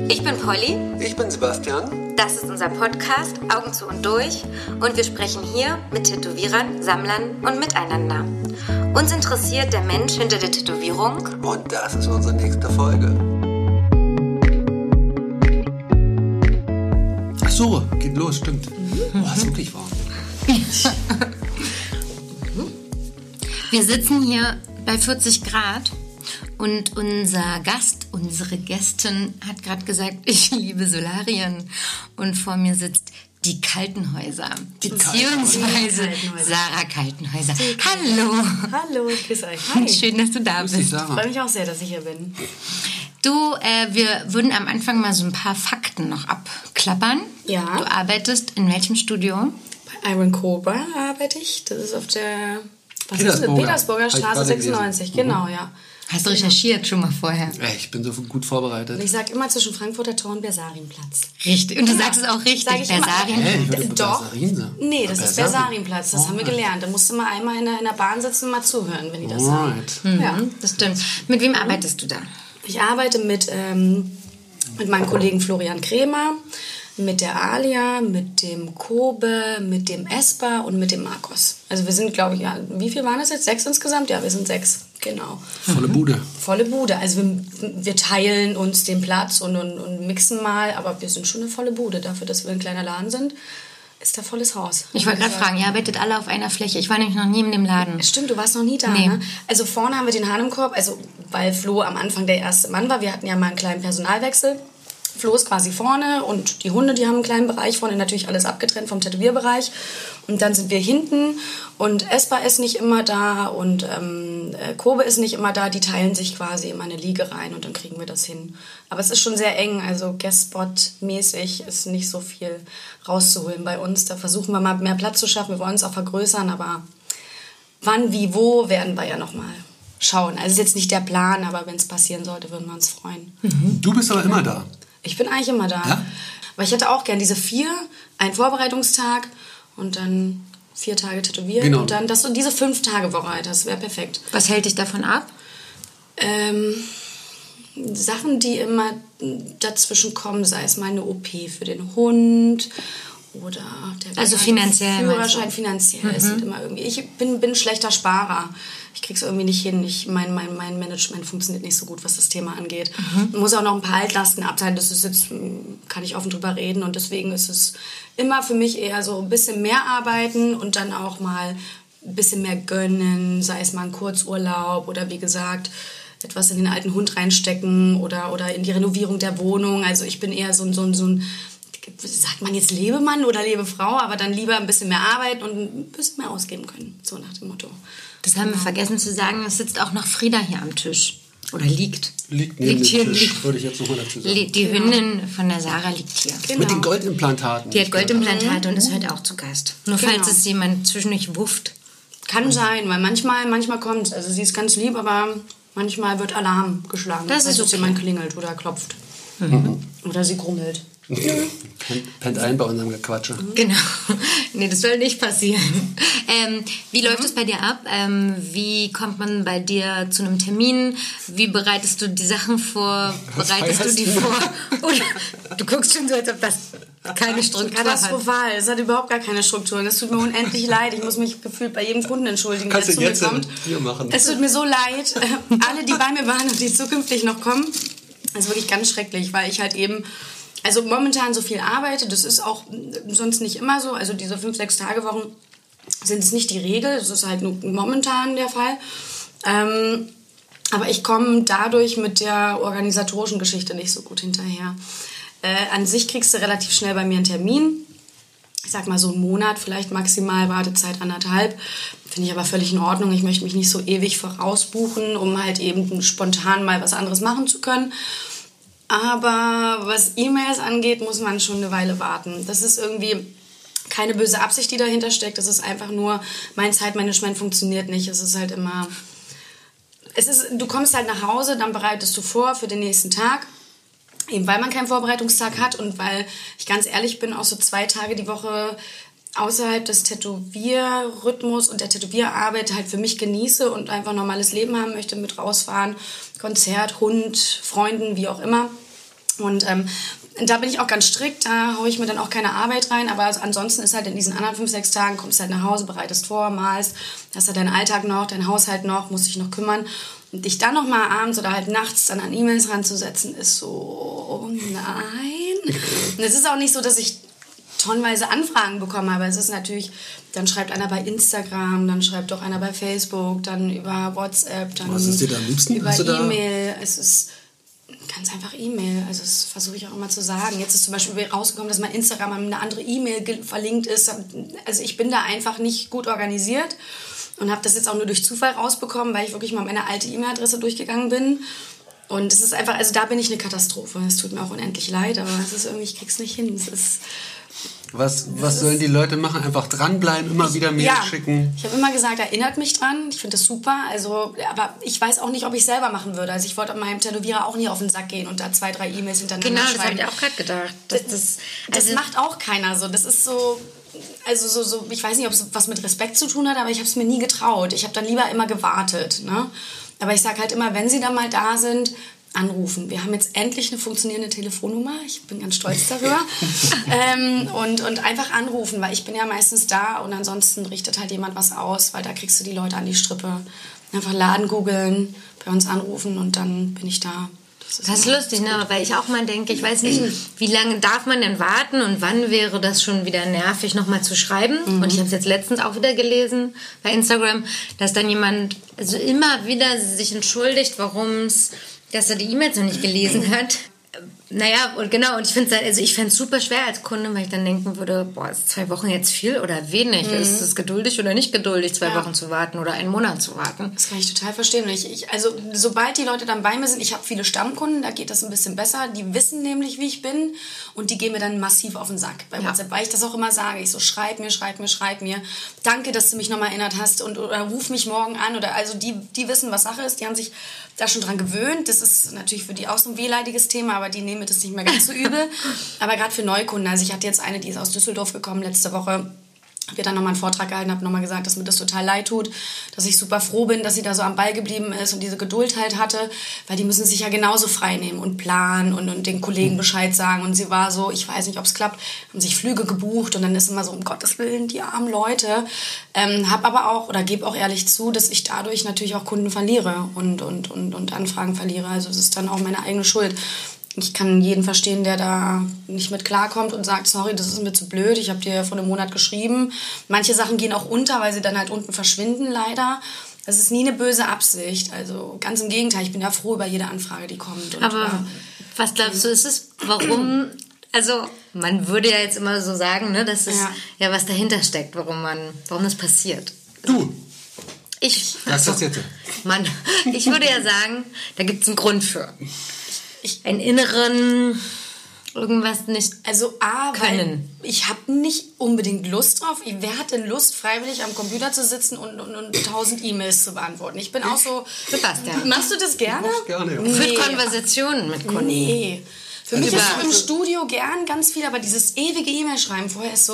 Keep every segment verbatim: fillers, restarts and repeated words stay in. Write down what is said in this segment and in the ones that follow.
Ich bin Polly. Ich bin Sebastian. Das ist unser Podcast Augen zu und durch und wir sprechen hier mit Tätowierern, Sammlern und miteinander. Uns interessiert der Mensch hinter der Tätowierung. Und das ist unsere nächste Folge. Ach so, geht los, stimmt. Mhm. Oh, ist wirklich warm. Wir sitzen hier bei vierzig Grad und unser Gast, unsere Gästin hat gerade gesagt, ich liebe Solarien. Und vor mir sitzt die Kaltenhäuser, die beziehungsweise Kaltenhäuser. Sarah Kaltenhäuser. Hallo. Hallo, ich grüße euch. Hi. Schön, dass du da bist. Ich freue mich auch sehr, dass ich hier bin. Du, äh, wir würden am Anfang mal so ein paar Fakten noch abklappern. Ja. Du arbeitest in welchem Studio? Bei Iron Cobra arbeite ich. Das ist auf der was Petersburger. Ist Petersburger Straße sechsundneunzig. Genau, ja. Hast du recherchiert schon mal vorher? Ich bin so gut vorbereitet. Und ich sage immer zwischen Frankfurter Tor und Bersarienplatz. Richtig. Und du ja. sagst es auch richtig. Bersarien. Hey, ich würde Doch. Bersarin sagen. Nee, das ist Bersarienplatz. Das oh, haben wir gelernt. Da musst du mal einmal in der, in der Bahn sitzen und mal zuhören, wenn die das right. sagen. Mhm, ja. Das stimmt. Mit wem arbeitest du da? Ich arbeite mit, ähm, mit meinem Kollegen Florian Krämer, mit der Alia, mit dem Kobe, mit dem Esper und mit dem Markus. Also wir sind, glaube ich, ja, wie viel waren das jetzt? Sechs insgesamt? Ja, wir sind sechs, genau. Volle Bude. Volle Bude. Also wir, wir teilen uns den Platz und, und, und mixen mal, aber wir sind schon eine volle Bude. Dafür, dass wir ein kleiner Laden sind, ist da volles Haus. Ich wollte gerade fragen, ihr arbeitet alle auf einer Fläche. Ich war nämlich noch nie in dem Laden. Stimmt, du warst noch nie da, nee. ne? Also vorne haben wir den Hahn im Korb, also weil Flo am Anfang der erste Mann war. Wir hatten ja mal einen kleinen Personalwechsel. Flo ist quasi vorne und die Hunde, die haben einen kleinen Bereich vorne, natürlich alles abgetrennt vom Tätowierbereich. Und dann sind wir hinten und Esper ist nicht immer da und ähm, Kobe ist nicht immer da. Die teilen sich quasi immer eine Liege rein und dann kriegen wir das hin. Aber es ist schon sehr eng, also Guest-Spot-mäßig ist nicht so viel rauszuholen bei uns. Da versuchen wir mal mehr Platz zu schaffen. Wir wollen uns auch vergrößern, aber wann, wie, wo werden wir ja nochmal schauen. Also ist jetzt nicht der Plan, aber wenn es passieren sollte, würden wir uns freuen. Mhm. Du bist aber immer da. Ich bin eigentlich immer da. Ja? Aber ich hätte auch gern diese vier, einen Vorbereitungstag und dann vier Tage tätowieren. Genau. Und dann dass du diese fünf Tage Woche, das wäre perfekt. Was hält dich davon ab? Ähm, Sachen, die immer dazwischen kommen, sei es mal eine O P für den Hund oder der also finanziell Führerschein finanziell. Mhm. Es sind immer irgendwie. Ich bin bin schlechter Sparer. Ich krieg's irgendwie nicht hin. Ich, mein, mein, mein Management funktioniert nicht so gut, was das Thema angeht. Mhm. Ich muss auch noch ein paar Altlasten abteilen. Das ist jetzt, kann ich offen drüber reden. Und deswegen ist es immer für mich eher so ein bisschen mehr arbeiten und dann auch mal ein bisschen mehr gönnen. Sei es mal ein Kurzurlaub oder wie gesagt, etwas in den alten Hund reinstecken oder, oder in die Renovierung der Wohnung. Also ich bin eher so ein, so ein, so ein sagt man jetzt Lebemann oder Lebefrau, aber dann lieber ein bisschen mehr arbeiten und ein bisschen mehr ausgeben können. So nach dem Motto. Das haben wir vergessen zu sagen, es sitzt auch noch Frieda hier am Tisch. Oder liegt. Liegt neben liegt dem hier, Tisch, liegt, würde ich jetzt nochmal dazu sagen. Die Hündin von der Sarah liegt hier. Genau. Mit den Goldimplantaten. Die hat Goldimplantate und ist heute auch zu Gast. Nur genau. falls es jemand zwischendurch wufft. Kann sein, weil manchmal, manchmal kommt es. Also sie ist ganz lieb, aber manchmal wird Alarm geschlagen. Das ist okay. Jemand klingelt oder klopft. Mhm. Oder sie grummelt. Pennt, pennt ein bei unserem Gequatsche. Genau. Nee, das soll nicht passieren. Ähm, wie läuft es bei dir ab? Ähm, wie kommt man bei dir zu einem Termin? Wie bereitest du die Sachen vor? Bereitest du die vor? Oder du guckst schon so, als ob das keine Struktur hat. Katastrophal. Es hat überhaupt gar keine Struktur. Es tut mir unendlich leid. Ich muss mich gefühlt bei jedem Kunden entschuldigen, Kannst der du zu jetzt mir kommt. hier machen? Es tut mir so leid. Alle, die bei mir waren und die zukünftig noch kommen, das ist wirklich ganz schrecklich, weil ich halt eben also momentan so viel arbeite. Das ist auch sonst nicht immer so. Also diese fünf, sechs Tage Wochen sind es nicht die Regel. Das ist halt nur momentan der Fall. Ähm, aber ich komme dadurch mit der organisatorischen Geschichte nicht so gut hinterher. Äh, an sich kriegst du relativ schnell bei mir einen Termin. Ich sag mal so einen Monat, vielleicht maximal Wartezeit anderthalb. Finde ich aber völlig in Ordnung. Ich möchte mich nicht so ewig vorausbuchen, um halt eben spontan mal was anderes machen zu können. Aber was E-Mails angeht, muss man schon eine Weile warten. Das ist irgendwie keine böse Absicht, die dahinter steckt. Das ist einfach nur, mein Zeitmanagement funktioniert nicht. Es ist halt immer... Es ist, du kommst halt nach Hause, dann bereitest du vor für den nächsten Tag. Eben weil man keinen Vorbereitungstag hat und weil ich ganz ehrlich bin, auch so zwei Tage die Woche außerhalb des Tätowierrhythmus und der Tätowierarbeit halt für mich genieße und einfach normales Leben haben möchte, mit rausfahren, Konzert, Hund, Freunden, wie auch immer, Und ähm, da bin ich auch ganz strikt, da haue ich mir dann auch keine Arbeit rein, aber ansonsten ist halt in diesen anderen fünf, sechs Tagen, kommst halt nach Hause, bereitest vor, malst, hast halt deinen Alltag noch, deinen Haushalt noch, musst dich noch kümmern. Und dich dann noch mal abends oder halt nachts dann an E-Mails ranzusetzen, ist so, oh nein. Und es ist auch nicht so, dass ich tonnenweise Anfragen bekomme, aber es ist natürlich, dann schreibt einer bei Instagram, dann schreibt doch einer bei Facebook, dann über WhatsApp, dann Was ist dir da am liebsten? über E-Mail. Es ist ganz einfach E-Mail, also das versuche ich auch immer zu sagen. Jetzt ist zum Beispiel rausgekommen, dass mein Instagram an eine andere E-Mail verlinkt ist. Also ich bin da einfach nicht gut organisiert und habe das jetzt auch nur durch Zufall rausbekommen, weil ich wirklich mal meine alte E-Mail-Adresse durchgegangen bin. Und es ist einfach, also da bin ich eine Katastrophe. Es tut mir auch unendlich leid, aber es ist irgendwie, ich krieg's nicht hin. Es ist... Was, was sollen die Leute machen? Einfach dranbleiben, immer wieder Mail ja, schicken? Ich habe immer gesagt, erinnert mich dran. Ich finde das super. Also, aber ich weiß auch nicht, ob ich selber machen würde. Also ich wollte meinem Tätowierer auch nie auf den Sack gehen und da zwei, drei E-Mails hintereinander genau, schreiben. Genau, das habe ich auch gerade gedacht. Das, das, das also macht auch keiner so. Das ist so... Also so, so, ich weiß nicht, ob es was mit Respekt zu tun hat, aber ich habe es mir nie getraut. Ich habe dann lieber immer gewartet. Ne? Aber ich sage halt immer, wenn sie dann mal da sind, anrufen. Wir haben jetzt endlich eine funktionierende Telefonnummer. Ich bin ganz stolz darüber. ähm, und, und einfach anrufen, weil ich bin ja meistens da und ansonsten richtet halt jemand was aus, weil da kriegst du die Leute an die Strippe. Einfach Laden googeln, bei uns anrufen und dann bin ich da. Das ist, das ist lustig, ne? Weil ich auch mal denke, ich weiß nicht, wie lange darf man denn warten und wann wäre das schon wieder nervig, nochmal zu schreiben. Mhm. Und ich habe es jetzt letztens auch wieder gelesen bei Instagram, dass dann jemand also immer wieder sich entschuldigt, warum es, dass er die E-Mails noch nicht gelesen hat. Naja, und genau, und ich finde es also ich fände es super schwer als Kunde, weil ich dann denken würde, boah, ist zwei Wochen jetzt viel oder wenig? Mhm. Ist es geduldig oder nicht geduldig, zwei ja. Wochen zu warten oder einen Monat zu warten? Das kann ich total verstehen. Ich, ich, also sobald die Leute dann bei mir sind, ich habe viele Stammkunden, da geht das ein bisschen besser, die wissen nämlich, wie ich bin und die gehen mir dann massiv auf den Sack bei WhatsApp, ja. weil ich das auch immer sage. Ich so, schreib mir, schreib mir, schreib mir. Danke, dass du mich nochmal erinnert hast und oder ruf mich morgen an. Oder also die, die wissen, was Sache ist, die haben sich da schon dran gewöhnt. Das ist natürlich für die auch so ein wehleidiges Thema, aber die nehmen das nicht mehr ganz so übel. Aber gerade für Neukunden, also ich hatte jetzt eine, die ist aus Düsseldorf gekommen letzte Woche, habe ihr dann nochmal einen Vortrag gehalten, habe nochmal gesagt, dass mir das total leid tut, dass ich super froh bin, dass sie da so am Ball geblieben ist und diese Geduld halt hatte, weil die müssen sich ja genauso frei nehmen und planen und, und den Kollegen Bescheid sagen. Und sie war so, ich weiß nicht, ob es klappt, haben sich Flüge gebucht und dann ist immer so, um Gottes Willen, die armen Leute. Ähm, hab aber auch, oder gebe auch ehrlich zu, dass ich dadurch natürlich auch Kunden verliere und, und, und, und Anfragen verliere. Also es ist dann auch meine eigene Schuld. Ich kann jeden verstehen, der da nicht mit klarkommt und sagt, sorry, das ist mir zu blöd, ich habe dir vor einem Monat geschrieben. Manche Sachen gehen auch unter, weil sie dann halt unten verschwinden, leider. Das ist nie eine böse Absicht. Also ganz im Gegenteil, ich bin ja froh über jede Anfrage, die kommt. Und aber über, was glaubst du, ist es, warum, also man würde ja jetzt immer so sagen, ne, dass es ja. ja was dahinter steckt, warum man, warum das passiert. Du. Ich. Das ist jetzt. Mann, ich würde ja sagen, da gibt es einen Grund für. Ich, einen inneren irgendwas nicht also A, können. Weil ich habe nicht unbedingt Lust drauf. Wer hat denn Lust, freiwillig am Computer zu sitzen und, und, und tausend E-Mails zu beantworten? Ich bin auch so... Sebastian. Machst du das gerne? Ich gerne, ja. Nee. Für Konversationen mit Kunden. Nee. Für mich ist so im Studio gern ganz viel, aber dieses ewige E-Mail-Schreiben vorher ist so...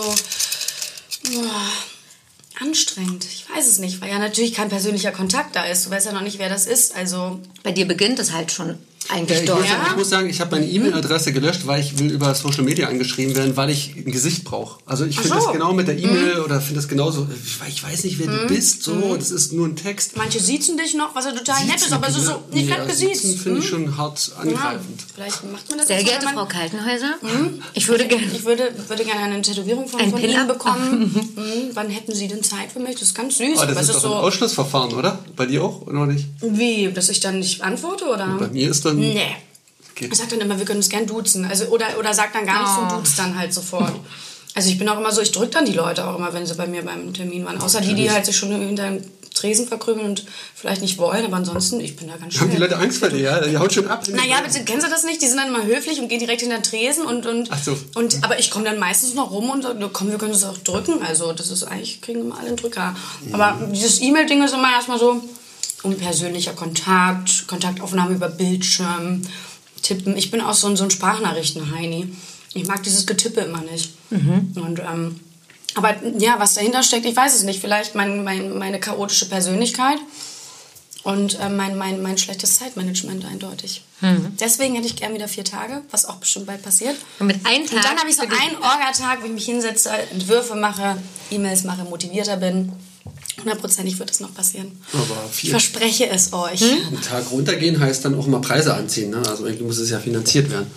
Oh, anstrengend. Ich weiß es nicht, weil ja natürlich kein persönlicher Kontakt da ist. Du weißt ja noch nicht, wer das ist. Also bei dir beginnt es halt schon eigentlich ja, ich, dort. muss, Ja? ich muss sagen, ich habe meine E-Mail-Adresse gelöscht, weil ich will über Social Media angeschrieben werden, weil ich ein Gesicht brauche. Also ich finde so. das genau mit der E-Mail mhm. oder finde das genauso, ich weiß nicht, wer mhm. du bist, so, mhm. das ist nur ein Text. Manche siezen dich noch, was ja total Siezen, nett ist, aber so, so nicht fett gesiezt. Siezen finde ich schon hart angreifend. Ja, vielleicht macht man das Sehr jetzt, geehrte man, Frau Kaltenhäuser, mhm. ich würde gerne ich würde, würde gerne eine Tätowierung von, ein von Pin Ihnen ab. bekommen. Mhm. Wann hätten Sie denn Zeit für mich? Das ist ganz süß. Oh, das ist ist doch so, ein Ausschlussverfahren, oder? Bei dir auch, oder nicht? Wie? Dass ich dann nicht antworte, oder? Bei mir ist dann... Nee. Okay. Ich sag dann immer, wir können uns gern duzen. Also, oder, oder sag dann gar nichts Oh. und duzt dann halt sofort. Also ich bin auch immer so, ich drücke dann die Leute auch immer, wenn sie bei mir beim Termin waren. Außer die, die halt sich schon hinter dem Tresen verkrümeln und vielleicht nicht wollen. Aber ansonsten, ich bin da ganz schön. Haben die Leute Angst vor dir, ja? Die haut schon ab. Naja, aber kennen Sie das nicht? Die sind dann immer höflich und gehen direkt hinter den Tresen. Und, und, Ach so. und, aber ich komme dann meistens noch rum und sage, komm, wir können das auch drücken. Also das ist eigentlich, kriegen immer alle einen Drücker. Mhm. Aber dieses E-Mail-Ding ist immer erstmal so unpersönlicher Kontakt, Kontaktaufnahme über Bildschirm, Tippen. Ich bin auch so ein, so ein Sprachnachrichten-Heini. Ich mag dieses Getippe immer nicht. Mhm. Und, ähm, aber ja, was dahinter steckt, ich weiß es nicht. Vielleicht mein, mein, meine chaotische Persönlichkeit Und äh, mein, mein, mein schlechtes Zeitmanagement eindeutig. Mhm. Deswegen hätte ich gern wieder vier Tage, was auch bestimmt bald passiert. Und mit einem Tag? Und dann habe ich so einen Orga-Tag, wo ich mich hinsetze, Entwürfe mache, E-Mails mache, motivierter bin. Hundertprozentig wird das noch passieren. Aber ich verspreche es euch. Hm? Einen Tag runtergehen heißt dann auch mal Preise anziehen. Ne? Also irgendwie muss es ja finanziert werden.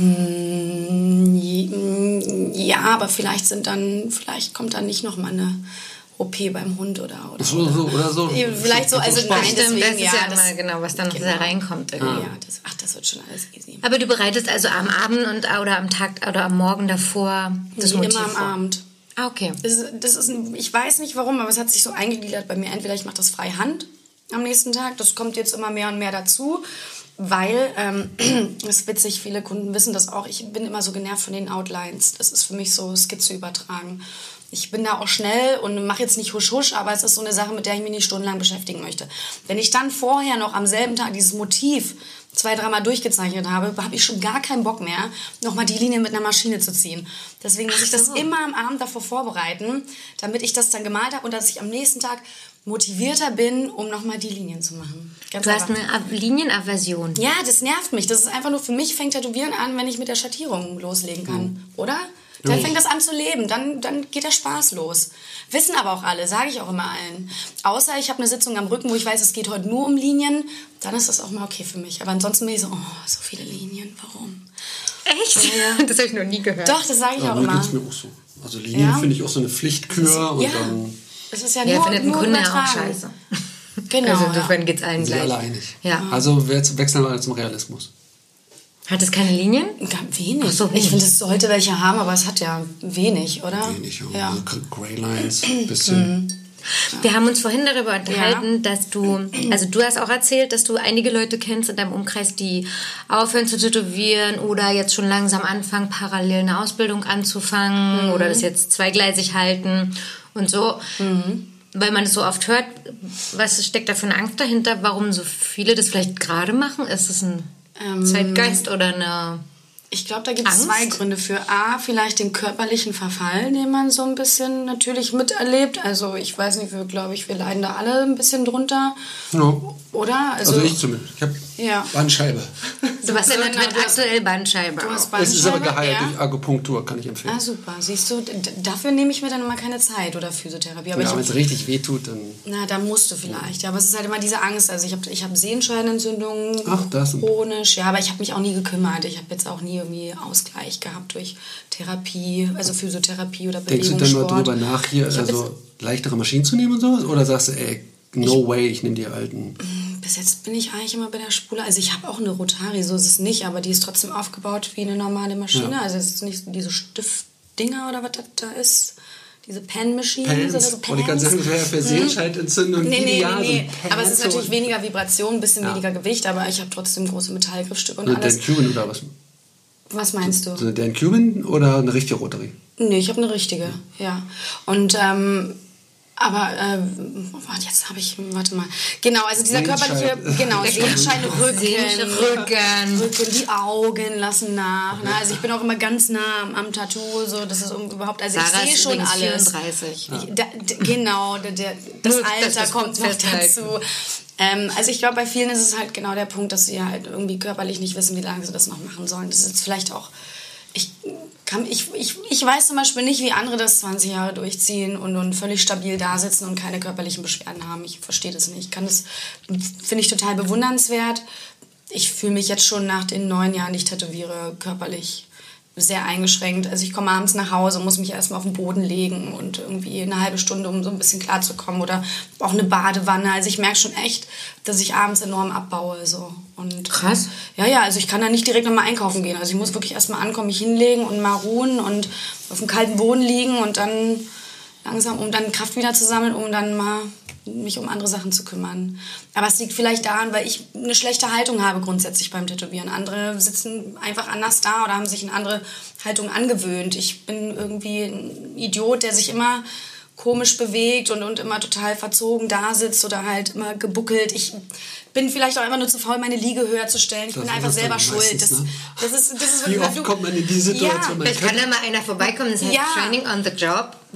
Ja, aber vielleicht sind dann, vielleicht kommt dann nicht noch mal eine O P beim Hund oder oder so, so, oder so. Vielleicht so, also nein, deswegen, das ist ja, ja das, mal genau, was dann noch genau. da reinkommt. Irgendwie. Ja, das, ach, das wird schon alles easy. Aber du bereitest also am Abend und oder am Tag oder am Morgen davor das nee, Motiv immer am vor. Abend. Ah, okay. Das ist, das ist, ich weiß nicht warum, aber es hat sich so eingegliedert bei mir. Entweder ich mache das freihand am nächsten Tag, das kommt jetzt immer mehr und mehr dazu, weil, ähm, das ist witzig, viele Kunden wissen das auch, ich bin immer so genervt von den Outlines. Das ist für mich so Skizze übertragen. Ich bin da auch schnell und mache jetzt nicht husch husch, aber es ist so eine Sache, mit der ich mich nicht stundenlang beschäftigen möchte. Wenn ich dann vorher noch am selben Tag dieses Motiv zwei, dreimal durchgezeichnet habe, habe ich schon gar keinen Bock mehr, nochmal die Linien mit einer Maschine zu ziehen. Deswegen muss ich das immer am Abend davor vorbereiten, damit ich das dann gemalt habe und dass ich am nächsten Tag motivierter bin, um nochmal die Linien zu machen. Ganz du hast einfach. eine Ab- Linienaversion. Ja, das nervt mich. Das ist einfach nur, für mich fängt Tätowieren an, wenn ich mit der Schattierung loslegen kann, mhm. oder? Dann fängt das an zu leben, dann, dann geht der Spaß los. Wissen aber auch alle, sage ich auch immer allen. Außer ich habe eine Sitzung am Rücken, wo ich weiß, es geht heute nur um Linien, dann ist das auch mal okay für mich. Aber ansonsten bin ich so, oh, so viele Linien, warum? Echt? Ja. Das habe ich noch nie gehört. Doch, das sage ich ja, auch immer. Geht's mir auch so. Also Linien ja. finde ich auch so eine Pflichtkür. Und ja, dann es ist ja, ja nur, findet ein nur Kunde übertragen. auch scheiße. Genau, also insofern ja. geht es allen sind gleich. alle einig. Ja. Also jetzt wechseln wir zum Realismus. Hat es keine Linien? Ganz wenig. Ach so, wenig. Ich finde, es sollte welche haben, aber es hat ja wenig, oder? Wenig, ja. ja. Also Grey Lines, ein bisschen. Wir haben uns vorhin darüber unterhalten, ja. dass du, also du hast auch erzählt, dass du einige Leute kennst in deinem Umkreis, die aufhören zu tätowieren oder jetzt schon langsam anfangen, parallel eine Ausbildung anzufangen mhm. oder das jetzt zweigleisig halten und so. Mhm. Weil man das so oft hört, was steckt da für eine Angst dahinter, warum so viele das vielleicht gerade machen? Ist es ein ähm, Zeitgeist oder eine Ich glaube, da gibt es Angst? zwei Gründe für. A, vielleicht den körperlichen Verfall, den man so ein bisschen natürlich miterlebt. Also ich weiß nicht, wir glaube ich, wir leiden da alle ein bisschen drunter. Ja. Oder? Also, also ich zumindest. Ich habe ja. Bandscheibe. Du hast ja mit, mit aktuell Bandscheibe. Du hast Bandscheibe. Es ist aber geheilt ja. durch Akupunktur, kann ich empfehlen. Ah, super. Siehst du, d- dafür nehme ich mir dann immer keine Zeit oder Physiotherapie. Aber ja, ich wenn es richtig wehtut, dann... Na, da musst du vielleicht. Ja, aber es ist halt immer diese Angst. Also ich habe ich hab Sehenscheidenentzündungen Ach, das chronisch. Ja, aber ich habe mich auch nie gekümmert. Ich habe jetzt auch nie irgendwie Ausgleich gehabt durch Therapie, also Physiotherapie oder Denkst Bewegung, du denn mal Sport. drüber nach, hier also leichtere Maschinen zu nehmen und sowas? Oder sagst du, ey, no ich, way, ich nehme die alten... Bis jetzt bin ich eigentlich immer bei der Spule. Also ich habe auch eine Rotari, so ist es nicht, aber die ist trotzdem aufgebaut wie eine normale Maschine. Ja. Also es ist nicht diese Stiftdinger oder was das da ist. Diese Pen-Machines oder so. Pens. Und ich kann sagen, das wäre ja für Sehenscheidentzündung nee, nee, ideal. nee, nee. So aber es ist natürlich weniger Vibration, ein bisschen ja. weniger Gewicht, aber ich habe trotzdem große Metallgriffstücke und eine alles. Dan Cuban oder was? Was meinst du? So eine Dan Cuban oder eine richtige Rotary? Nee, ich habe eine richtige, ja. ja. Und, ähm, aber, äh, warte, jetzt habe ich, warte mal. Genau, also dieser körperliche, genau, Sehenschein, Rücken, Rücken, Rücken, die Augen lassen nach. Ne? Also ich bin auch immer ganz nah am, am Tattoo, so, das ist überhaupt, also Sarah ich sehe schon alles. vierunddreißig. Ich, da, d- genau, der, der, das Alter das kommt noch dazu. Ähm, also ich glaube, bei vielen ist es halt genau der Punkt, dass sie halt irgendwie körperlich nicht wissen, wie lange sie das noch machen sollen. Das ist jetzt vielleicht auch... Ich, kann, ich, ich, ich weiß zum Beispiel nicht, wie andere das zwanzig Jahre durchziehen und, und völlig stabil da sitzen und keine körperlichen Beschwerden haben. Ich verstehe das nicht. Ich kann das, finde ich total bewundernswert. Ich fühle mich jetzt schon nach den neun Jahren, die ich tätowiere, körperlich sehr eingeschränkt. Also ich komme abends nach Hause und muss mich erstmal auf den Boden legen und irgendwie eine halbe Stunde, um so ein bisschen klarzukommen. Oder auch eine Badewanne. Also ich merke schon echt, dass ich abends enorm abbaue. So. Und, krass. Ja, ja, also ich kann da nicht direkt nochmal einkaufen gehen. Also ich muss wirklich erstmal ankommen, mich hinlegen und mal ruhen und auf dem kalten Boden liegen und dann langsam, um dann Kraft wieder zu sammeln, um dann mal mich um andere Sachen zu kümmern. Aber es liegt vielleicht daran, weil ich eine schlechte Haltung habe grundsätzlich beim Tätowieren. Andere sitzen einfach anders da oder haben sich eine andere Haltung angewöhnt. Ich bin irgendwie ein Idiot, der sich immer komisch bewegt und, und immer total verzogen da sitzt oder halt immer gebuckelt. Ich bin vielleicht auch einfach nur zu faul, meine Liege höher zu stellen. Ich das bin einfach selber schuld. Meistens, das, ne? das ist, das ist Wie oft kommt man in die Situation? Ja, vielleicht kann da mal einer vorbeikommen und sagt, ja. training on the job. Dann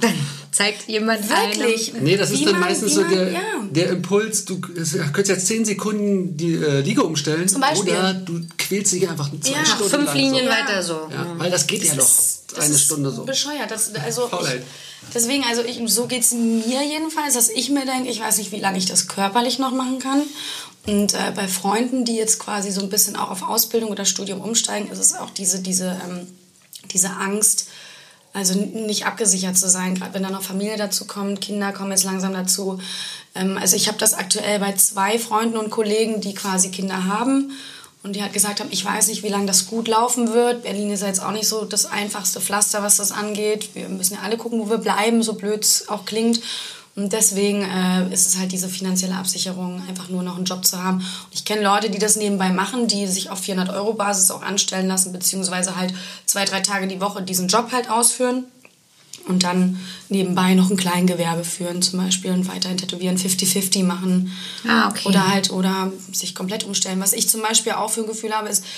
Zeigt jemand Wirklich? einem. Nee, das ist Wie dann man- meistens wie so man- der, ja. der Impuls, du könntest jetzt zehn Sekunden die äh, Liege umstellen Zum Beispiel. oder du quälst dich einfach zwei Ja, Stunden Fünf lang Linien so. weiter so. Ja, weil das geht ja doch Das eine ist Stunde so. bescheuert. Das, also Faulheit. ich, deswegen, also ich, so geht es mir jedenfalls, dass ich mir denke, ich weiß nicht, wie lange ich das körperlich noch machen kann. Und äh, bei Freunden, die jetzt quasi so ein bisschen auch auf Ausbildung oder Studium umsteigen, ist es auch diese, diese, ähm, diese Angst, also n- nicht abgesichert zu sein, gerade wenn dann noch Familie dazu kommt, Kinder kommen jetzt langsam dazu. Ähm, also ich habe das aktuell bei zwei Freunden und Kollegen, die quasi Kinder haben und die halt gesagt haben, ich weiß nicht, wie lange das gut laufen wird. Berlin ist ja jetzt auch nicht so das einfachste Pflaster, was das angeht. Wir müssen ja alle gucken, wo wir bleiben, so blöd es auch klingt. Und deswegen äh, ist es halt diese finanzielle Absicherung, einfach nur noch einen Job zu haben. Und ich kenne Leute, die das nebenbei machen, die sich auf vierhundert Euro Basis auch anstellen lassen, beziehungsweise halt zwei, drei Tage die Woche diesen Job halt ausführen und dann nebenbei noch ein Kleingewerbe führen zum Beispiel und weiterhin tätowieren, fifty fifty machen. Ah, okay. Oder halt, oder sich komplett umstellen. Was ich zum Beispiel auch für ein Gefühl habe, ist,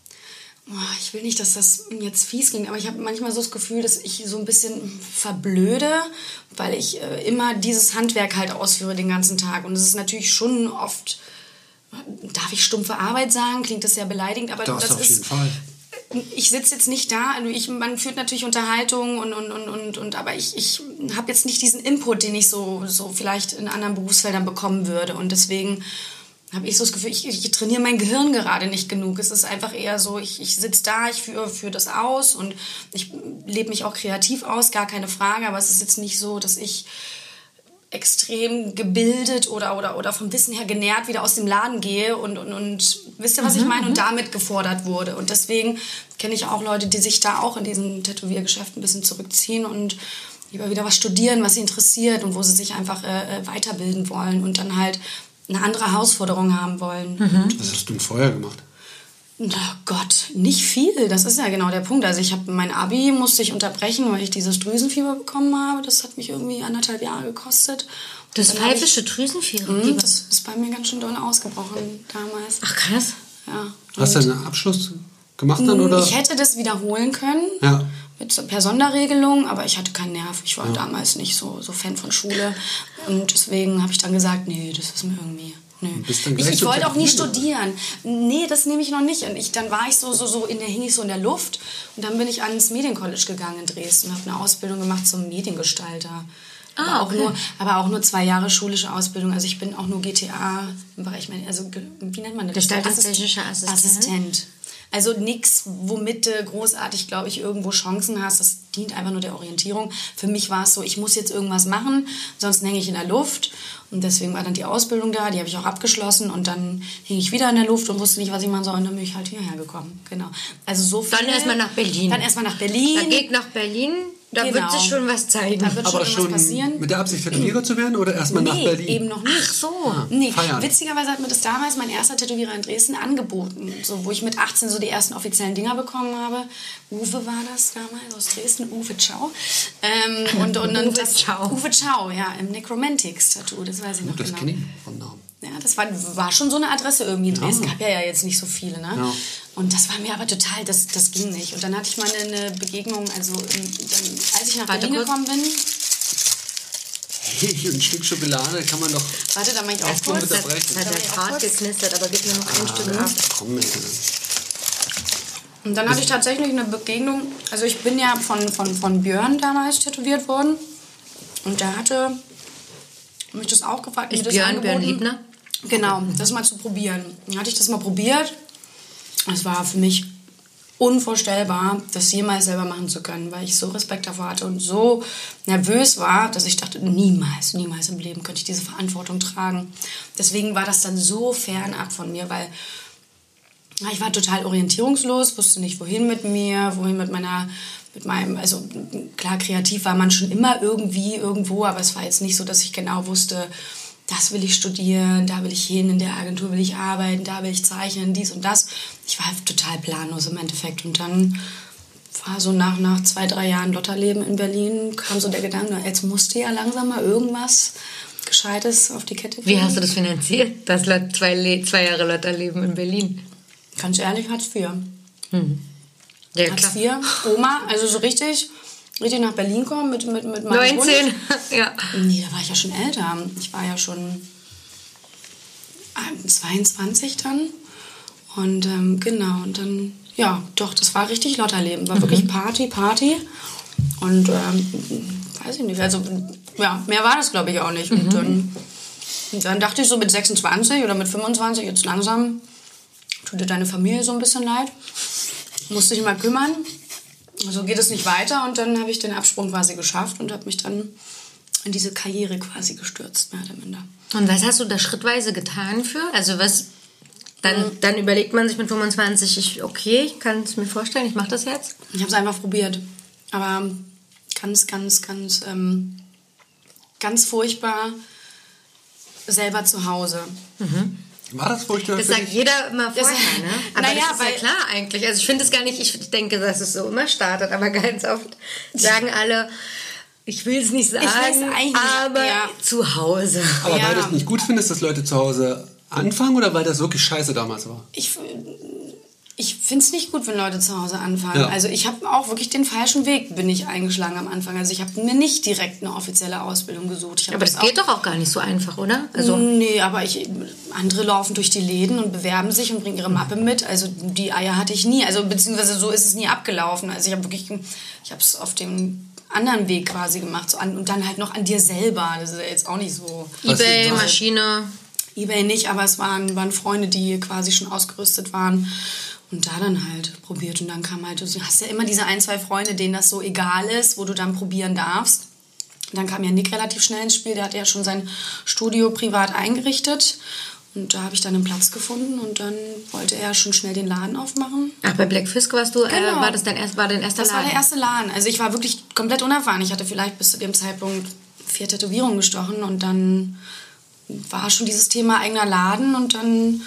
ich will nicht, dass das jetzt fies klingt, aber ich habe manchmal so das Gefühl, dass ich so ein bisschen verblöde, weil ich äh, immer dieses Handwerk halt ausführe den ganzen Tag. Und es ist natürlich schon oft, darf ich stumpfe Arbeit sagen? Klingt das sehr beleidigend, aber Das das auf ist... jeden Fall. Ich sitze jetzt nicht da, also ich, man führt natürlich Unterhaltung und, und, und, und, und aber ich, ich habe jetzt nicht diesen Input, den ich so, so vielleicht in anderen Berufsfeldern bekommen würde. Und deswegen habe ich so das Gefühl, ich, ich trainiere mein Gehirn gerade nicht genug. Es ist einfach eher so, ich, ich sitze da, ich führe führ das aus und ich lebe mich auch kreativ aus, gar keine Frage. Aber es ist jetzt nicht so, dass ich extrem gebildet oder, oder, oder vom Wissen her genährt wieder aus dem Laden gehe und, und, und wisst ihr, was ich meine? Und damit gefordert wurde. Und deswegen kenne ich auch Leute, die sich da auch in diesen Tätowiergeschäft ein bisschen zurückziehen und lieber wieder was studieren, was sie interessiert und wo sie sich einfach äh, weiterbilden wollen und dann halt eine andere Herausforderung haben wollen. Was hast du denn vorher gemacht? Oh Gott, nicht viel. Das ist ja genau der Punkt. Also ich habe mein Abi musste ich unterbrechen, weil ich dieses Drüsenfieber bekommen habe. Das hat mich irgendwie anderthalb Jahre gekostet. Das Dann hab ich- pfeifische Drüsenfieber. Mhm, das ist bei mir ganz schön doll ausgebrochen damals. Ach krass. Ja. Hast du Und einen Abschluss gemacht dann, oder? ich hätte das wiederholen können. Ja. Mit, so- per Sonderregelung, aber ich hatte keinen Nerv. Ich war damals nicht so, so Fan von Schule. Und deswegen habe ich dann gesagt, nee, das ist mir irgendwie... Nö. bist dann Ich, gleich ich so wollte auch nie tätowieren, studieren. Nee, das nehme ich noch nicht. Und ich, dann war ich so, so, so in der, hing ich so in der Luft. Und dann bin ich ans Mediencollege gegangen in Dresden und habe eine Ausbildung gemacht zum Mediengestalter. Aber, Ah, auch okay. nur, aber auch nur zwei Jahre schulische Ausbildung. Also ich bin auch nur G T A im Bereich, also ge- wie nennt man das? Gestaltungstechnischer Assistent. Assistent. Also nichts, womit du großartig, glaube ich, irgendwo Chancen hast. Das dient einfach nur der Orientierung. Für mich war es so, ich muss jetzt irgendwas machen, sonst hänge ich in der Luft. Und deswegen war dann die Ausbildung da, die habe ich auch abgeschlossen. Und dann hing ich wieder in der Luft und wusste nicht, was ich machen soll. Und dann bin ich halt hierher gekommen. Genau. Also so viel. Dann erstmal nach Berlin. Dann erstmal nach Berlin. Dann geht nach Berlin, da Genau. wird sich schon was zeigen. Da wird Aber schon schon irgendwas passieren. mit der Absicht, Tätowierer zu werden oder erstmal nach Nee, Berlin? eben noch nicht. Ach so. Nee, feiern. witzigerweise hat mir das damals mein erster Tätowierer in Dresden angeboten, so, wo ich mit achtzehn so die ersten offiziellen Dinger bekommen habe. Uwe war das damals aus Dresden, Uwe Ciao. Ähm, und, und, und Uwe das, Ciao. Uwe Ciao, ja, im Necromantics-Tattoo, das weiß ich noch Das genau. kenne ich vom Namen. Ja, das war, war schon so eine Adresse irgendwie in Dresden. Ja. Gab ja, ja jetzt nicht so viele, ne? Ja. Und das war mir aber total, das, das ging nicht. Und dann hatte ich mal eine, eine Begegnung, also ähm, dann, als ich nach Warte Berlin kurz. gekommen bin, Hey, ein Stück Schokolade kann man doch warte, da mach ich auch erstmal kurz. unterbrechen. Das hat der Draht geknistert, aber gib mir noch ein Stück ab. Komm, ey. Und dann hatte ich tatsächlich eine Begegnung. Also ich bin ja von, von, von Björn damals tätowiert worden. Und der hatte mich das auch gefragt. Ist mir das Björn Björn angeboten. Liebner? Genau, das mal zu probieren. Dann hatte ich das mal probiert. Es war für mich unvorstellbar, das jemals selber machen zu können, weil ich so Respekt davor hatte und so nervös war, dass ich dachte, niemals, niemals im Leben könnte ich diese Verantwortung tragen. Deswegen war das dann so fernab von mir, weil ja, ich war total orientierungslos, wusste nicht, wohin mit mir, wohin mit meiner, mit meinem, also klar, kreativ war man schon immer irgendwie, irgendwo, aber es war jetzt nicht so, dass ich genau wusste, das will ich studieren, da will ich hin, in der Agentur will ich arbeiten, da will ich zeichnen, dies und das. Ich war halt total planlos im Endeffekt. Und dann war so nach, nach zwei, drei Jahren Lotterleben in Berlin, kam so der Gedanke, jetzt musste ja langsam mal irgendwas Gescheites auf die Kette kriegen. Wie hast du das finanziert? Das Lot- zwei, Le- zwei Jahre Lotterleben in Berlin. Ganz ehrlich, Hartz vier. Ja, Hartz klar. vier, Oma, also so richtig. richtig nach Berlin komme mit, mit, mit meinem neunzehn, Wunsch. ja. Nee, da war ich ja schon älter. Ich war ja schon zweiundzwanzig dann. Und ähm, genau, und dann, ja, doch, das war richtig Lotterleben. War mhm. wirklich Party, Party. Und ähm, weiß ich nicht, also ja, mehr war das, glaube ich, auch nicht. Mhm. Und, dann, und dann dachte ich so mit sechsundzwanzig oder mit fünfundzwanzig, jetzt langsam tut dir deine Familie so ein bisschen leid. Musste dich mal kümmern. So geht es nicht weiter. Und dann habe ich den Absprung quasi geschafft und habe mich dann in diese Karriere quasi gestürzt, mehr oder minder. Und was hast du da schrittweise getan für? Also was, dann, mhm. dann überlegt man sich mit fünfundzwanzig, ich, okay, ich kann es mir vorstellen, ich mache das jetzt. Ich habe es einfach probiert. Aber ganz, ganz, ganz, ähm, ganz furchtbar selber zu Hause. Mhm. War das furchtbar? Das sagt jeder immer vorher, ne? Aber naja, das ist weil, ja klar eigentlich. Also ich finde es gar nicht, ich denke, dass es so immer startet, aber ganz oft sagen alle, ich will es nicht sagen, eigentlich aber nicht, ja. zu Hause. Aber ja. weil du es nicht gut findest, dass Leute zu Hause anfangen oder weil das wirklich scheiße damals war? Ich, ich finde es nicht gut, wenn Leute zu Hause anfangen. Ja. Also ich habe auch wirklich den falschen Weg bin ich eingeschlagen am Anfang. Also ich habe mir nicht direkt eine offizielle Ausbildung gesucht. Ich aber das, das geht doch auch gar nicht so einfach, oder? Also nee, aber ich, andere laufen durch die Läden und bewerben sich und bringen ihre Mappe mit. Also die Eier hatte ich nie. Also beziehungsweise so ist es nie abgelaufen. Also ich habe wirklich, ich habe es auf dem anderen Weg quasi gemacht. So an, und dann halt noch an dir selber. Das ist ja jetzt auch nicht so. eBay, Maschine. eBay nicht, aber es waren, waren Freunde, die quasi schon ausgerüstet waren. Und da dann halt probiert. Und dann kam halt, du hast ja immer diese ein, zwei Freunde, denen das so egal ist, wo du dann probieren darfst. Und dann kam ja Nick relativ schnell ins Spiel. Der hatte ja schon sein Studio privat eingerichtet. Und da habe ich dann einen Platz gefunden. Und dann wollte er schon schnell den Laden aufmachen. Ach, bei Black Fisk warst du, genau. äh, war das dein, erst, war dein erster das Laden? Das war der erste Laden. Also ich war wirklich komplett unerfahren. Ich hatte vielleicht bis zu dem Zeitpunkt vier Tätowierungen gestochen. Und dann war schon dieses Thema eigener Laden. Und dann...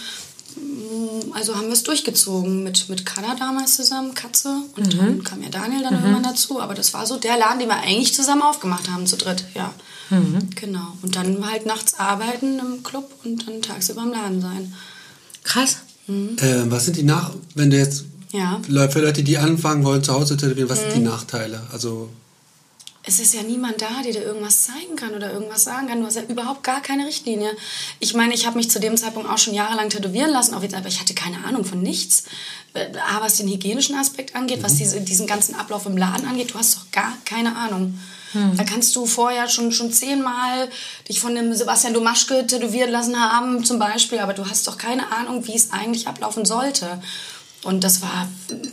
Also haben wir es durchgezogen mit, mit Kada damals zusammen, Katze. Und mhm. dann kam ja Daniel dann mhm. irgendwann dazu. Aber das war so der Laden, den wir eigentlich zusammen aufgemacht haben, zu dritt. Ja, mhm. genau. Und dann halt nachts arbeiten im Club und dann tagsüber im Laden sein. Krass. Mhm. Äh, was sind die Nach... Wenn du jetzt... Ja. Für Leute, die anfangen wollen, zu Hause zu tätowieren, was mhm. sind die Nachteile? Also... Es ist ja niemand da, der dir irgendwas zeigen kann oder irgendwas sagen kann. Du hast ja überhaupt gar keine Richtlinie. Ich meine, ich habe mich zu dem Zeitpunkt auch schon jahrelang tätowieren lassen, aber ich hatte keine Ahnung von nichts. A, was den hygienischen Aspekt angeht, mhm. was diese, diesen ganzen Ablauf im Laden angeht, du hast doch gar keine Ahnung. Mhm. Da kannst du vorher schon, schon zehnmal dich von dem Sebastian Domaschke tätowieren lassen haben, zum Beispiel, aber du hast doch keine Ahnung, wie es eigentlich ablaufen sollte. Und das war...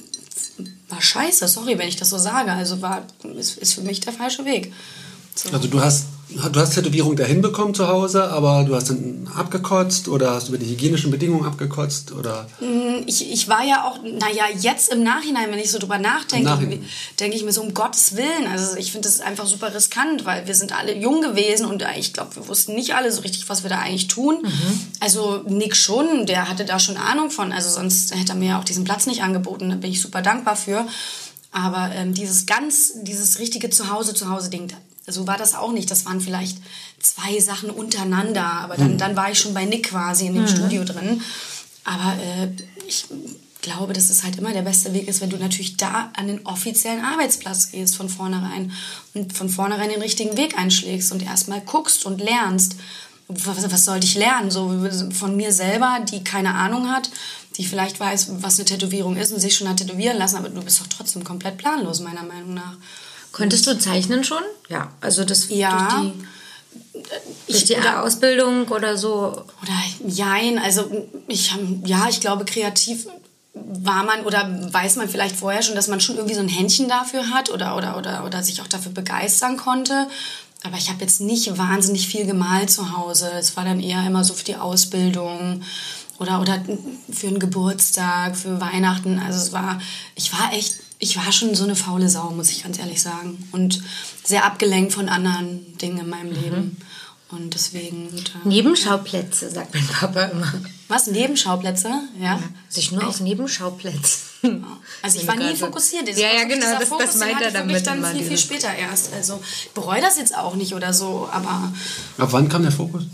war scheiße, sorry, wenn ich das so sage. Also war, ist, ist für mich der falsche Weg. So. Also du hast, du hast Tätowierung dahin bekommen zu Hause, aber du hast dann abgekotzt oder hast du über die hygienischen Bedingungen abgekotzt? Oder? Ich, ich war ja auch, naja, jetzt im Nachhinein, wenn ich so drüber nachdenke, denke ich mir so, um Gottes Willen. Also ich finde das einfach super riskant, weil wir sind alle jung gewesen und ich glaube, wir wussten nicht alle so richtig, was wir da eigentlich tun. Mhm. Also Nick schon, der hatte da schon Ahnung von. Also sonst hätte er mir ja auch diesen Platz nicht angeboten. Da bin ich super dankbar für. Aber ähm, dieses ganz, dieses richtige Zuhause-Zuhause-Ding, so war das auch nicht. Das waren vielleicht zwei Sachen untereinander. Aber dann, mhm. dann war ich schon bei Nick quasi in dem mhm. Studio drin. Aber äh, ich glaube, dass es halt immer der beste Weg ist, wenn du natürlich da an den offiziellen Arbeitsplatz gehst von vornherein und von vornherein den richtigen Weg einschlägst und erstmal guckst und lernst. Was, was sollte ich lernen? So von mir selber, die keine Ahnung hat, die vielleicht weiß, was eine Tätowierung ist und sich schon hat tätowieren lassen, aber du bist doch trotzdem komplett planlos, meiner Meinung nach. Konntest du zeichnen schon? Ja, also das ja, durch die, durch die oder, Ausbildung oder so? Oder jein, also ich, ja, ich glaube, kreativ war man oder weiß man vielleicht vorher schon, dass man schon irgendwie so ein Händchen dafür hat oder, oder, oder, oder sich auch dafür begeistern konnte. Aber ich habe jetzt nicht wahnsinnig viel gemalt zu Hause. Es war dann eher immer so für die Ausbildung oder, oder für einen Geburtstag, für Weihnachten. Also es war, ich war echt, ich war schon so eine faule Sau, muss ich ganz ehrlich sagen. Und sehr abgelenkt von anderen Dingen in meinem Leben. Mhm. Und deswegen... Äh, Nebenschauplätze, ja. sagt mein Papa immer. Was? Nebenschauplätze? Ja. ja sich nur Echt? auf Nebenschauplätze. Also ich war nie fokussiert. Ja, ja, genau, das, Fokus, das meint er damit. Ich dann viel, viel später erst. Also ich bereue das jetzt auch nicht oder so, aber... Ab wann kam der Fokus?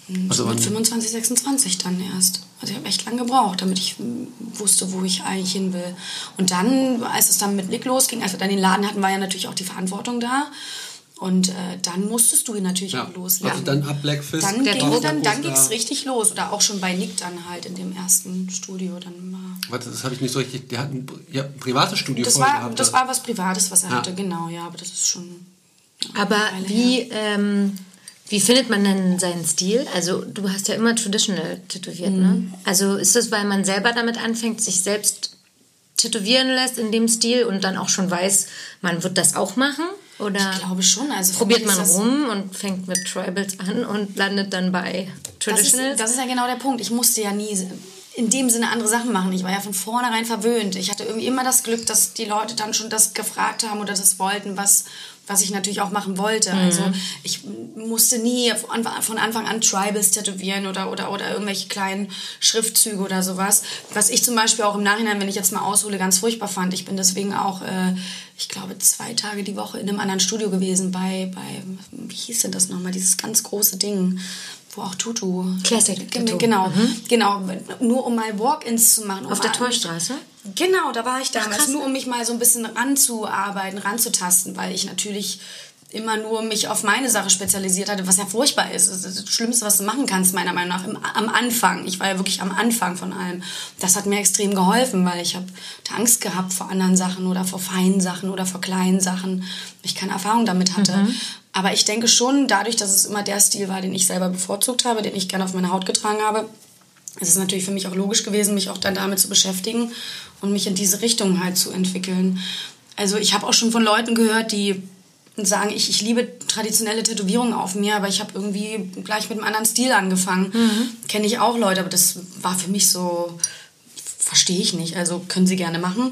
Also mit wann- fünfundzwanzig, sechsundzwanzig dann erst. Also ich habe echt lange gebraucht, damit ich mm, wusste, wo ich eigentlich hin will. Und dann, als es dann mit Nick losging, als wir dann den Laden hatten, war ja natürlich auch die Verantwortung da. Und äh, dann musstest du ihn natürlich Ja. auch loslegen. Also dann ab Blackfist. Dann Der ging Druck dann, dann da- ging's richtig los. Oder auch schon bei Nick dann halt in dem ersten Studio. Dann war Warte, das habe ich nicht so richtig. Der hat ein, ja, ein privates Studio das, vorher war, gehabt. das war was Privates, was er Ja. hatte, genau, ja. Aber das ist schon... ja, Aber eine Weile wie, her. ähm, wie findet man denn seinen Stil? Also du hast ja immer traditional tätowiert, Mhm. ne? Also ist das, weil man selber damit anfängt, sich selbst tätowieren lässt in dem Stil und dann auch schon weiß, man wird das auch machen? Oder Ich glaube schon. Also für probiert mich man ist das- rum und fängt mit Tribals an und landet dann bei Das ist, Traditionals? das ist ja genau der Punkt. Ich musste ja nie in dem Sinne andere Sachen machen. Ich war ja von vornherein verwöhnt. Ich hatte irgendwie immer das Glück, dass die Leute dann schon das gefragt haben oder das wollten, was, was ich natürlich auch machen wollte. Mhm. Also ich musste nie von Anfang an Tribals tätowieren oder, oder, oder irgendwelche kleinen Schriftzüge oder sowas. Was ich zum Beispiel auch im Nachhinein, wenn ich jetzt mal aushole, ganz furchtbar fand. Ich bin deswegen auch, äh, ich glaube, zwei Tage die Woche in einem anderen Studio gewesen bei, bei wie hieß denn das nochmal, dieses ganz große Ding, wo auch Tutu... Classic Gen- Tattoo. Genau, genau. Nur um mal Walk-ins zu machen. Um Auf der mal- Torstraße? Genau, da war ich damals. krass. Nur um mich mal so ein bisschen ranzuarbeiten, ranzutasten, weil ich natürlich immer nur mich auf meine Sache spezialisiert hatte, was ja furchtbar ist. Das ist das Schlimmste, was du machen kannst, meiner Meinung nach, im, am Anfang. Ich war ja wirklich am Anfang von allem. Das hat mir extrem geholfen, weil ich habe Angst gehabt vor anderen Sachen oder vor feinen Sachen oder vor kleinen Sachen, weil ich keine Erfahrung damit hatte. Mhm. Aber ich denke schon, dadurch, dass es immer der Stil war, den ich selber bevorzugt habe, den ich gerne auf meine Haut getragen habe, ist es natürlich für mich auch logisch gewesen, mich auch dann damit zu beschäftigen und mich in diese Richtung halt zu entwickeln. Also ich habe auch schon von Leuten gehört, die sagen, ich, ich liebe traditionelle Tätowierungen auf mir, aber ich habe irgendwie gleich mit einem anderen Stil angefangen. Mhm. Kenne ich auch Leute, aber das war für mich so, verstehe ich nicht. Also können sie gerne machen.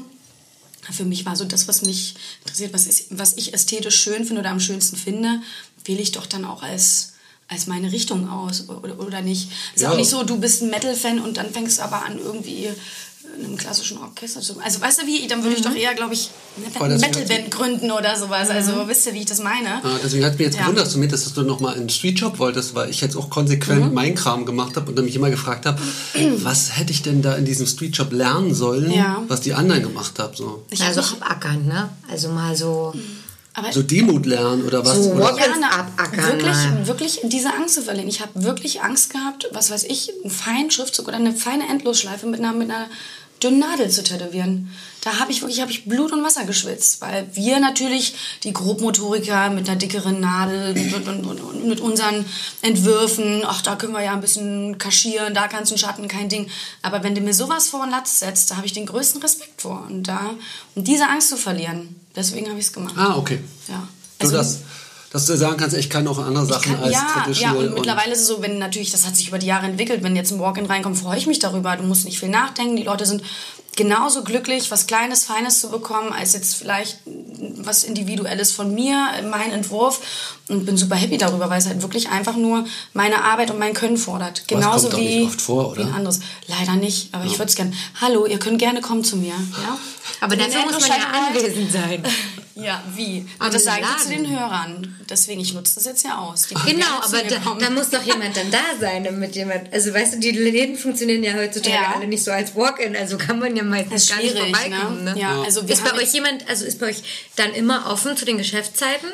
Für mich war so das, was mich interessiert, was, ist, was ich ästhetisch schön finde oder am schönsten finde, wähle ich doch dann auch als, als meine Richtung aus oder, oder nicht. Es ist Ja. auch nicht so, du bist ein Metal-Fan und dann fängst du aber an irgendwie in einem klassischen Orchester zu... Also weißt du wie, dann würde ich doch eher, glaube ich, Voll, eine das- Metal-Band gründen oder sowas. Also wisst ihr, wie ich das meine? Ah, deswegen hat mich jetzt Ja. gewundert, dass du, mit, dass du nochmal einen Streetjob wolltest, weil ich jetzt auch konsequent Mhm. meinen Kram gemacht habe und dann mich immer gefragt habe, was hätte ich denn da in diesem Streetjob lernen sollen, Ja. was die anderen gemacht haben. So, Ich hab Also mich- abackern, ne? Also mal so... aber so Demut lernen oder was. So oder? Walk- gerne abackern, wirklich, mal. wirklich diese Angst zu verlieren. Ich habe wirklich Angst gehabt, was weiß ich, einen feinen Schriftzug oder eine feine Endlosschleife mit einer, mit einer dünnen Nadel zu tätowieren. Da habe ich wirklich hab ich Blut und Wasser geschwitzt, weil wir natürlich, die Grobmotoriker mit einer dickeren Nadel und, und, und, und mit unseren Entwürfen, ach, da können wir ja ein bisschen kaschieren, da kannst du einen Schatten, kein Ding. Aber wenn du mir sowas vor den Latz setzt, da habe ich den größten Respekt vor. Und da, um diese Angst zu verlieren, deswegen habe ich es gemacht. Ah, okay. Ja. So, Also- dass, dass du sagen kannst, ich kann auch andere Sachen Kann, als ja, ja, traditional. und mittlerweile ist es so, wenn natürlich, das hat sich über die Jahre entwickelt, wenn jetzt ein Walk-in reinkommt, freue ich mich darüber. Du musst nicht viel nachdenken, die Leute sind genauso glücklich, was Kleines, Feines zu bekommen, als jetzt vielleicht was Individuelles von mir, mein Entwurf, und bin super happy darüber, weil es halt wirklich einfach nur meine Arbeit und mein Können fordert. Aber es Genauso kommt doch wie nicht oft vor, oder? wie ein anderes. Leider nicht, aber ich würde es gerne. Hallo, ihr könnt gerne kommen zu mir. Ja? Aber Wenn dafür ihr muss man ja Endlosschleife wollt- anwesend sein. Ja, wie? Aber Und das im sage ich zu Laden. den Hörern. Deswegen, ich nutze das jetzt ja aus. Die können Genau, gerne zu aber mir da, kommen. da muss doch jemand dann da sein, damit jemand... Also weißt du, die Läden funktionieren ja heutzutage Ja. alle nicht so als Walk-in, also kann man ja meistens Das ist gar nicht schwierig, vorbeikommen. ne? Ne? Ja, also wir ist bei haben euch jetzt- jemand, also ist bei euch dann immer offen zu den Geschäftszeiten?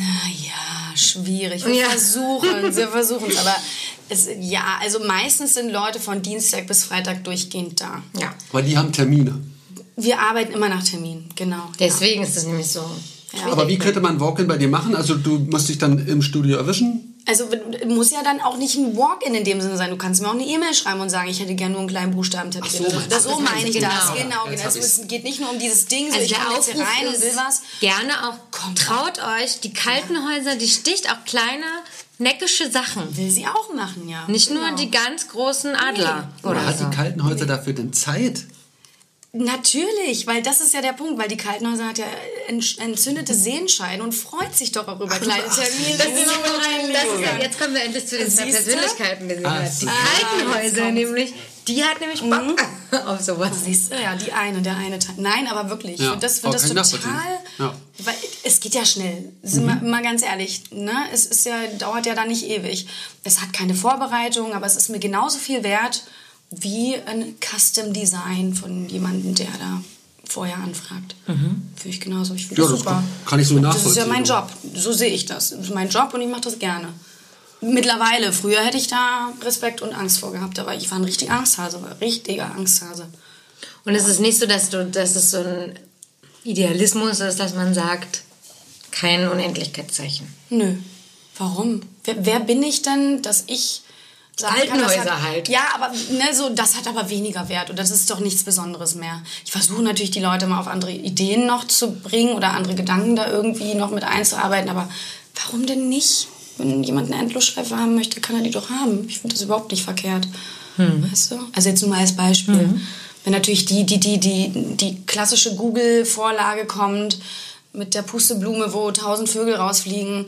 Naja, schwierig. Wir Ja. versuchen wir versuchen es. Aber es, ja, also meistens sind Leute von Dienstag bis Freitag durchgehend da. Ja. Weil die haben Termine. Wir arbeiten immer nach Termin, genau. Deswegen ist das nämlich so. Ja. Aber wie könnte man Walk-in bei dir machen? Also du musst dich dann im Studio erwischen? Also muss ja dann auch nicht ein Walk-in in dem Sinne sein. Du kannst mir auch eine E-Mail schreiben und sagen, ich hätte gerne nur einen kleinen Buchstaben tätowiert. Ach so, meinst das, du? so Das meine meinst ich du, das. genau. Genau, Jetzt genau. hab Es ich's. geht nicht nur um dieses Ding, so Also ich der komme jetzt hier Aufruf rein und will ist was. gerne auch, Kommt traut euch, die kalten Häuser, die sticht auch kleine, neckische Sachen. Will sie auch machen, ja. Nicht nur Genau. die ganz großen Adler. Oder Oder hat so. die kalten Häuser dafür denn Zeit? Natürlich, weil das ist ja der Punkt, weil die Kaltenhäuser hat ja ent- entzündete Sehenscheiden und freut sich doch auch über kleine Termine. Das ist, das ist ja, jetzt kommen wir endlich zu den zwei Siehste? Persönlichkeiten, die sie Ah, hat. Die so. kalten Ah, Häuser jetzt nämlich, Die hat nämlich Bock mhm. auf sowas. Siehst du, ja, die eine, der eine Teil. Nein, aber wirklich, Ja, ich das, find das total, ja. weil es geht ja schnell, sind wir mal ganz ehrlich, ne? Es ist ja, dauert ja dann nicht ewig. Es hat keine Vorbereitung, aber es ist mir genauso viel wert wie ein Custom Design von jemandem, der da vorher anfragt. Mhm. Finde ich genauso, ich finde Ja, das das super. kann, kann ich so nachvollziehen. Das ist ja mein Job, so sehe ich das. Das ist mein Job und ich mache das gerne. Mittlerweile, früher hätte ich da Respekt und Angst vor gehabt, aber ich war ein richtiger Angsthase, war ein richtiger Angsthase. Und es ist nicht so, dass, du, dass es so ein Idealismus ist, dass man sagt, kein Unendlichkeitszeichen. Nö. Warum? Wer, wer bin ich denn, dass ich sagen kann, das Altenhäuser hat, halt. Ja, aber ne, so, das hat aber weniger Wert und das ist doch nichts Besonderes mehr. Ich versuche natürlich, die Leute mal auf andere Ideen noch zu bringen oder andere Gedanken da irgendwie noch mit einzuarbeiten, aber warum denn nicht? Wenn jemand eine Endlosschleife haben möchte, kann er die doch haben. Ich finde das überhaupt nicht verkehrt. Hm. Weißt du? Also jetzt nur mal als Beispiel. Mhm. Wenn natürlich die, die, die, die, die klassische Google-Vorlage kommt mit der Pusteblume, wo tausend Vögel rausfliegen.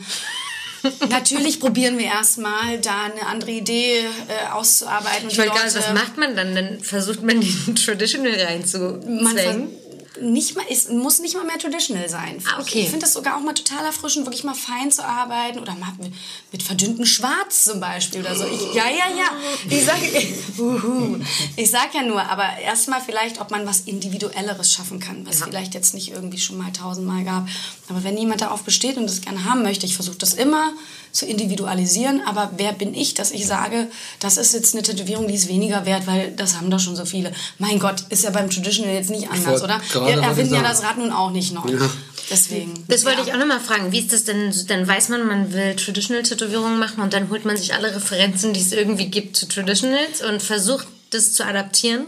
Natürlich probieren wir erstmal da eine andere Idee äh, auszuarbeiten. Ich wollte gar nicht, was macht man dann? Dann versucht man den Traditional reinzuzwängen. Nicht mal, es muss nicht mal mehr traditional sein. Ah, okay. Ich finde das sogar auch mal total erfrischend, wirklich mal fein zu arbeiten oder mal mit, mit verdünntem Schwarz zum Beispiel oder so. Ich, ja, ja, ja. Ich sage uh, ich sag ja nur, aber erstmal vielleicht, ob man was Individuelleres schaffen kann, was ja. vielleicht jetzt nicht irgendwie schon mal tausendmal gab. Aber wenn jemand darauf besteht und das gerne haben möchte, ich versuche das immer zu individualisieren, aber wer bin ich, dass ich sage, das ist jetzt eine Tätowierung, die ist weniger wert, weil das haben doch schon so viele. Mein Gott, ist ja beim Traditional jetzt nicht anders, oder? Wir erfinden ja das Rad nun auch nicht noch. Ja. Deswegen. Das wollte ja. ich auch nochmal fragen. Wie ist das denn? Dann weiß man, man will Traditional-Tätowierungen machen und dann holt man sich alle Referenzen, die es irgendwie gibt zu Traditionals und versucht, das zu adaptieren?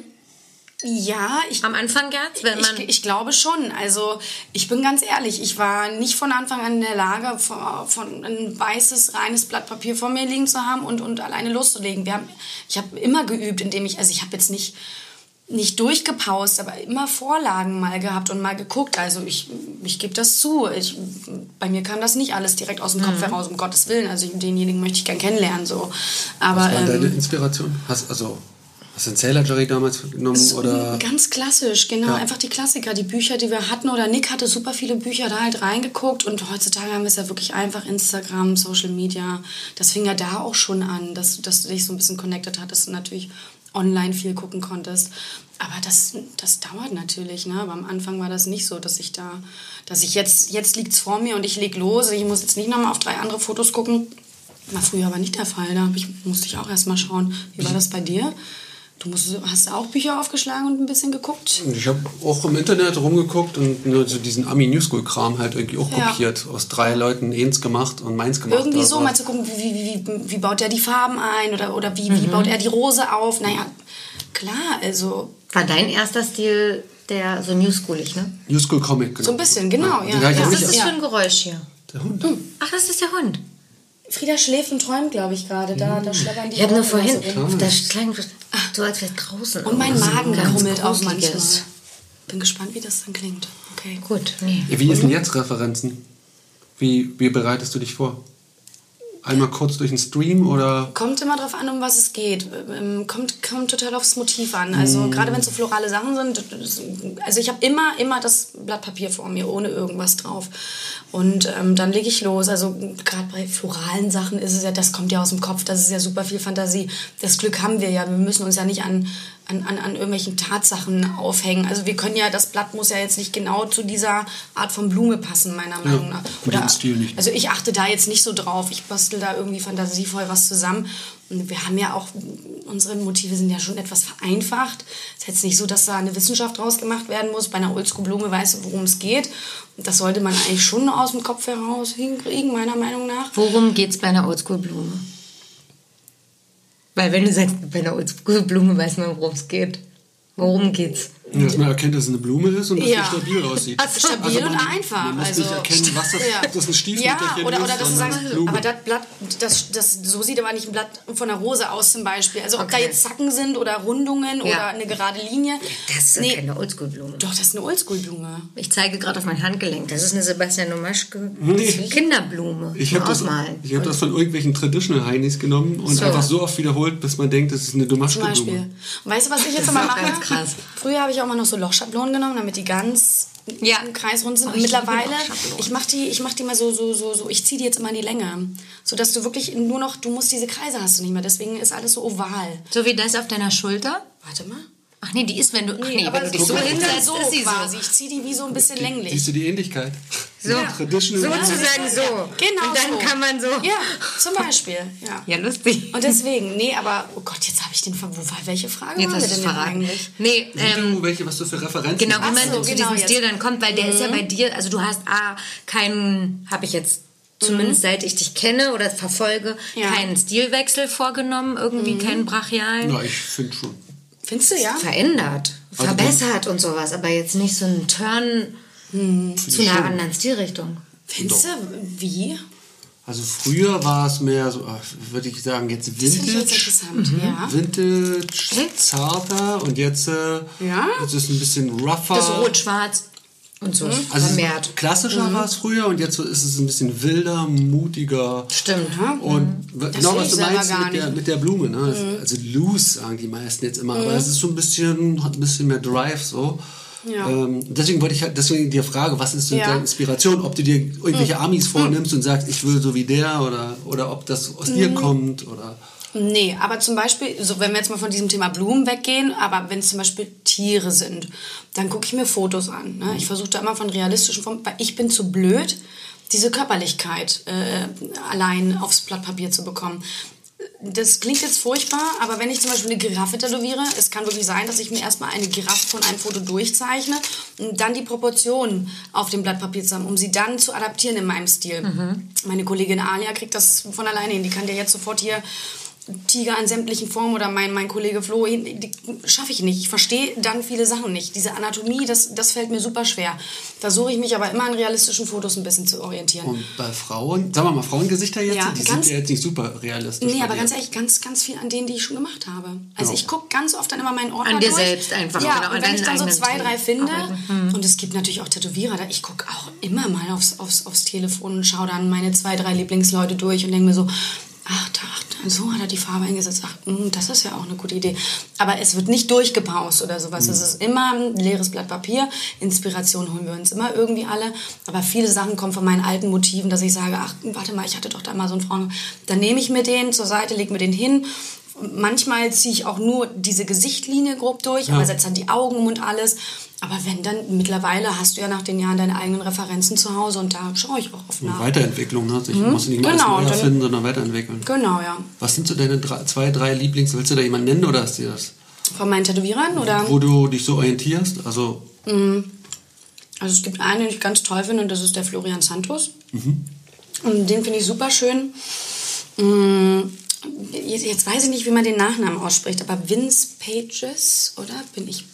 Ja, ich, am Anfang jetzt, wenn man ich, ich glaube schon. Also ich bin ganz ehrlich, ich war nicht von Anfang an in der Lage, von, von ein weißes, reines Blatt Papier vor mir liegen zu haben und, und alleine loszulegen. Wir haben, ich habe immer geübt, indem ich, also ich habe jetzt nicht, nicht durchgepaust, aber immer Vorlagen mal gehabt und mal geguckt. Also ich, ich gebe das zu. Ich, bei mir kam das nicht alles direkt aus dem Kopf mhm. heraus, um Gottes Willen. Also denjenigen möchte ich gern kennenlernen. So. Aber, was war ähm, deine Inspiration? Hast, also Hast du den Sailor Jerry damals genommen? So, oder? Ganz klassisch, genau. Ja. Einfach die Klassiker, die Bücher, die wir hatten. Oder Nick hatte super viele Bücher da halt reingeguckt. Und heutzutage haben wir es ja wirklich einfach Instagram, Social Media. Das fing ja da auch schon an, dass, dass du dich so ein bisschen connected hattest und natürlich online viel gucken konntest. Aber das, das dauert natürlich, ne? Aber am Anfang war das nicht so, dass ich da, dass ich jetzt, jetzt liegt es vor mir und ich leg los. Ich muss jetzt nicht nochmal auf drei andere Fotos gucken. War früher aber nicht der Fall. Da ich, musste ich auch erst mal schauen. Wie war das bei dir? Du musst, hast auch Bücher aufgeschlagen und ein bisschen geguckt? Ich habe auch im Internet rumgeguckt und nur so diesen Ami New School Kram halt irgendwie auch ja. kopiert. Aus drei Leuten eins gemacht und meins gemacht. Irgendwie so, mal zu gucken, wie, wie, wie, wie baut er die Farben ein oder, oder wie, mhm. wie baut er die Rose auf. Naja, klar, also... War dein erster Stil der so New Schoolig, ne? New School Comic, genau. So ein bisschen, genau, ja. ja. ja. Was ist das für ein Geräusch hier? Der Hund. Mhm. Ach, das ist der Hund. Frieda schläft und träumt, glaube ich, gerade. Da, da schlabbern die. Ich habe nur vorhin, so das klang so, als wäre es draußen. Und mein Magen krummelt auch manchmal. Bin gespannt, wie das dann klingt. Okay. Gut, nee. Wie ist denn jetzt Referenzen? Wie, wie bereitest du dich vor? Einmal kurz durch den Stream oder? Kommt immer drauf an, um was es geht. Kommt, kommt total aufs Motiv an. Also mm. gerade wenn es so florale Sachen sind, also ich habe immer, immer das Blatt Papier vor mir, ohne irgendwas drauf. Und ähm, dann lege ich los. Also gerade bei floralen Sachen ist es ja, das kommt ja aus dem Kopf, das ist ja super viel Fantasie. Das Glück haben wir ja. Wir müssen uns ja nicht an, an, an, an irgendwelchen Tatsachen aufhängen. Also wir können ja, das Blatt muss ja jetzt nicht genau zu dieser Art von Blume passen, meiner Meinung nach. Oder, den Stil nicht. Also ich achte da jetzt nicht so drauf. Ich bastel da irgendwie fantasievoll was zusammen. Und wir haben ja auch, unsere Motive sind ja schon etwas vereinfacht. Es ist jetzt nicht so, dass da eine Wissenschaft draus gemacht werden muss. Bei einer Oldschool-Blume weißt du, worum es geht. Und das sollte man eigentlich schon aus dem Kopf heraus hinkriegen, meiner Meinung nach. Worum geht's bei einer Oldschool-Blume? Weil wenn du sagst, bei einer Oldschool-Blume weiß man, worum es geht. Worum geht's? Ja, dass man erkennt, dass es eine Blume ist und dass Ja. sie stabil aussieht. Also stabil man, und einfach. Man muss also, nicht erkennen, was das, ja. ob das ein Stiefmütterchen ja, oder, ist, oder dass du sondern sagst, eine Blume. aber das Blatt, das, das, so sieht aber nicht ein Blatt von einer Rose aus zum Beispiel. Also ob Okay. da jetzt Zacken sind oder Rundungen Ja. oder eine gerade Linie. Das ist Nee. keine Oldschool-Blume. Doch, das ist eine Oldschool-Blume. Ich zeige gerade auf mein Handgelenk. Das ist eine Sebastian Nomaschke Kinderblume. Ich Zum habe das, Ausmalen. ich hab das von irgendwelchen Traditional-Heinis genommen und So. einfach so oft wiederholt, bis man denkt, das ist eine Zum Beispiel. Domaschke-Blume. Und weißt du, was ich jetzt Das immer ist auch mache? ganz krass. Früher habe ich auch mal noch so Lochschablonen genommen, damit die ganz Ja. im Kreis rund sind. Oh, Und ich liebe mittlerweile, Lochschablonen. ich mache die, ich mach die mal so, so, so, so, ich ziehe die jetzt immer in die Länge. Sodass du wirklich nur noch, du musst diese Kreise hast du nicht mehr. Deswegen ist alles so oval. So wie das auf deiner Schulter? Warte mal. Ach nee, die ist, wenn du, ach nee, aber wenn du dich so so hinsetzt, so ist sie quasi. so. Ich ziehe die wie so ein bisschen länglich. Siehst du die Ähnlichkeit? So, Traditional. sozusagen so. Genau Und dann so. kann man so. Ja, zum Beispiel. Ja. Ja, lustig. Und deswegen, nee, aber, oh Gott, jetzt habe ich den, ver- wo war, welche Frage Jetzt war hast wir du denn es verraten. eigentlich? Nee, Wie ähm, du, welche, was du für Referenzen genau, hast. wie Ach man so, zu genau diesem jetzt. Stil dann kommt, weil der ist ja bei dir, also du hast A, keinen, habe ich jetzt zumindest seit ich dich kenne oder verfolge, Ja. keinen Stilwechsel vorgenommen, irgendwie keinen brachialen. Ja, ich finde schon. Findest du, ja? Verändert, Also verbessert und sowas, aber jetzt nicht so ein Turn zu einer schon. anderen Stilrichtung. Findest du, wie? Also früher war es mehr so, ach, würde ich sagen, jetzt Das finde ich jetzt Vintage. interessant, ja. Vintage, zarter und jetzt, äh, Ja? jetzt ist es ein bisschen rougher. Das Rot-Schwarz und so Also vermehrt. klassischer war es früher und jetzt ist es ein bisschen wilder, mutiger. Stimmt. Und w- genau sehe was ich du selber meinst gar mit der, nicht. mit der Blume. Ne? Also loose sagen die meisten jetzt immer, aber es ist so ein bisschen, hat ein bisschen mehr Drive so. Ja. Ähm, deswegen wollte ich halt, deswegen dir frage, was ist so Ja. deine Inspiration? Ob du dir irgendwelche Amis vornimmst und sagst, ich will so wie der oder, oder ob das aus dir kommt oder. Nee, aber zum Beispiel, so wenn wir jetzt mal von diesem Thema Blumen weggehen, aber wenn es zum Beispiel Tiere sind, dann gucke ich mir Fotos an. Ne? Ich versuche da immer von realistischen Formen, weil ich bin zu blöd, diese Körperlichkeit äh, allein aufs Blatt Papier zu bekommen. Das klingt jetzt furchtbar, aber wenn ich zum Beispiel eine Giraffe tätowiere, es kann wirklich sein, dass ich mir erstmal eine Giraffe von einem Foto durchzeichne und dann die Proportionen auf dem Blatt Papier zusammen, um sie dann zu adaptieren in meinem Stil. Meine Kollegin Alia kriegt das von alleine hin. Die kann dir jetzt sofort hier Tiger in sämtlichen Formen oder mein, mein Kollege Flo, die schaffe ich nicht. Ich verstehe dann viele Sachen nicht. Diese Anatomie, das, das fällt mir super schwer. Da suche ich mich aber immer an realistischen Fotos ein bisschen zu orientieren. Und bei Frauen, sagen wir mal, Frauengesichter jetzt, Ja, die ganz- sind ja jetzt nicht super realistisch. Nee, bei aber dir. ganz ehrlich, ganz, ganz viel an denen, die ich schon gemacht habe. Also Ja. ich gucke ganz oft dann immer meinen Ordner An dir durch. selbst einfach, Ja, genau, an und wenn ich deinen dann so eigenen zwei, drei Themen finde, und es gibt natürlich auch Tätowierer, da ich gucke auch immer mal aufs, aufs, aufs Telefon und schaue dann meine zwei, drei Lieblingsleute durch und denke mir so, ach, da, ach, so hat er die Farbe eingesetzt. Ach, mh, das ist ja auch eine gute Idee. Aber es wird nicht durchgepaust oder sowas. Es ist immer ein leeres Blatt Papier. Inspiration holen wir uns immer irgendwie alle. Aber viele Sachen kommen von meinen alten Motiven, dass ich sage, ach, warte mal, ich hatte doch da mal so einen Frauen. Dann nehme ich mir den zur Seite, lege mir den hin. Manchmal ziehe ich auch nur diese Gesichtlinie grob durch, Ja. aber setze dann die Augen um und alles. Aber wenn dann, mittlerweile hast du ja nach den Jahren deine eigenen Referenzen zu Hause und da schaue ich auch oft Eine nach. Weiterentwicklung, ne? Ich muss nicht mal Genau, alles neu dann- erfinden, sondern weiterentwickeln. Genau, ja. Was sind so deine drei, zwei, drei Lieblings? Willst du da jemanden nennen oder ist dir das? Von meinen Tätowierern oder? Wo du dich so orientierst? Also, Also es gibt einen, den ich ganz toll finde, und das ist der Florian Santos. Und den finde ich super schön. Mm, Jetzt, jetzt weiß ich nicht, wie man den Nachnamen ausspricht, aber Vince Pages, oder? Bin ich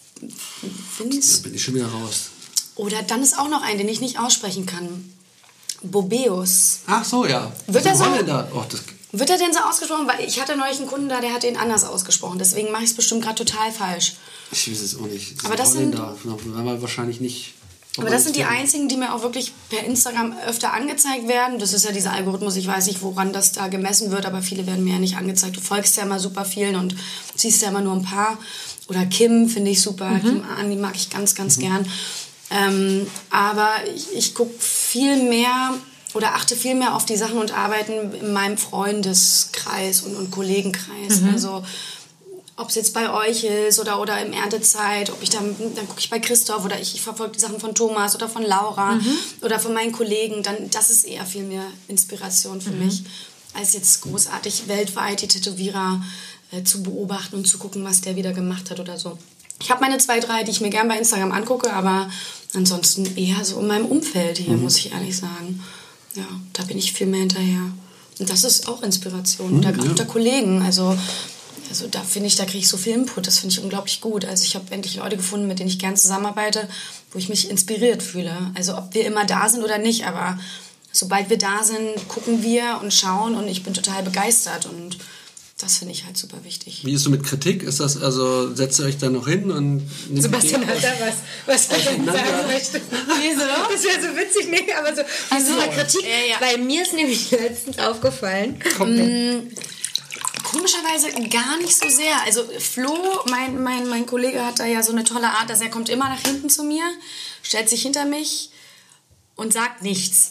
da Vince? bin ich schon wieder raus. Oder dann ist auch noch ein, den ich nicht aussprechen kann. Bobeus. Ach so, ja. Wird das ist er ein so- Holländer. Oh, das, Wird er denn so ausgesprochen? Weil ich hatte neulich einen Kunden da, der hat den anders ausgesprochen. Deswegen mache ich es bestimmt gerade total falsch. ich weiß es auch nicht. Das Aber ist das ein sind- Holländer. Werden wir wahrscheinlich nicht. Aber das sind die einzigen, die mir auch wirklich per Instagram öfter angezeigt werden. Das ist ja dieser Algorithmus, ich weiß nicht, woran das da gemessen wird, aber viele werden mir ja nicht angezeigt. Du folgst ja immer super vielen und siehst ja immer nur ein paar. Oder Kim finde ich super, Kim Ahn, die mag ich ganz, ganz gern. Ähm, aber ich, ich gucke viel mehr oder achte viel mehr auf die Sachen und Arbeiten in meinem Freundeskreis und, und Kollegenkreis. Also ob es jetzt bei euch ist oder, oder im Erntezeit, ob ich dann, dann gucke ich bei Christoph oder ich, ich verfolge die Sachen von Thomas oder von Laura oder von meinen Kollegen, dann das ist eher viel mehr Inspiration für mich, als jetzt großartig weltweit die Tätowierer äh, zu beobachten und zu gucken, was der wieder gemacht hat oder so. Ich habe meine zwei, drei, die ich mir gerne bei Instagram angucke, aber ansonsten eher so in meinem Umfeld hier, muss ich ehrlich sagen. Ja, da bin ich viel mehr hinterher. Und das ist auch Inspiration. Unter, ja. unter Kollegen, also Also da finde ich, da kriege ich so viel Input, das finde ich unglaublich gut. Also ich habe endlich Leute gefunden, mit denen ich gern zusammenarbeite, wo ich mich inspiriert fühle. Also ob wir immer da sind oder nicht, aber sobald wir da sind, gucken wir und schauen und ich bin total begeistert und das finde ich halt super wichtig. Wie ist so mit Kritik? Ist das, also setzt ihr euch da noch hin und... Sebastian hat da was, was er sagen möchte. Wieso? Das wäre so witzig, nee, aber so... Also so Kritik, ja, ja. Weil mir ist nämlich letztens aufgefallen... Mm, komischerweise gar nicht so sehr. Also Flo, mein, mein, mein Kollege hat da ja so eine tolle Art, dass er kommt immer nach hinten zu mir, stellt sich hinter mich und sagt nichts.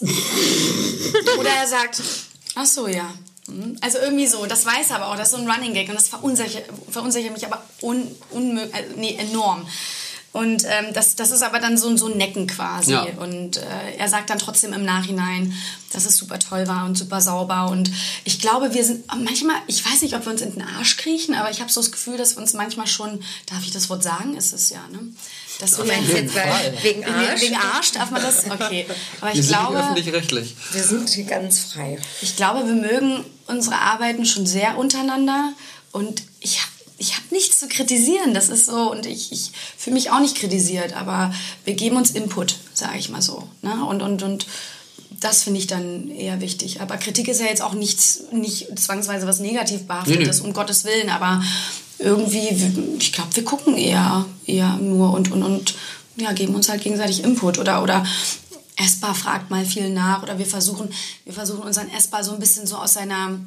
Oder er sagt, ach so, ja. Also irgendwie so, das weiß er aber auch, das ist so ein Running Gag und das verunsichert, verunsichert mich aber un, unmöglich, also, nee, enorm. Und ähm, das, das ist aber dann so, so ein Necken quasi. Ja. Und äh, er sagt dann trotzdem im Nachhinein, dass es super toll war und super sauber. Und ich glaube, wir sind manchmal, ich weiß nicht, ob wir uns in den Arsch kriechen, aber ich habe so das Gefühl, dass wir uns manchmal schon, darf ich das Wort sagen? Ist es ja, ne? Dass wir jetzt wegen Arsch? Wegen Arsch, darf man das? Okay. Aber ich wir sind glaube, öffentlich-rechtlich. Wir sind ganz frei. Ich glaube, wir mögen unsere Arbeiten schon sehr untereinander und ich habe Ich habe nichts zu kritisieren, das ist so, und ich, ich fühle mich auch nicht kritisiert, aber wir geben uns Input, sage ich mal so. Ne? Und, und, und das finde ich dann eher wichtig. Aber Kritik ist ja jetzt auch nichts, nicht zwangsweise was negativ behaftetes, nee, nee. um Gottes Willen, aber irgendwie, ich glaube, wir gucken eher, eher nur und, und, und ja, geben uns halt gegenseitig Input oder, oder Esper fragt mal viel nach oder wir versuchen, wir versuchen unseren Esper so ein bisschen so aus seiner...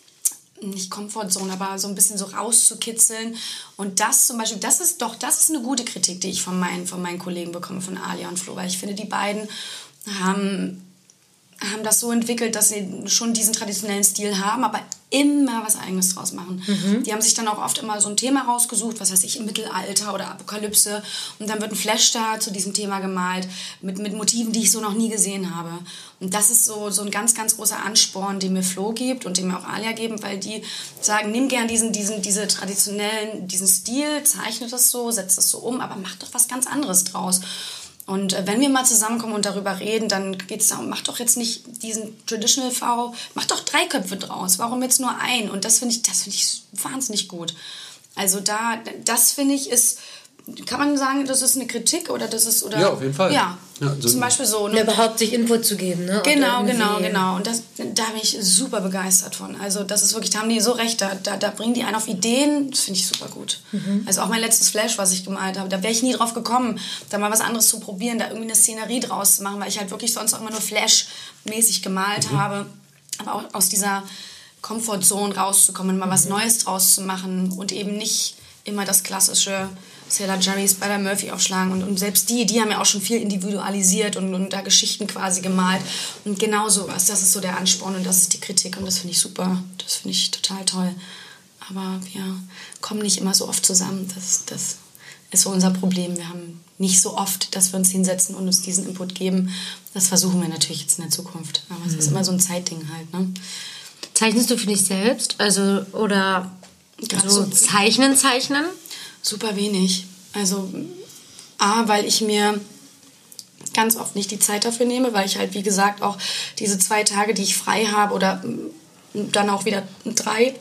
nicht Komfortzone, aber so ein bisschen so rauszukitzeln. Und das zum Beispiel, das ist doch, das ist eine gute Kritik, die ich von meinen, von meinen Kollegen bekomme, von Alia und Flo, weil ich finde, die beiden haben, haben das so entwickelt, dass sie schon diesen traditionellen Stil haben, aber immer was Eigenes draus machen. Mhm. Die haben sich dann auch oft immer so ein Thema rausgesucht, was weiß ich, im Mittelalter oder Apokalypse, und dann wird ein Flash-Star zu diesem Thema gemalt, mit, mit Motiven, die ich so noch nie gesehen habe. Und das ist so, so ein ganz, ganz großer Ansporn, den mir Flo gibt und den mir auch Alia geben, weil die sagen, nimm gern diesen, diesen, diese traditionellen, diesen Stil, zeichne das so, setz das so um, aber mach doch was ganz anderes draus. Und wenn wir mal zusammenkommen und darüber reden, dann geht es darum, mach doch jetzt nicht diesen Traditional V, mach doch drei Köpfe draus. Warum jetzt nur ein? Und das finde ich, das finde ich wahnsinnig gut. Also da, das finde ich ist, kann man sagen, das ist eine Kritik oder das ist, oder? Ja, auf jeden Fall. Ja, ja so zum Beispiel so. Ne? Überhaupt sich Input zu geben, ne? Genau, genau, genau. Und das, da bin ich super begeistert von. Also das ist wirklich, da haben die so recht, da, da, da bringen die einen auf Ideen, das finde ich super gut. Mhm. Also auch mein letztes Flash, was ich gemalt habe, da wäre ich nie drauf gekommen, da mal was anderes zu probieren, da irgendwie eine Szenerie draus zu machen, weil ich halt wirklich sonst auch immer nur Flash-mäßig gemalt mhm. habe. Aber auch aus dieser Comfortzone rauszukommen, mal was mhm. Neues draus zu machen und eben nicht immer das klassische Sailor Jerry, Spider-Murphy aufschlagen. Und, und selbst die, die haben ja auch schon viel individualisiert und, und da Geschichten quasi gemalt. Und genau sowas, das ist so der Ansporn und das ist die Kritik und das finde ich super. Das finde ich total toll. Aber wir kommen nicht immer so oft zusammen. Das, das ist so unser Problem. Wir haben nicht so oft, dass wir uns hinsetzen und uns diesen Input geben. Das versuchen wir natürlich jetzt in der Zukunft. Aber es mhm. ist immer so ein Zeitding halt. Ne? Zeichnest du für dich selbst? Also, oder Gerade so so zeichnen, zeichnen? Super wenig. Also A, weil ich mir ganz oft nicht die Zeit dafür nehme, weil ich halt, wie gesagt, auch diese zwei Tage, die ich frei habe oder dann auch wieder drei,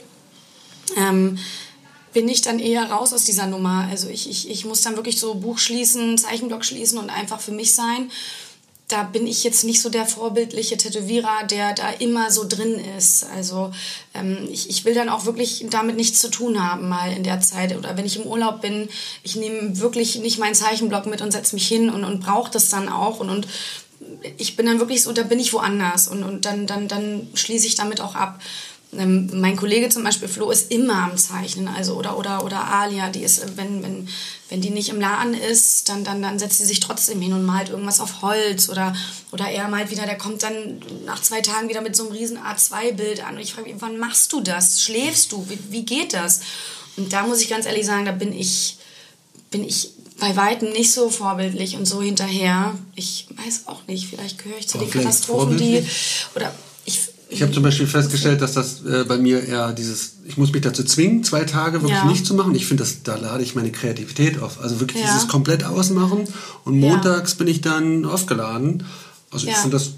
ähm, bin ich dann eher raus aus dieser Nummer. Also ich, ich, ich muss dann wirklich so Buch schließen, Zeichenblock schließen und einfach für mich sein. Da bin ich jetzt nicht so der vorbildliche Tätowierer, der da immer so drin ist. Also ähm, ich, ich will dann auch wirklich damit nichts zu tun haben mal in der Zeit. Oder wenn ich im Urlaub bin, ich nehme wirklich nicht meinen Zeichenblock mit und setze mich hin und, und brauche das dann auch. Und, und ich bin dann wirklich so, da bin ich woanders. Und, und dann, dann, dann schließe ich damit auch ab. Ähm, mein Kollege zum Beispiel, Flo, ist immer am Zeichnen, also oder oder oder Alia, die ist, wenn wenn wenn die nicht im Laden ist, dann dann dann setzt sie sich trotzdem hin und malt irgendwas auf Holz oder oder er malt wieder, der kommt dann nach zwei Tagen wieder mit so einem riesen A zwei Bild an und ich frage mich, wann machst du das? Schläfst du? Wie, wie geht das? Und da muss ich ganz ehrlich sagen, da bin ich bin ich bei Weitem nicht so vorbildlich und so hinterher. Ich weiß auch nicht, vielleicht gehöre ich zu den Katastrophen, die oder ich Ich habe zum Beispiel festgestellt, dass das äh, bei mir eher dieses, ich muss mich dazu zwingen, zwei Tage wirklich ja. nicht zu machen. Ich finde, da lade ich meine Kreativität auf. Also wirklich ja. dieses komplett ausmachen. Und montags ja. bin ich dann aufgeladen. Also ja. ich finde das,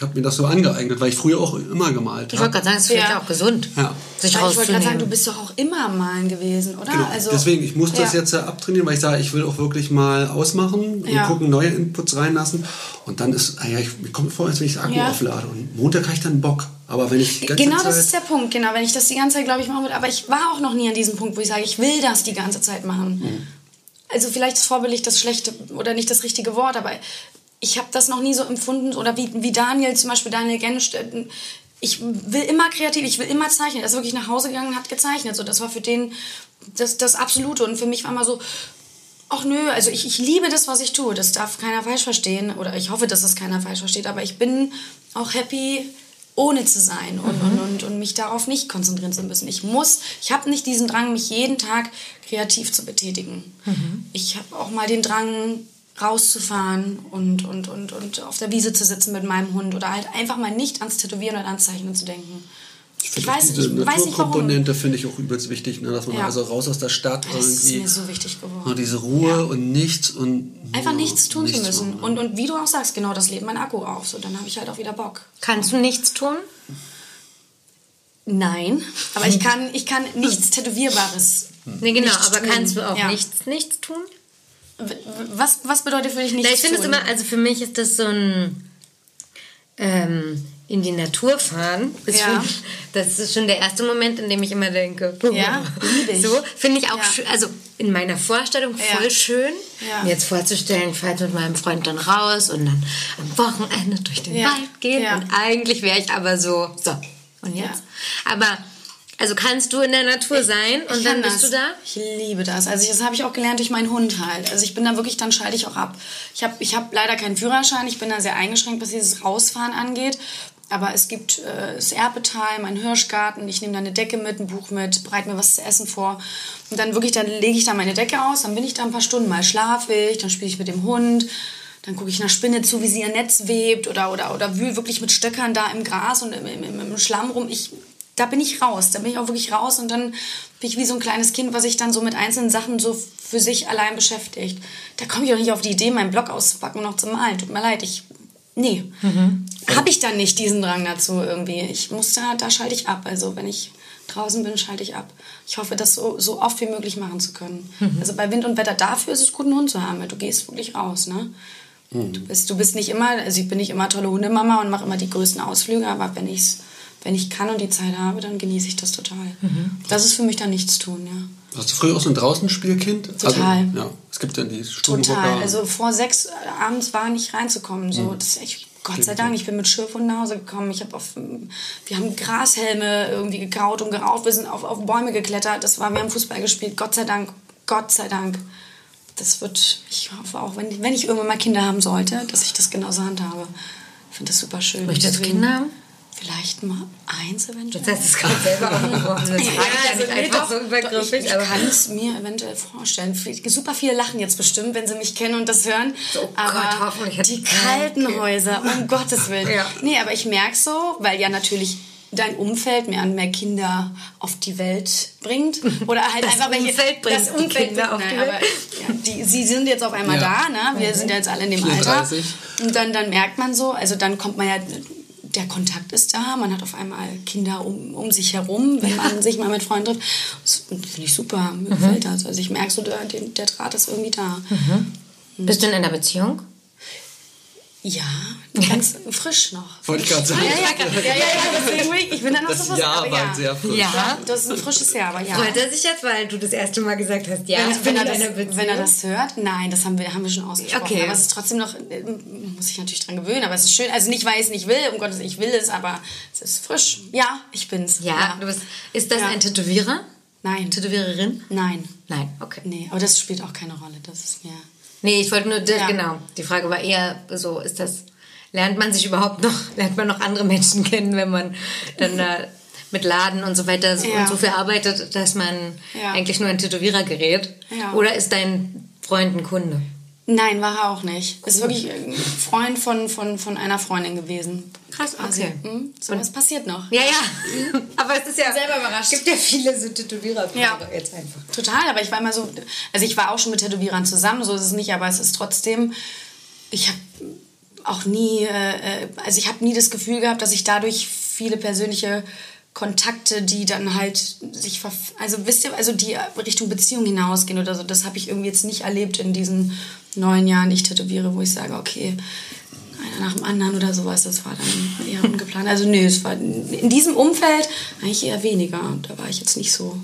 ich habe mir das so angeeignet, weil ich früher auch immer gemalt habe. Ich wollte gerade sagen, es ist vielleicht Ja. auch gesund, Ja. sich Ja, ich wollte gerade sagen, rauszunehmen. du bist doch auch immer am Malen gewesen, oder? Genau. Also, Deswegen, ich muss das ja. jetzt ja abtrainieren, weil ich sage, ich will auch wirklich mal ausmachen und Ja. gucken, neue Inputs reinlassen. Und dann ist, ah ja, ich, mir kommt vor, als wenn ich das Akku Ja. auflade. Und Montag habe ich dann Bock. Aber wenn ich die ganze Genau, Zeit... das ist der Punkt, genau. Wenn ich das die ganze Zeit, glaube ich, machen würde. Aber ich war auch noch nie an diesem Punkt, wo ich sage, ich will das die ganze Zeit machen. Mhm. Also vielleicht ist vorbildlich das schlechte oder nicht das richtige Wort, aber ich habe das noch nie so empfunden. Oder wie, wie Daniel zum Beispiel, Daniel Gensch, ich will immer kreativ, ich will immer zeichnen. Er ist wirklich nach Hause gegangen und hat gezeichnet. So, das war für den das, das Absolute. Und für mich war immer so, ach nö, also ich, ich liebe das, was ich tue. Das darf keiner falsch verstehen. Oder ich hoffe, dass das keiner falsch versteht. Aber ich bin auch happy, ohne zu sein und, mhm. und, und, und mich darauf nicht konzentrieren zu müssen. Ich muss, ich habe nicht diesen Drang, mich jeden Tag kreativ zu betätigen. Mhm. Ich habe auch mal den Drang, rauszufahren und, und, und, und auf der Wiese zu sitzen mit meinem Hund oder halt einfach mal nicht ans Tätowieren oder ans Zeichnen zu denken. Ich, ich weiß, diese ich weiß nicht warum. Naturkomponente finde ich auch übelst wichtig, ne? Dass man Ja. also raus aus der Stadt Das irgendwie... ist mir so wichtig geworden. Und diese Ruhe Ja. und nichts und... Einfach nichts tun nichts zu müssen. machen. Und, und wie du auch sagst, genau, das lädt mein Akku auf. So, dann habe ich halt auch wieder Bock. Kannst du nichts tun? Nein, aber ich kann, ich kann nichts Tätowierbares. Nee, genau, nichts aber tun. kannst du auch Ja. nichts, nichts tun? Was, was bedeutet für dich nichts Na, ich finde es tun? immer, also für mich ist das so ein ähm, in die Natur fahren. Ist Ja. schon, das ist schon der erste Moment, in dem ich immer denke, Ja, liebe ich. so finde ich auch Ja. schön, also in meiner Vorstellung voll Ja. schön, Ja. mir jetzt vorzustellen, ich fahre jetzt mit meinem Freund dann raus und dann am Wochenende durch den Ja. Wald gehen Ja. und eigentlich wäre ich aber so, so und jetzt. Ja. Aber also kannst du in der Natur sein und Ich dann kann bist das. du da? Ich liebe das. Also ich, das habe ich auch gelernt durch meinen Hund halt. Also ich bin da wirklich, dann schalte ich auch ab. Ich habe ich hab leider keinen Führerschein. Ich bin da sehr eingeschränkt, was dieses Rausfahren angeht. Aber es gibt äh, das Erpetal, meinen Hirschgarten. Ich nehme da eine Decke mit, ein Buch mit, bereite mir was zu essen vor. Und dann wirklich, dann lege ich da meine Decke aus. Dann bin ich da ein paar Stunden, mal schlafe ich, dann spiele ich mit dem Hund. Dann gucke ich einer Spinne zu, wie sie ihr Netz webt. Oder, oder, oder wühle wirklich mit Stöckern da im Gras und im, im, im Schlamm rum. Ich... Da bin ich raus, da bin ich auch wirklich raus und dann bin ich wie so ein kleines Kind, was sich dann so mit einzelnen Sachen so für sich allein beschäftigt. Da komme ich auch nicht auf die Idee, meinen Blog auszupacken und noch zu malen. Tut mir leid, ich, nee, mhm. habe ich dann nicht diesen Drang dazu irgendwie. Ich muss da, da schalte ich ab. Also wenn ich draußen bin, schalte ich ab. Ich hoffe, das so, so oft wie möglich machen zu können. Mhm. Also bei Wind und Wetter, dafür ist es gut, einen Hund zu haben, weil du gehst wirklich raus, ne? Mhm. Du bist, du bist nicht immer, also ich bin nicht immer tolle Hundemama und mache immer die größten Ausflüge, aber wenn ich's Wenn ich kann und die Zeit habe, dann genieße ich das total. Mhm. Das ist für mich dann nichts tun, ja. Warst du früher auch so ein Draußenspielkind? Total. Also, ja, es gibt ja die Stubenhocker. Total. Also vor sechs abends war nicht reinzukommen. So. Mhm. Das ist echt, Gott sei Dank, ich bin mit Schürfhunden nach Hause gekommen. Ich hab auf, wir haben Grashelme irgendwie gekaut und geraucht. Wir sind auf, auf Bäume geklettert. Das war, wir haben Fußball gespielt. Gott sei Dank, Gott sei Dank. Das wird, ich hoffe auch, wenn, wenn ich irgendwann mal Kinder haben sollte, dass ich das genauso handhabe. Ich finde das super schön. Möchtest du Kinder haben? Vielleicht mal eins eventuell. Das heißt, es kommt selber auch Das Ja, ja, also nicht nee, einfach doch, so übergriffig. doch, ich, ich aber kann es mir eventuell vorstellen. Super viele lachen jetzt bestimmt, wenn sie mich kennen und das hören. Oh aber Gott, hoffentlich hat- die kalten okay. Häuser, um Gottes Willen. Ja. Nee, aber ich merke so, weil ja natürlich dein Umfeld mehr und mehr Kinder auf die Welt bringt. Oder halt Das einfach welche, Umfeld bringt das die Umfeld Kinder bringt, auf die nein, Welt. aber, ja, die, sie sind jetzt auf einmal Ja. da, ne? Wir sind ja jetzt alle in dem vierunddreißig. Alter. Und dann, dann merkt man so, also dann kommt man ja... Der Kontakt ist da, man hat auf einmal Kinder um, um sich herum, wenn man sich mal mit Freunden trifft. Das finde ich super, mir gefällt das. Also ich merke so, der, der Draht ist irgendwie da. Mhm. Bist du in einer Beziehung? Ja, ganz frisch noch. Wollte ich gerade sagen. Ja, ja, ja, ja, ja, deswegen bin ich, ich bin dann noch Das so Jahr aber war ja. sehr frisch. Ja. Das ist ein frisches Jahr, aber ja. Freut er sich jetzt, weil du das erste Mal gesagt hast, ja, ich wenn, bin er in das, einer Beziehung? wenn er das hört, nein, das haben wir, haben wir schon ausgesprochen. Okay. Aber es ist trotzdem noch, äh, muss ich natürlich dran gewöhnen, aber es ist schön. Also nicht, weil ich es nicht will, um Gottes Willen, ich will es, aber es ist frisch. Ja, ich bin's. Ja, du bist, ist das Ja. ein Tätowierer? Nein. Tätowiererin? Nein. Nein, okay. Nee, aber das spielt auch keine Rolle. Das ist mir. Nee, ich wollte nur, Ja. genau, die Frage war eher so, ist das, lernt man sich überhaupt noch, lernt man noch andere Menschen kennen, wenn man dann da mit Laden und so weiter so, Ja. und so viel arbeitet, dass man Ja. eigentlich nur ein Tätowierer gerät? Ja. Oder ist dein Freund ein Kunde? Nein, war er auch nicht. Ist wirklich ein Freund von, von, von einer Freundin gewesen. Krass, Also, okay. hm, so was passiert noch. Ja, ja. Aber es ist ja... Selber überrascht. Es gibt ja viele so Tätowierer Ja. jetzt einfach. Total, aber ich war immer so, also ich war auch schon mit Tätowierern zusammen, so ist es nicht, aber es ist trotzdem, ich habe auch nie, äh, also ich habe nie das Gefühl gehabt, dass ich dadurch viele persönliche Kontakte, die dann halt sich, verf- also wisst ihr, also die Richtung Beziehung hinausgehen oder so, das habe ich irgendwie jetzt nicht erlebt in diesen neun Jahren, die ich tätowiere, wo ich sage, okay, einer nach dem anderen oder sowas, das war dann eher ungeplant. Also nö, es war in diesem Umfeld eigentlich eher weniger. Da war ich jetzt nicht so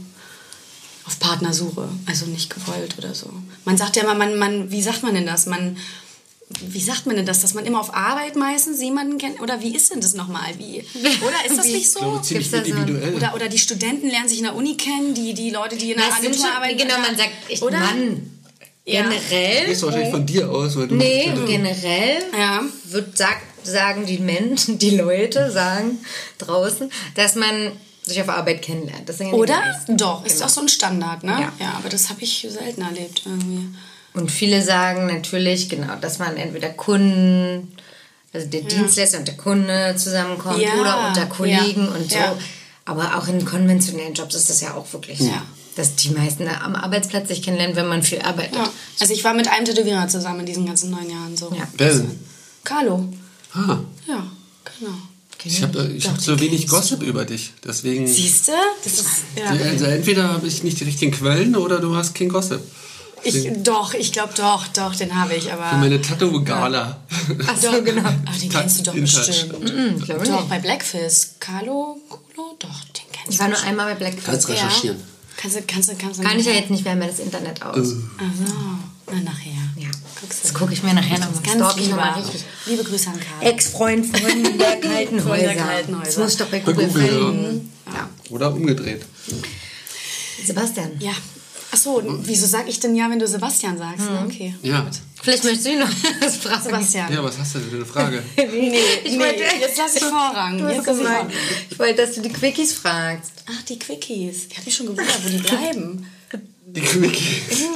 auf Partnersuche, also nicht gewollt oder so. Man sagt ja immer, man, man, wie sagt man denn das? Man Wie sagt man denn das, dass man immer auf Arbeit meistens jemanden kennt? Oder wie ist denn das nochmal? Wie? Oder ist das nicht so? Ich glaube, ziemlich Gibt's da individuell. So, oder, oder die Studenten lernen sich in der Uni kennen, die, die Leute, die in der Agentur schon, arbeiten. genau, man sagt, ich, oder? Mann, generell... Du gehst wahrscheinlich von dir aus. Weil du Nee, generell ja. wird, sag, sagen die Menschen, die Leute sagen draußen, dass man sich auf Arbeit kennenlernt. Das sind ja Oder? die meisten. Doch, ist Genau. doch so ein Standard, ne? Ja. Ja, aber das habe ich selten erlebt irgendwie. Und viele sagen natürlich, genau, dass man entweder Kunden, also der ja. Dienstleister und der Kunde zusammenkommt ja. oder unter Kollegen ja. und so. Ja. Aber auch in konventionellen Jobs ist das ja auch wirklich so. Ja. Dass die meisten am Arbeitsplatz sich kennenlernen, wenn man viel arbeitet. Ja. Also ich war mit einem Tätowierer zusammen in diesen ganzen neun Jahren. So. Ja. Wer? Carlo. Ah. Ja, genau. Ich habe ich hab so wenig Gossip über dich. Deswegen. Siehst du? Das ist, ja. Also entweder habe ich nicht die richtigen Quellen oder du hast kein Gossip. Ich, doch, ich glaube doch, doch, den habe ich, aber... Für meine Tattoo-Gala. Ach so, genau. Aber den kennst du doch In Touch. bestimmt. Mhm, glaube Doch, nicht. bei Blackfist. Carlo, Carlo, doch, den kennst Ich du. war nur einmal bei Blackfist. Kannst recherchieren. Ja. Kannst du, kannst du, kannst du... Kann ich ja jetzt nicht, wir haben ja das Internet aus. Uh. Ach so, na nachher. Ja. Guckst Das du. gucke ich mir nachher noch mal. Ganz Stalk ich lieber. noch mal richtig. Liebe Grüße an Carlo. Ex-Freund von der kalten Von der Häuser. kalten Häuser. Das muss ich doch bei Bei Google, Google, finden. Ja. Oder umgedreht. Sebastian. Ja. Ach so, wieso sag ich denn ja, wenn du Sebastian sagst? Ne? Okay. Ja. Gut. Vielleicht möchtest du ihn noch was fragen. Sebastian. Ja, was hast du denn für eine Frage? Nee, Ich nee, wollte- jetzt lass ich Vorrang. Du hast Jetzt lass ich gemeint. Vorrang. Ich wollte, dass du die Quickies fragst. Ach, die Quickies. Ich habe mich schon gewundert, wo die bleiben. Die Quickie.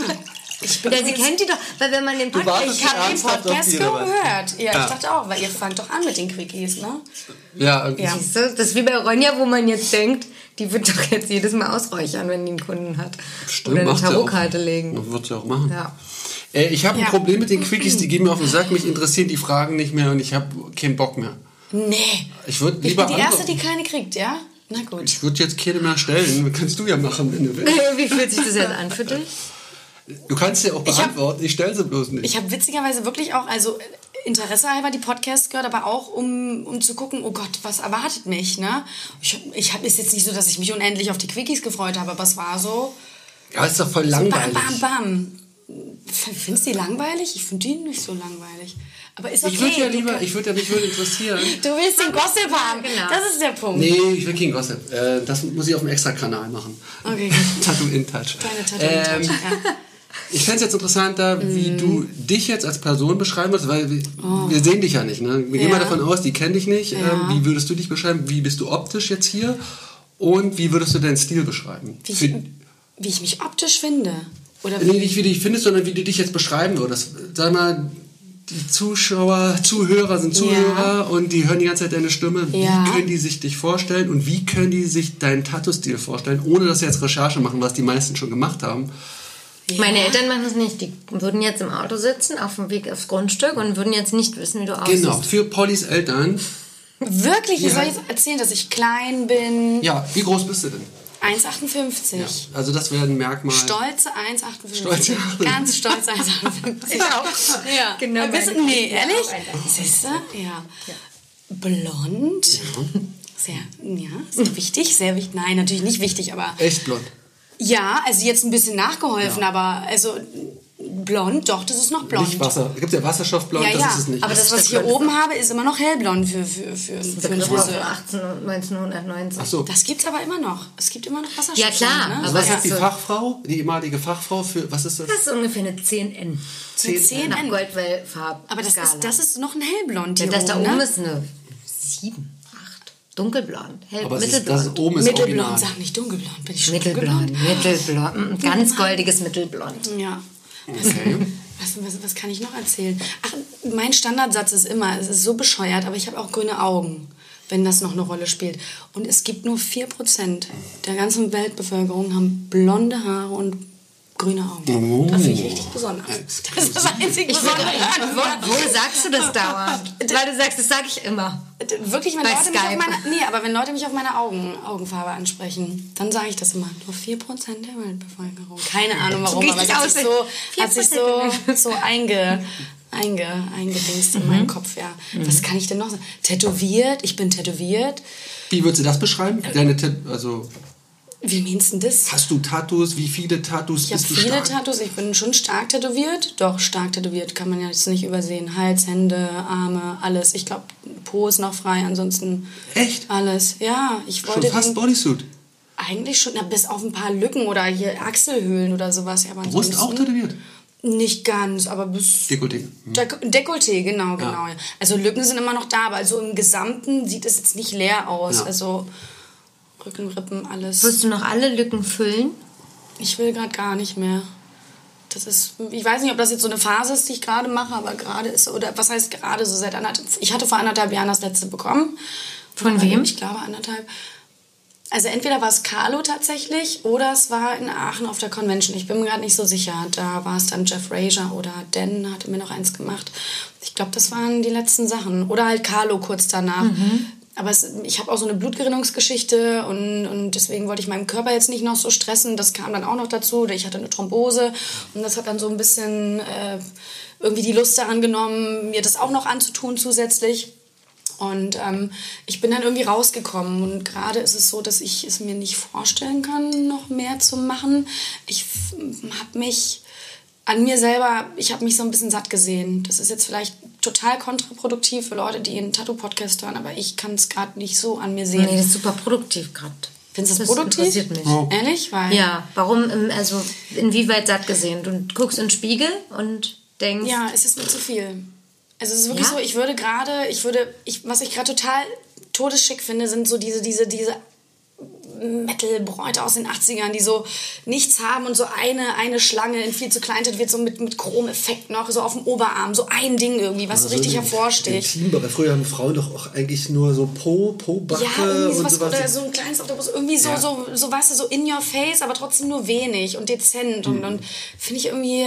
Ich bin Ja, sie kennt die doch, weil wenn man den Du Podcast... wartest Ich habe den ernsthaft auf Podcast die, oder was? gehört. Ja, Ja. ich dachte auch, weil ihr fangt doch an mit den Quickies, ne? Ja, Ja. Siehst du, das ist wie bei Ronja, wo man jetzt denkt, die wird doch jetzt jedes Mal ausräuchern, wenn die einen Kunden hat. Stimmt, Oder eine macht sie auch. Tarotkarte legen. Das wird sie auch machen. Ja. Äh, ich habe ein Ja. Problem mit den Quickies, die gehen mir auf den Sack, mich interessieren die Fragen nicht mehr und ich habe keinen Bock mehr. Nee. Ich würde Ich lieber bin die Erste, andere- die keine kriegt, ja? Na gut. Ich würde jetzt keine mehr stellen. Kannst du ja machen, wenn du willst. Wie fühlt sich das jetzt an für dich? Du kannst sie auch Ich hab- beantworten, ich, stelle sie bloß nicht. Ich habe witzigerweise wirklich auch, also Interesse halber die Podcasts gehört, aber auch um, um zu gucken, oh Gott, was erwartet mich, ne? Ich, ich hab, ist jetzt nicht so, dass ich mich unendlich auf die Quickies gefreut habe, aber es war so, ja, ist doch voll bam, langweilig. bam, bam. Findest du die langweilig? Ich finde die nicht so langweilig. Aber ist okay. Ich würde ja du lieber, kann- ich würde ja mich würde interessieren. Du willst den Gossip haben. Genau. Das ist der Punkt. Nee, ich will keinen Gossip. Äh, das muss ich auf dem Extra-Kanal machen. Okay, gut. Tattoo in Touch. Deine Tattoo in Touch, ja. Ich fände es jetzt interessanter, wie Mhm. du dich jetzt als Person beschreiben würdest, weil wir, wir sehen dich ja nicht. Ne? Wir gehen Oh. Ja. mal davon aus, die kennen dich nicht. Ja. Ähm, wie würdest du dich beschreiben? Wie bist du optisch jetzt hier? Und wie würdest du deinen Stil beschreiben? Wie, Für, ich, wie ich mich optisch finde. Oder nee, nicht wie du dich findest, sondern wie du dich jetzt beschreiben würdest. Sag mal, die Zuschauer, Zuhörer sind Zuhörer Ja. und die hören die ganze Zeit deine Stimme. Wie Ja. können die sich dich vorstellen und wie können die sich deinen Tattoo-Stil vorstellen, ohne dass sie jetzt Recherche machen, was die meisten schon gemacht haben? Meine Eltern machen das nicht. Die würden jetzt im Auto sitzen, auf dem Weg aufs Grundstück und würden jetzt nicht wissen, wie du aussiehst. Genau, für Pollys Eltern. Wirklich? Ich Ja. soll jetzt erzählen, dass ich klein bin. Ja, wie groß bist du denn? eins Komma achtundfünfzig. Ja, also das wäre ein Merkmal. Stolze eins Komma achtundfünfzig. Stolze. Ganz stolz eins Komma achtundfünfzig. Ich auch. Ja. Genau Aber bist, mein- nee, Ja, ehrlich? auch eins Komma achtundfünfzig. Siehst du? Ja. Blond. Sehr, ja, sehr wichtig, sehr wichtig. Nein, natürlich nicht wichtig, aber... Echt blond. Ja, also jetzt ein bisschen nachgeholfen, Ja. aber also blond, doch, das ist noch blond. Nicht Wasser. Es gibt ja Wasserstoffblond, Ja, das ja, ist es nicht. aber das, was ich hier oben habe, ist immer noch hellblond für, für, für, für einen Begriff aus Friseur. achtzehn und neunzehnhundertneunzig. Ach so. Das gibt's aber immer noch. Es gibt immer noch Wasserstoff. Ja, klar, Ne? aber Aber was ja. ist die so- Fachfrau? Die ehemalige Fachfrau für, was ist das? Das ist ungefähr eine zehn N. Eine zehn Nach N. Goldwellfarben. Aber das ist, das ist noch ein hellblond Ja, hier das da oben, oben ne? ist eine sieben, acht. Dunkelblond, hell, Aber es ist, mittelblond. das ist, oben ist original. Mittelblond, sag nicht dunkelblond. Bin ich schon Mittelblond, dunkelblond? mittelblond. Mm, Ganz goldiges Mittelblond. Ja. Okay. Was, was, was kann ich noch erzählen? Ach, mein Standardsatz ist immer, es ist so bescheuert, aber ich habe auch grüne Augen, wenn das noch eine Rolle spielt. Und es gibt nur vier Prozent der ganzen Weltbevölkerung haben blonde Haare und grüne Augen. Oh. Das finde ich richtig besonders. Das ist das einzige Besondere. Wo, wo sagst du das dauernd? Weil du sagst, das sage ich immer. Wirklich, wenn Bei Leute Skype. mich auf meine, nee, aber wenn Leute mich auf meine Augen, Augenfarbe ansprechen, dann sage ich das immer. Nur vier Prozent der Weltbevölkerung. Keine Ahnung warum, aber es hat sich so, hat sich so, so einge, einge, eingedingst in mhm. meinen Kopf. Ja. Mhm. Was kann ich denn noch sagen? Tätowiert, ich bin tätowiert. Wie würdest du das beschreiben? Deine Tat- also Wie meinst du das? Hast du Tattoos? Wie viele Tattoos ich bist du viele stark? Tattoos. Ich bin schon stark tätowiert. Doch, stark tätowiert kann man ja jetzt nicht übersehen. Hals, Hände, Arme, alles. Ich glaube, Po ist noch frei, ansonsten Echt? alles. Ja, ich wollte... Schon fast den, Bodysuit? Eigentlich schon, na, bis auf ein paar Lücken oder hier Achselhöhlen oder sowas. Ja, aber Brust auch tätowiert? Nicht ganz, aber bis... Dekolleté. Hm. Dek- Dekolleté, genau, genau. Ja. Also Lücken sind immer noch da, aber also im Gesamten sieht es jetzt nicht leer aus. Ja. Also Rücken, Rippen, alles. Wirst du noch alle Lücken füllen? Ich will gerade gar nicht mehr. Das ist, ich weiß nicht, ob das jetzt so eine Phase ist, die ich gerade mache, aber gerade ist, oder was heißt gerade so seit anderthalb, ich hatte vor anderthalb Jahren das letzte bekommen. Von wem? Ich glaube anderthalb. Also entweder war es Carlo tatsächlich oder es war in Aachen auf der Convention. Ich bin mir gerade nicht so sicher. Da war es dann Jeff Rager oder Dan hatte mir noch eins gemacht. Ich glaube, das waren die letzten Sachen. Oder halt Carlo kurz danach. Mhm. Aber es, ich habe auch so eine Blutgerinnungsgeschichte und, und deswegen wollte ich meinen Körper jetzt nicht noch so stressen. Das kam dann auch noch dazu. Ich hatte eine Thrombose und das hat dann so ein bisschen äh, irgendwie die Lust daran genommen, mir das auch noch anzutun zusätzlich. Und ähm, ich bin dann irgendwie rausgekommen und gerade ist es so, dass ich es mir nicht vorstellen kann, noch mehr zu machen. Ich habe mich an mir selber, ich habe mich so ein bisschen satt gesehen. Das ist jetzt vielleicht total kontraproduktiv für Leute, die einen Tattoo-Podcast hören, aber ich kann es gerade nicht so an mir sehen. Nee, das ist super produktiv gerade. Findest du das das produktiv? Interessiert mich. Oh. Ehrlich? Weil ja, warum, also inwieweit satt gesehen? Du guckst in den Spiegel und denkst... Ja, es ist mir zu viel. Also es ist wirklich ja? so, ich würde gerade, ich würde, ich, was ich gerade total todesschick finde, sind so diese, diese, diese Metal-Bräute aus den achtzigern, die so nichts haben und so eine, eine Schlange in viel zu klein wird, so mit, mit Chromeffekt noch, so auf dem Oberarm, so ein Ding irgendwie, was also so richtig hervorsticht. Team, früher haben Frauen doch auch eigentlich nur so Po, Po-Backe ja, und sowas, sowas. Oder so ein kleines Oktopus, irgendwie so, ja. so, so, weißt du, so in your face, aber trotzdem nur wenig und dezent mhm. und, und finde ich irgendwie...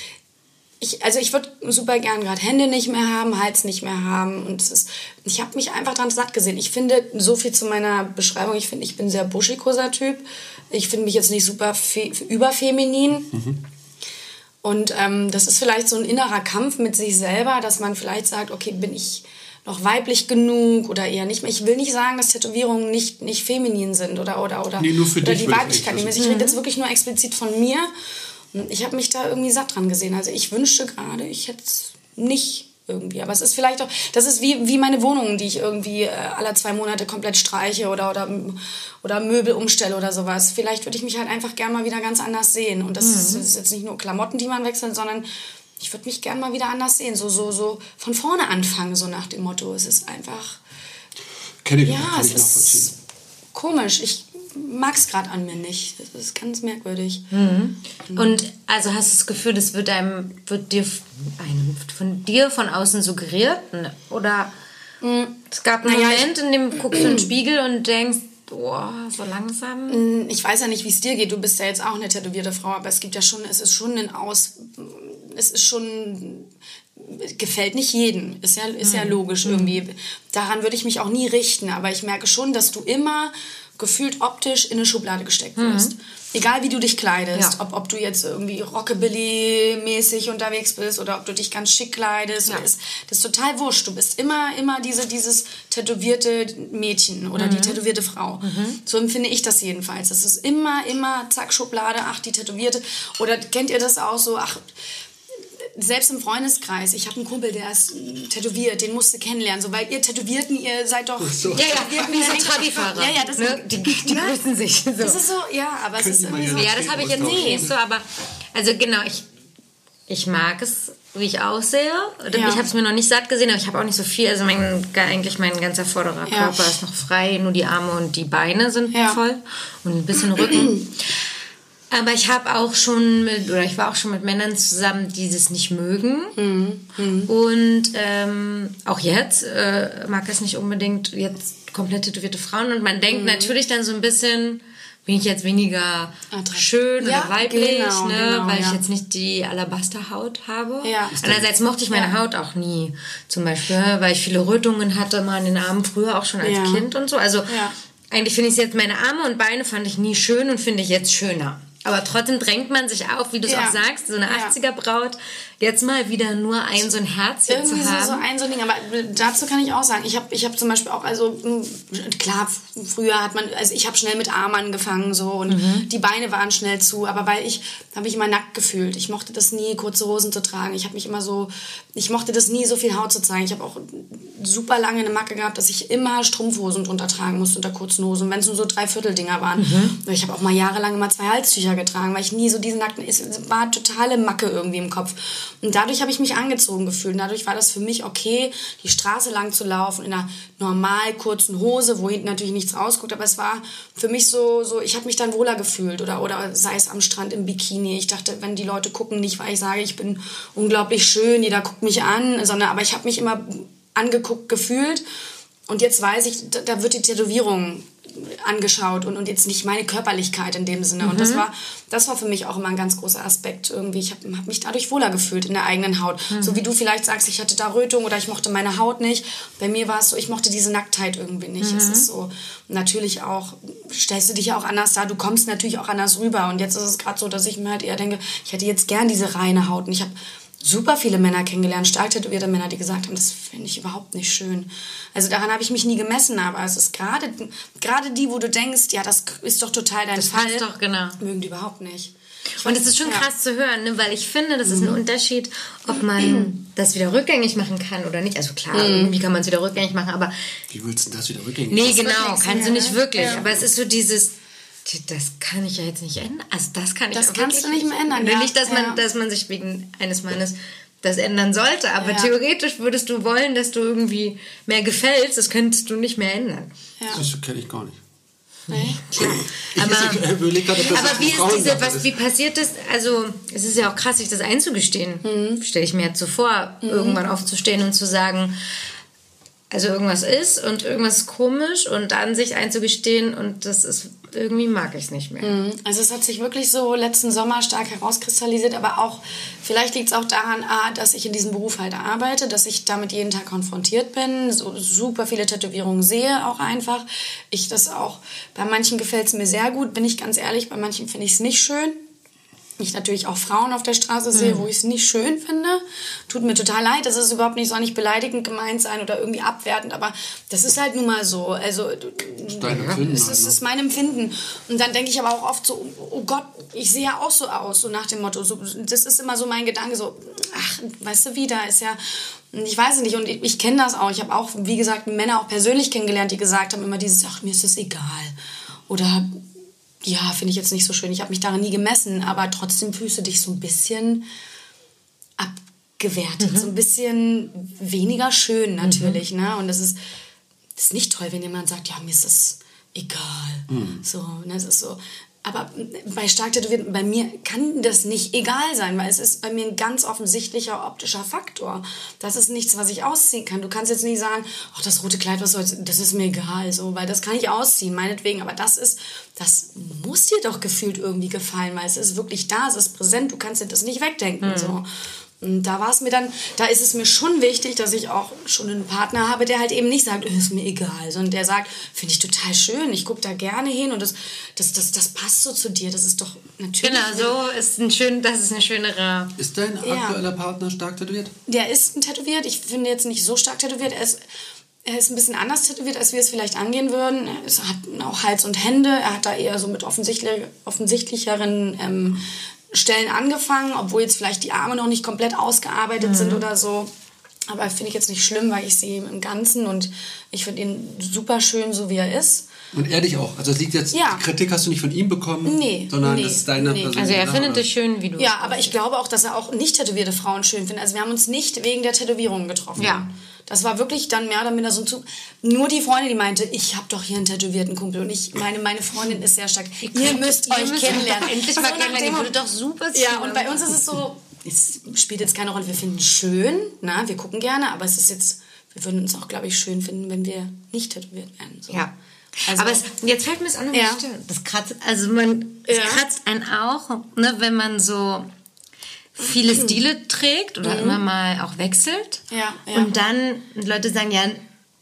Ich, also ich würde super gern gerade Hände nicht mehr haben, Hals nicht mehr haben und es ist, ich habe mich einfach dran satt gesehen. Ich finde, so viel zu meiner Beschreibung, ich finde, ich bin ein sehr buschikoser Typ. Ich finde mich jetzt nicht super fe- überfeminin. Mhm. Und ähm, das ist vielleicht so ein innerer Kampf mit sich selber, dass man vielleicht sagt, okay, bin ich noch weiblich genug oder eher nicht mehr. Ich will nicht sagen, dass Tätowierungen nicht, nicht feminin sind oder, oder, oder, nee, nur für oder dich die Weiblichkeit. Ich, ich rede mhm. jetzt wirklich nur explizit von mir. Ich habe mich da irgendwie satt dran gesehen. Also ich wünschte gerade, ich hätte es nicht irgendwie. Aber es ist vielleicht auch, das ist wie, wie meine Wohnung, die ich irgendwie äh, alle zwei Monate komplett streiche oder, oder, oder Möbel umstelle oder sowas. Vielleicht würde ich mich halt einfach gern mal wieder ganz anders sehen. Und das, mhm. ist, das ist jetzt nicht nur Klamotten, die man wechselt, sondern ich würde mich gern mal wieder anders sehen. So, so, so von vorne anfangen, so nach dem Motto. Es ist einfach... Kenne ich, ja, kann es ich nachvollziehen. ist komisch. Ich mag es gerade an mir nicht. Das ist ganz merkwürdig. Mhm. Und also hast du das Gefühl, das wird einem, wird dir einem, von dir von außen suggeriert? Oder mhm. es gab einen naja, Moment, in dem guckst du in den Spiegel und denkst, oh, so langsam. Ich weiß ja nicht, wie es dir geht. Du bist ja jetzt auch eine tätowierte Frau, aber es gibt ja schon, es ist schon ein Aus, es ist schon, gefällt nicht jedem. Ist ja, ist ja logisch irgendwie. Daran würde ich mich auch nie richten, aber ich merke schon, dass du immer gefühlt optisch in eine Schublade gesteckt wirst. Mhm. Egal wie du dich kleidest, ja. ob, ob du jetzt irgendwie Rockabilly-mäßig unterwegs bist oder ob du dich ganz schick kleidest. Ja. Ist, das ist total wurscht. Du bist immer, immer diese, dieses tätowierte Mädchen oder mhm. die tätowierte Frau. Mhm. So empfinde ich das jedenfalls. Das ist immer, immer, zack, Schublade, ach, die Tätowierte. Oder kennt ihr das auch so, ach, selbst im Freundeskreis, ich habe einen Kumpel, der ist tätowiert, den musst du kennenlernen, so, weil ihr Tätowierten, ihr seid doch... So. Ja, ja, wie so Tradifahrer. Ja, ja, das ne? Die, die ja, grüßen sich. So. Das ist so, ja, aber es ist irgendwie so... Ja, das habe ich jetzt nicht so, aber... Also genau, ich, ich mag es, wie ich aussehe. Ja. Ich habe es mir noch nicht satt gesehen, aber ich habe auch nicht so viel. Also mein, eigentlich mein ganzer vorderer ja. Körper ist noch frei, nur die Arme und die Beine sind ja. voll und ein bisschen Rücken. Aber ich habe auch schon mit, oder ich war auch schon mit Männern zusammen, die das nicht mögen. Mhm. Mhm. Und ähm, auch jetzt äh, mag es nicht unbedingt jetzt komplett tätowierte Frauen. Und man denkt mhm. natürlich dann so ein bisschen, bin ich jetzt weniger schön ja, oder weiblich, genau, ne? genau, weil ja. ich jetzt nicht die Alabasterhaut habe. Ja. Andererseits mochte ich meine ja. Haut auch nie, zum Beispiel, weil ich viele Rötungen hatte mal in den Armen, früher auch schon als ja. Kind und so. Also ja. eigentlich finde ich jetzt, meine Arme und Beine fand ich nie schön und finde ich jetzt schöner. Aber trotzdem drängt man sich auf, wie du es ja. auch sagst, so eine ja. achtziger-Braut, jetzt mal wieder nur ein so ein Herzchen irgendwie zu haben. So, so ein so ein Ding, aber dazu kann ich auch sagen, ich habe ich hab zum Beispiel auch, also klar, früher hat man, also ich habe schnell mit Arm angefangen so und mhm. die Beine waren schnell zu, aber weil ich, habe ich immer nackt gefühlt. Ich mochte das nie, kurze Hosen zu tragen. Ich habe mich immer so, ich mochte das nie, so viel Haut zu zeigen. Ich habe auch super lange eine Macke gehabt, dass ich immer Strumpfhosen drunter tragen musste, unter kurzen Hosen, wenn es nur so Dreiviertel-Dinger waren. Mhm. Ich habe auch mal jahrelang immer zwei Halstücher getragen, weil ich nie so diesen nackten, es war totale Macke irgendwie im Kopf. Und dadurch habe ich mich angezogen gefühlt. Und dadurch war das für mich okay, die Straße lang zu laufen in einer normal kurzen Hose, wo hinten natürlich nichts rausguckt. Aber es war für mich so, so ich habe mich dann wohler gefühlt. Oder, oder sei es am Strand im Bikini. Ich dachte, wenn die Leute gucken, nicht weil ich sage, ich bin unglaublich schön, jeder guckt mich an, sondern aber ich habe mich immer angeguckt gefühlt. Und jetzt weiß ich, da, da wird die Tätowierung angeschaut und, und jetzt nicht meine Körperlichkeit in dem Sinne. Mhm. Und das war, das war für mich auch immer ein ganz großer Aspekt irgendwie. Ich habe hab mich dadurch wohler gefühlt in der eigenen Haut. Mhm. So wie du vielleicht sagst, ich hatte da Rötung oder ich mochte meine Haut nicht. Bei mir war es so, ich mochte diese Nacktheit irgendwie nicht. Mhm. Es ist so, natürlich auch, stellst du dich ja auch anders dar, du kommst natürlich auch anders rüber. Und jetzt ist es gerade so, dass ich mir halt eher denke, ich hätte jetzt gern diese reine Haut. Und ich habe super viele Männer kennengelernt, stark tätowierte Männer, die gesagt haben, das finde ich überhaupt nicht schön. Also daran habe ich mich nie gemessen, aber es ist gerade gerade die, wo du denkst, ja, das ist doch total dein das Fall. Das doch, genau. Mögen die überhaupt nicht. Ich und es ist schon ja. krass zu hören, ne? Weil ich finde, das ist ein Unterschied, ob man das wieder rückgängig machen kann oder nicht. Also klar, mhm. irgendwie kann man es wieder rückgängig machen, aber... Wie willst du das wieder rückgängig machen? Nee, machen? genau, kannst du nicht wirklich. Ja. Aber es ist so dieses... Das kann ich ja jetzt nicht ändern. Also das kann ich Das kannst du nicht mehr ändern. Ja. Ja. Nicht, dass man, ja. dass man sich wegen eines Mannes das ändern sollte, aber ja. theoretisch würdest du wollen, dass du irgendwie mehr gefällst, das könntest du nicht mehr ändern. Ja. Das kenne ich gar nicht. Nee? Ich aber überlege gerade, ob das aber wie ist Frauen diese, was, wie passiert das? Also es ist ja auch krass, sich das einzugestehen. Mhm. Stelle ich mir jetzt so vor, mhm. irgendwann aufzustehen und zu sagen, also irgendwas ist und irgendwas ist komisch und dann sich einzugestehen und das ist, irgendwie mag ich es nicht mehr. Also es hat sich wirklich so letzten Sommer stark herauskristallisiert, aber auch, vielleicht liegt es auch daran, A, dass ich in diesem Beruf halt arbeite, dass ich damit jeden Tag konfrontiert bin, so super viele Tätowierungen sehe auch einfach. Ich das auch, bei manchen gefällt es mir sehr gut, bin ich ganz ehrlich, bei manchen finde ich es nicht schön. Ich natürlich auch Frauen auf der Straße sehe, mhm. wo ich es nicht schön finde. Tut mir total leid, das ist überhaupt nicht, soll nicht beleidigend gemeint sein oder irgendwie abwertend, aber das ist halt nun mal so. Also, Dein Empfinden. Es ist, ist mein Empfinden. Und dann denke ich aber auch oft so, oh Gott, ich sehe ja auch so aus, so nach dem Motto. So, das ist immer so mein Gedanke, so, ach, weißt du wie, da ist ja... Ich weiß es nicht und ich, ich kenne das auch. Ich habe auch, wie gesagt, Männer auch persönlich kennengelernt, die gesagt haben immer dieses, ach, mir ist das egal. Oder... Ja, finde ich jetzt nicht so schön. Ich habe mich daran nie gemessen, aber trotzdem fühlst du dich so ein bisschen abgewertet, mhm. so ein bisschen weniger schön natürlich. Mhm. Ne? Und das ist, das ist nicht toll, wenn jemand sagt, ja, mir ist das egal. Mhm. So, ne, das ist so. Aber bei stark tätowierten, bei mir kann das nicht egal sein, weil es ist bei mir ein ganz offensichtlicher optischer Faktor. Das ist nichts, was ich ausziehen kann. Du kannst jetzt nicht sagen, ach, das rote Kleid, was soll's, das ist mir egal, so, weil das kann ich ausziehen, meinetwegen. Aber das ist, das muss dir doch gefühlt irgendwie gefallen, weil es ist wirklich da, es ist präsent, du kannst dir das nicht wegdenken, mhm. so. Und da war es mir dann, da ist es mir schon wichtig, dass ich auch schon einen Partner habe, der halt eben nicht sagt, oh, ist mir egal, sondern der sagt, finde ich total schön, ich gucke da gerne hin und das, das, das, das passt so zu dir, das ist doch natürlich... Genau, so ist ein schön, das ist eine schönere... Ist dein aktueller ja. Partner stark tätowiert? Der ist tätowiert, ich finde jetzt nicht so stark tätowiert, er ist, er ist ein bisschen anders tätowiert, als wir es vielleicht angehen würden. Er hat auch Hals und Hände, er hat da eher so mit offensichtlich, offensichtlicheren... Ähm, Stellen angefangen, obwohl jetzt vielleicht die Arme noch nicht komplett ausgearbeitet mhm. sind oder so. Aber finde ich jetzt nicht schlimm, weil ich sehe ihn im Ganzen und ich finde ihn super schön, so wie er ist. Und er dich auch? Also es liegt jetzt, ja. die Kritik hast du nicht von ihm bekommen, nee, sondern nee, das ist deine nee. persönliche Also er Sache, findet oder? dich schön, wie du. Ja, aber ich glaube auch, dass er auch nicht tätowierte Frauen schön findet. Also wir haben uns nicht wegen der Tätowierungen getroffen. Ja. Das war wirklich dann mehr oder minder so ein Zug. Nur die Freundin, die meinte, ich habe doch hier einen tätowierten Kumpel. Und ich meine, meine Freundin ist sehr stark. Ihr, ihr müsst ihr euch müsst kennenlernen. Endlich mal kennenlernen. Die würde doch super sein. Ja, und bei uns ist es so, es spielt jetzt keine Rolle. Wir finden es schön, na, wir gucken gerne, aber es ist jetzt, wir würden uns auch, glaube ich, schön finden, wenn wir nicht tätowiert werden. So. Ja. Also, aber es, jetzt fällt mir es auch noch ja. nicht das kratzt, also man, es ja. kratzt einen auch, ne, wenn man so viele Stile trägt oder mhm. immer mal auch wechselt. Ja, ja. Und dann Leute sagen, ja,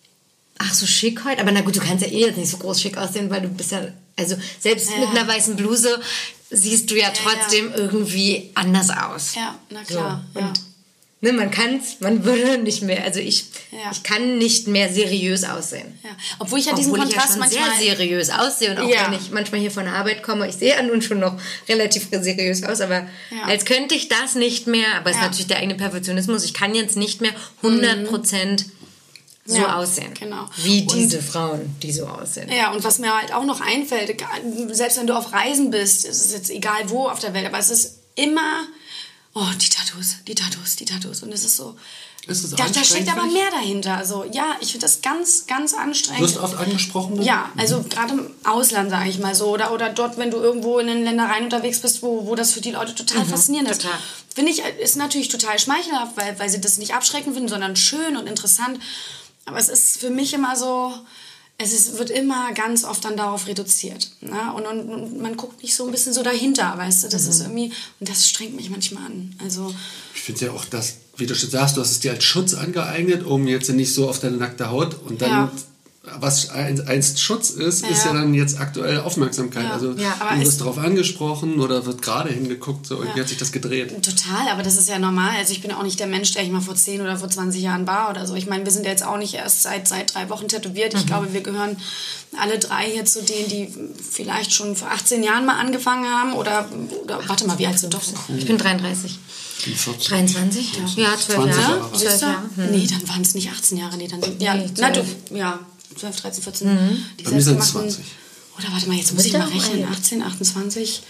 ach, so schick heute. Aber na gut, du kannst ja eh jetzt nicht so groß schick aussehen, weil du bist ja, also selbst ja. mit einer weißen Bluse siehst du ja trotzdem ja, ja. irgendwie anders aus. Ja, na klar. So. Und ja. ne, man kann's, man würde nicht mehr, also ich, ja. ich kann nicht mehr seriös aussehen. Ja. Obwohl ich ja diesen Obwohl Kontrast ich ja schon manchmal sehr seriös aussehe und auch ja. wenn ich manchmal hier von der Arbeit komme, ich sehe ja nun schon noch relativ seriös aus, aber ja. als könnte ich das nicht mehr, aber es ja. ist natürlich der eigene Perfektionismus, ich kann jetzt nicht mehr hundert Prozent mhm. so ja, aussehen. Genau. Wie diese und, Frauen, die so aussehen. Ja, und was mir halt auch noch einfällt, selbst wenn du auf Reisen bist, ist es jetzt egal wo auf der Welt, aber es ist immer, oh, die Tattoos, die Tattoos, die Tattoos. Und es ist so, ist das da, da steckt aber mehr dahinter. Also ja, ich finde das ganz, ganz anstrengend. Du wirst oft angesprochen? Ne? Ja, also mhm. gerade im Ausland, sage ich mal so. Oder, oder dort, wenn du irgendwo in den Ländereien unterwegs bist, wo, wo das für die Leute total mhm, faszinierend ist. Finde ich, ist natürlich total schmeichelhaft, weil, weil sie das nicht abschreckend finden, sondern schön und interessant. Aber es ist für mich immer so, es ist, wird immer ganz oft dann darauf reduziert. Ne? Und, und, und man guckt nicht so ein bisschen so dahinter, weißt du, das mhm. ist irgendwie, und das strengt mich manchmal an. Also, ich finde ja auch, dass, wie du schon sagst, du hast es dir als Schutz angeeignet, um jetzt nicht so auf deine nackte Haut und dann... Ja. Was einst Schutz ist, ja. ist ja dann jetzt aktuell Aufmerksamkeit. Ja. Also ja, du wirst darauf angesprochen oder wird gerade hingeguckt, so irgendwie ja. hat sich das gedreht. Total, aber das ist ja normal. Also ich bin auch nicht der Mensch, der ich mal vor zehn oder vor zwanzig Jahren war oder so. Ich meine, wir sind ja jetzt auch nicht erst seit, seit drei Wochen tätowiert. Mhm. Ich glaube, wir gehören alle drei hier zu denen, die vielleicht schon vor achtzehn Jahren mal angefangen haben. Oder, oder warte mal, wie alt sind du? Ich bin dreiunddreißig. dreiundzwanzig? Ja, ja zwölf Jahre. zwölf Jahre. Hm. Nee, dann waren es nicht achtzehn Jahre. Nee, dann sind, ja, nee, na, du, ja. zwölf, dreizehn, vierzehn, mhm. die Bei mir sind zwanzig. Oder warte mal, jetzt muss ich mal rechnen. achtzehn, achtundzwanzig,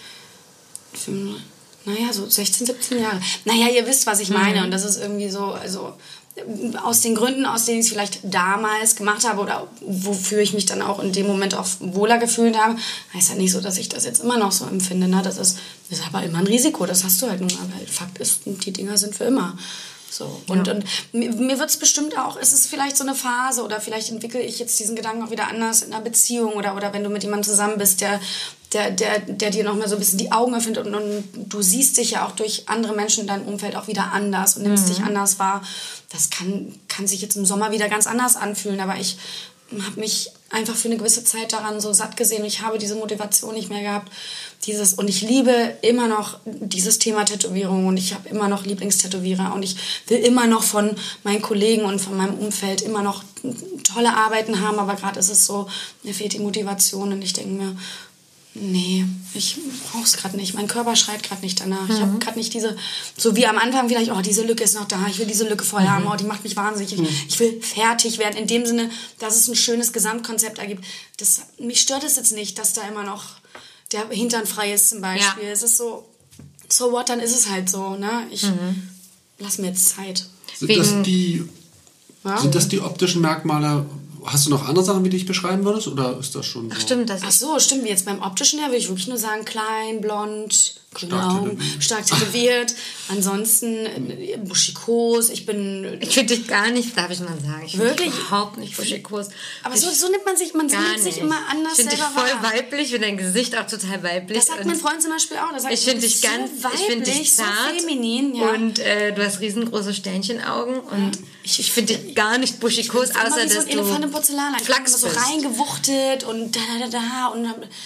fünf, naja, so sechzehn, siebzehn Jahre. Naja, ihr wisst, was ich meine. Mhm. Und das ist irgendwie so, also aus den Gründen, aus denen ich es vielleicht damals gemacht habe oder wofür ich mich dann auch in dem Moment auch wohler gefühlt habe, heißt ja nicht so, dass ich das jetzt immer noch so empfinde. Ne? Das ist, das ist aber immer ein Risiko, das hast du halt nun. Aber halt Fakt ist, die Dinger sind für immer. So. Und, ja. und mir, mir wird es bestimmt auch, es ist vielleicht so eine Phase oder vielleicht entwickle ich jetzt diesen Gedanken auch wieder anders in einer Beziehung oder, oder wenn du mit jemandem zusammen bist, der, der, der, der dir nochmal so ein bisschen die Augen öffnet und, und du siehst dich ja auch durch andere Menschen in deinem Umfeld auch wieder anders und nimmst mhm. dich anders wahr. Das kann, kann sich jetzt im Sommer wieder ganz anders anfühlen, aber ich habe mich einfach für eine gewisse Zeit daran so satt gesehen. Ich habe diese Motivation nicht mehr gehabt. Dieses, und ich liebe immer noch dieses Thema Tätowierung und ich habe immer noch Lieblingstätowierer und ich will immer noch von meinen Kollegen und von meinem Umfeld immer noch tolle Arbeiten haben, aber gerade ist es so, mir fehlt die Motivation und ich denke mir, nee, ich brauche es gerade nicht. Mein Körper schreit gerade nicht danach. Mhm. Ich habe gerade nicht diese, so wie am Anfang vielleicht, oh, diese Lücke ist noch da, ich will diese Lücke voll mhm. haben, oh, die macht mich wahnsinnig. Ich, mhm. ich will fertig werden. In dem Sinne, dass es ein schönes Gesamtkonzept ergibt. Das, mich stört es jetzt nicht, dass da immer noch der Hintern frei ist zum Beispiel. Ja. Es ist so, so what, dann ist es halt so. Ne? Ich mhm. lass mir jetzt Zeit. Sind das die, ja? sind das die optischen Merkmale? Hast du noch andere Sachen, wie du dich beschreiben würdest? Oder ist das schon so? Ach, stimmt, das Ach so, stimmt. Jetzt beim optischen her würde ich wirklich nur sagen, klein, blond, grüne Augen, stark tätowiert. Ansonsten äh, buschikos. Ich bin... Ich finde dich gar nicht, darf ich mal sagen. Ich wirklich? Überhaupt nicht buschikos. Aber so, so nimmt man sich, man nimmt sich immer anders selber wahr. Ich finde dich voll wahr. weiblich, finde dein Gesicht auch total weiblich. Das sagt mein Freund zum Beispiel auch. Das sagt, ich finde dich ganz so weiblich, ich find dich zart so feminin. Ja. Und äh, du hast riesengroße Sternchenaugen. Und ja. ich, ich finde dich gar nicht buschikos, außer wie dass so ein Elefant im Porzellan. Flachs so reingewuchtet und da, da, da, da. Und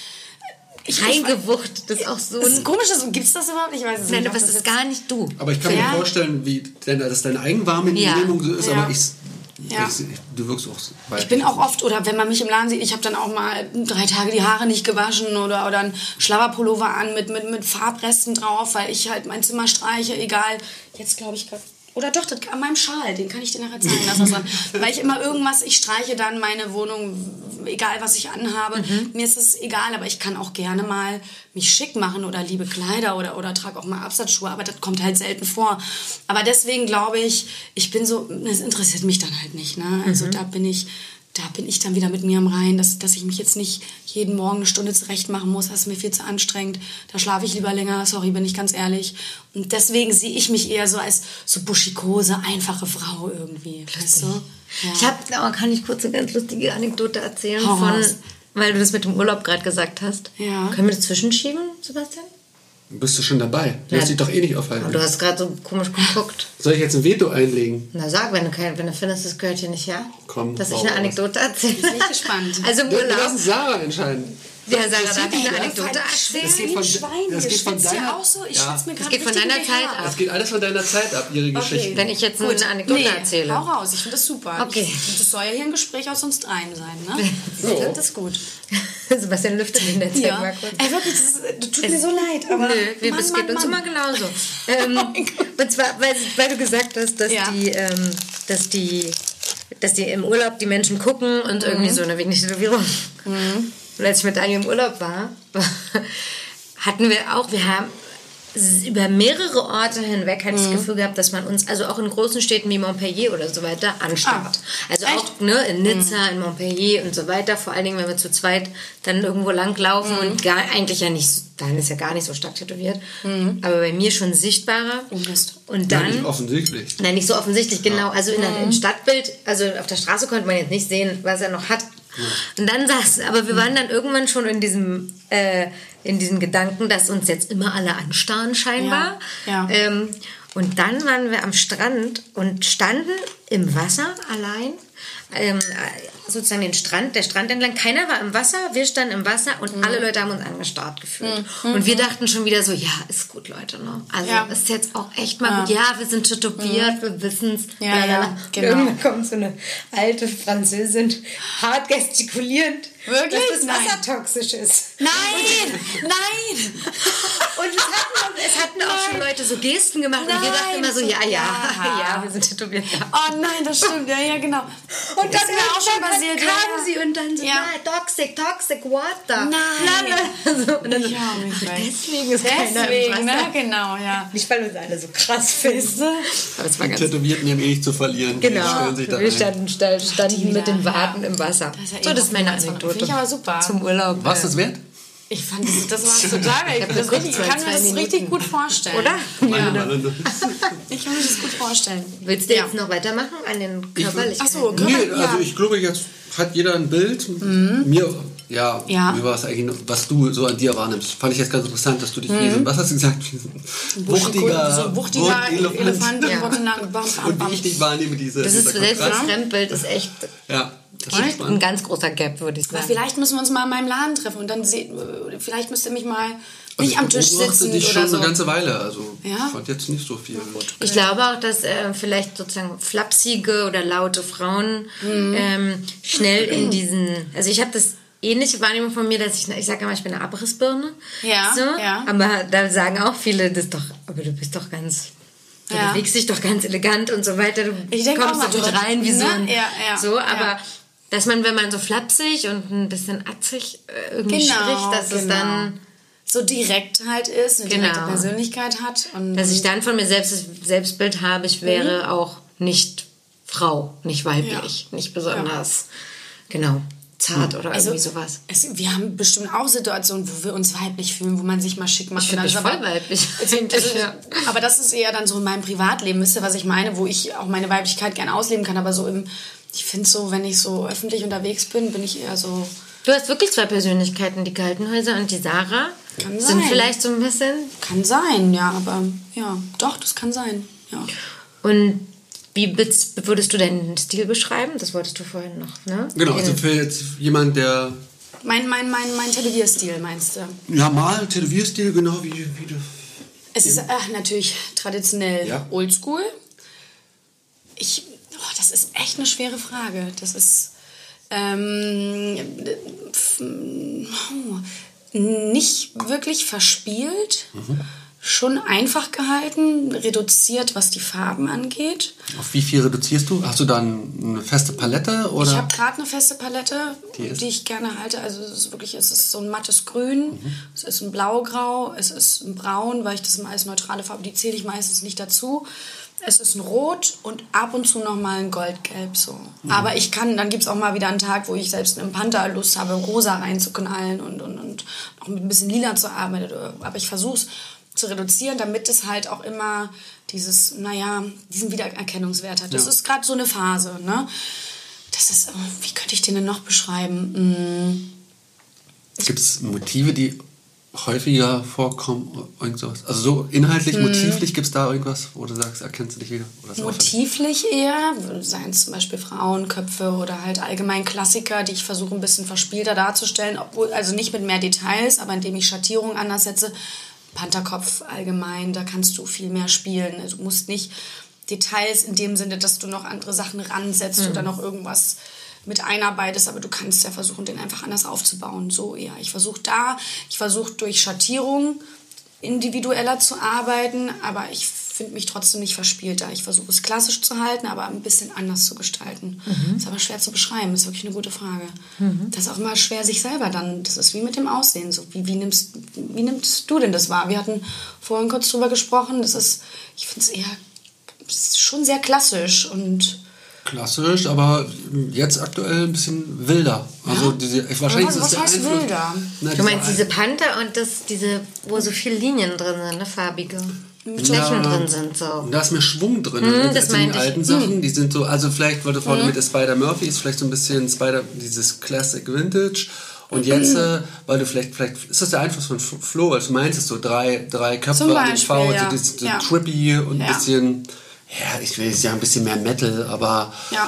Ich Reingewucht, das ist auch so. Das ist komisch, gibt es das überhaupt? Ich weiß es Nein, nicht. aber es ist gar nicht du. Aber ich kann ja. mir vorstellen, wie das deine Eigenwahrnehmung ja. so ist, ja. aber ich, ja. ich, du wirkst auch so Ich bin auch oft, oder wenn man mich im Laden sieht, ich habe dann auch mal drei Tage die Haare nicht gewaschen oder, oder einen Schlabberpullover an mit, mit, mit Farbresten drauf, weil ich halt mein Zimmer streiche, egal. Jetzt glaube ich gerade... Oder doch, das, an meinem Schal, den kann ich dir nachher zeigen lassen. Weil ich immer irgendwas, ich streiche dann meine Wohnung, egal was ich anhabe. Mhm. Mir ist es egal, aber ich kann auch gerne mal mich schick machen oder liebe Kleider oder, oder trage auch mal Absatzschuhe, aber das kommt halt selten vor. Aber deswegen glaube ich, ich bin so, das interessiert mich dann halt nicht. Ne? Also mhm. da bin ich... Da bin ich dann wieder mit mir im Reinen, dass, dass ich mich jetzt nicht jeden Morgen eine Stunde zurecht machen muss. Das ist mir viel zu anstrengend. Da schlafe ich lieber länger, sorry, bin ich ganz ehrlich. Und deswegen sehe ich mich eher so als so buschikose, einfache Frau irgendwie. Weißt du? Ja. Ich habe, oh, kann ich kurz eine ganz lustige Anekdote erzählen Hau von raus. weil du das mit dem Urlaub gerade gesagt hast. Ja. Können wir das zwischenschieben, Sebastian? Bist du schon dabei? Du Ja. hast dich doch eh nicht aufhalten. Du hast gerade so komisch geguckt. Soll ich jetzt ein Veto einlegen? Na sag, wenn du, kein, wenn du findest, das gehört hier nicht her. Komm, dass ich hau eine raus. Anekdote erzähle. Bin ich gespannt. Also im Wir Urlaub. lassen Sarah entscheiden. Ja, Sarah, Das darf ich geht eine ja. Anekdote erzählen? Das geht von, Schwein, das ihr geht von schwitzt ja deiner, auch so. Ich ja, schwitze mir Das gerade geht von richtig deiner in die Zeit Haare. ab. das geht alles von deiner Zeit ab, ihre Geschichten. Wenn ich jetzt Gut. eine Anekdote Nee, erzähle. hau raus, ich finde das super. Okay. Ich, das soll ja hier ein Gespräch aus uns dreien sein, ne? Ich finde das gut. Sebastian lüftet in der Zeit Ja. mal kurz. Ey, wirklich, das, ist, das tut mir so leid. Aber Nö, wir, Mann, es geht Mann, uns Mann. immer genauso. ähm, und zwar, weil, weil du gesagt hast, dass, Ja. die, ähm, dass, die, dass die im Urlaub die Menschen gucken und irgendwie so eine wenig Tätowierung. Mhm. Und als ich mit Daniel im Urlaub war, war hatten wir auch, wir haben über mehrere Orte hinweg hatte ich das Gefühl gehabt, dass man uns, also auch in großen Städten wie Montpellier oder so weiter, anstarrt. Ah, also echt? auch ne, in Nizza, in Montpellier und so weiter, vor allen Dingen, wenn wir zu zweit dann irgendwo langlaufen und gar, eigentlich ja nicht, dann ist ja gar nicht so stark tätowiert, aber bei mir schon sichtbarer. Mist. Und Ja, dann... nicht offensichtlich. Nein, nicht so offensichtlich, genau. Also in der, im Stadtbild, also auf der Straße konnte man jetzt nicht sehen, was er noch hat. Und dann saß, aber wir waren dann irgendwann schon in diesem, äh, in diesen Gedanken, dass uns jetzt immer alle anstarren scheinbar. Ja, ja. Ähm, und dann waren wir am Strand und standen im Wasser allein, ähm, sozusagen den Strand, der Strand entlang. Keiner war im Wasser, wir standen im Wasser und Mhm. alle Leute haben uns angestarrt gefühlt. Mhm. Und wir dachten schon wieder so, ja, ist gut, Leute. Ne? Also Ja. ist jetzt auch echt mal Ja. gut. Ja, wir sind tätowiert, wir wissen es. Ja, ja, genau. Irgendwann kommt so eine alte Französin, hart gestikulierend, Wirklich? dass das Wasser Nein. toxisch ist. Nein, nein. Und es hatten, es hatten auch schon Leute so Gesten gemacht und wir Nein. dachten immer so, ja, ja, Ja. ja, wir sind tätowiert. Ja. Oh nein, das stimmt. Ja, ja, genau. Und dann, ist mir auch schon dann passiert. kam ja, ja. sie und dann so, Ja. nein, toxic, toxic water. Nein. So, und dann so, Ich hau mich weg. deswegen ist keiner im Deswegen, Wasser. ne? Genau, ja. Nicht, weil uns alle so krass finden. Aber es war Die ganz... Tätowierten haben eh nichts zu verlieren. Die Genau, stellen sich da wir rein. standen, sta- standen mit den Ja. Waden im Wasser. Das ist ja eh so, das ist meine was von- Anekdote. Finde ich aber super. Zum Urlaub. Was äh, das wert? Ich fand das, das war total geil. Ich, hab das geguckt, richtig, zwei- ich kann mir zwei das Minuten. richtig gut vorstellen. Oder? Meine Meinung. Ich kann mir das gut vorstellen. Willst du Ja. jetzt noch weitermachen an den Ich- Körperlichkeiten? Ach so, Nee, Körper- ja. also ich glaube, jetzt hat jeder ein Bild. Mir, ja, Ja. mir war es eigentlich, noch, was du so an dir wahrnimmst. Fand ich jetzt ganz interessant, dass du dich wie so, was hast du gesagt? Wie so ein wuchtiger, so ein wuchtiger Wuchtelefant. Elefant. Ja. Ja. Und wie ich dich wahrnehme, diese Das ist, dieser selbst das Kontrast. Fremdbild ist echt Ja, das ist ein spannend. ganz großer Gap, würde ich Aber sagen. vielleicht müssen wir uns mal in meinem Laden treffen und dann sehen, vielleicht müsst ihr mich mal Also nicht ich am Tisch beobachte sitzen dich oder schon so. eine ganze Weile. Also Ja? ich fand jetzt nicht so viel. Ich glaube auch, dass äh, vielleicht sozusagen flapsige oder laute Frauen Mhm. ähm, schnell in diesen... Also ich habe das ähnliche Wahrnehmung von mir, dass ich... Ich sage immer, ich bin eine Abrissbirne. Ja, so, ja. Aber da sagen auch viele, das ist doch... Aber du bist doch ganz... Du Ja. bewegst dich doch ganz elegant und so weiter. Du Ich denk kommst auch so gut manchmal, rein wie so ne? ein... Ja, ja, so, aber... ja. Dass man, wenn man so flapsig und ein bisschen atzig äh, irgendwie Genau, spricht, dass es genau. dann... So direkt halt ist, eine Genau. direkte Persönlichkeit hat. Und Dass ich dann von mir selbst das Selbstbild habe, ich wäre auch nicht Frau, nicht weiblich, nicht besonders, genau, zart oder Also, irgendwie sowas. Es, wir haben bestimmt auch Situationen, wo wir uns weiblich fühlen, wo man sich mal schick macht. Ich finde Und mich dann voll ist aber- weiblich. Also, eigentlich, ja. Aber das ist eher dann so in meinem Privatleben, wisst ihr, was ich meine, wo ich auch meine Weiblichkeit gerne ausleben kann, aber so im, ich finde so, wenn ich so öffentlich unterwegs bin, bin ich eher so... Du hast wirklich zwei Persönlichkeiten, die Kaltenhäuser und die Sarah. Kann Sind sein. vielleicht so ein bisschen. Kann sein, ja, aber ja, doch, das kann sein, ja. Und wie bez- würdest du deinen Stil beschreiben? Das wolltest du vorhin noch, ne? Genau, also In- für jetzt jemand, der Mein, mein, mein, mein Tätowierstil, meinst du? ja mal Tätowierstil, genau wie, wie du. Es ist ach, natürlich traditionell Ja. oldschool. Ich, oh, das ist echt eine schwere Frage. Das ist ähm, f- oh, nicht wirklich verspielt, schon einfach gehalten, reduziert, was die Farben angeht. Auf wie viel reduzierst du? Hast du dann eine feste Palette oder? Ich habe gerade eine feste Palette, Die die, ist- ich gerne halte. Also es ist wirklich, es ist so ein mattes Grün, es ist ein Blaugrau, es ist ein Braun, weil ich das als neutrale Farbe, die zähle ich meistens nicht dazu. Es ist ein Rot und ab und zu noch mal ein Goldgelb so. Aber ich kann, dann gibt es auch mal wieder einen Tag, wo ich selbst im Panther Lust habe, rosa reinzuknallen und, und, und auch mit ein bisschen lila zu arbeiten. Aber ich versuche es zu reduzieren, damit es halt auch immer dieses, naja, diesen Wiedererkennungswert hat. Das Ja. ist gerade so eine Phase, ne? Das ist, oh, wie könnte ich den denn noch beschreiben? Mm. Gibt es Motive, die häufiger vorkommen? Irgend sowas? Also so inhaltlich, hm. motivlich gibt es da irgendwas, wo du sagst, erkennst du dich wieder? Oder motivlich eher, seien es zum Beispiel Frauenköpfe oder halt allgemein Klassiker, die ich versuche ein bisschen verspielter darzustellen, obwohl, also nicht mit mehr Details, aber indem ich Schattierungen anders setze. Pantherkopf allgemein, da kannst du viel mehr spielen. Also du musst nicht Details in dem Sinne, dass du noch andere Sachen ransetzt hm. oder noch irgendwas mit einarbeitest, aber du kannst ja versuchen, den einfach anders aufzubauen. So eher. Ich versuche da, ich versuche durch Schattierung individueller zu arbeiten, aber ich finde mich trotzdem nicht verspielter. Ich versuche es klassisch zu halten, aber ein bisschen anders zu gestalten. Mhm. Ist aber schwer zu beschreiben, das ist wirklich eine gute Frage. Mhm. Das ist auch immer schwer, sich selber dann, das ist wie mit dem Aussehen. So, wie, wie, nimmst, wie nimmst du denn das wahr? Wir hatten vorhin kurz drüber gesprochen, das ist, ich finde es eher ist schon sehr klassisch und klassisch, aber jetzt aktuell ein bisschen wilder. Also ja? diese, wahrscheinlich was ist es der heißt Einfluss, wilder? Na, du meinst diese Panther und das, diese, wo so viele Linien drin sind, ne, farbige Flächen ja, drin sind. So. Da ist mehr Schwung drin. Mm, also das in den ich. alten Sachen, mm. die sind so, also vielleicht, weil du vorhin mm. mit der Spider-Murphy ist vielleicht so ein bisschen Spider, dieses Classic Vintage. Und jetzt, äh, weil du vielleicht, vielleicht ist das der Einfluss von Flo, weil du meinst, es so drei, drei Köpfe an den V, ja. so, das, so ja. trippy und ein ja. bisschen, ja, ich will jetzt ja ein bisschen mehr Metal, aber ja.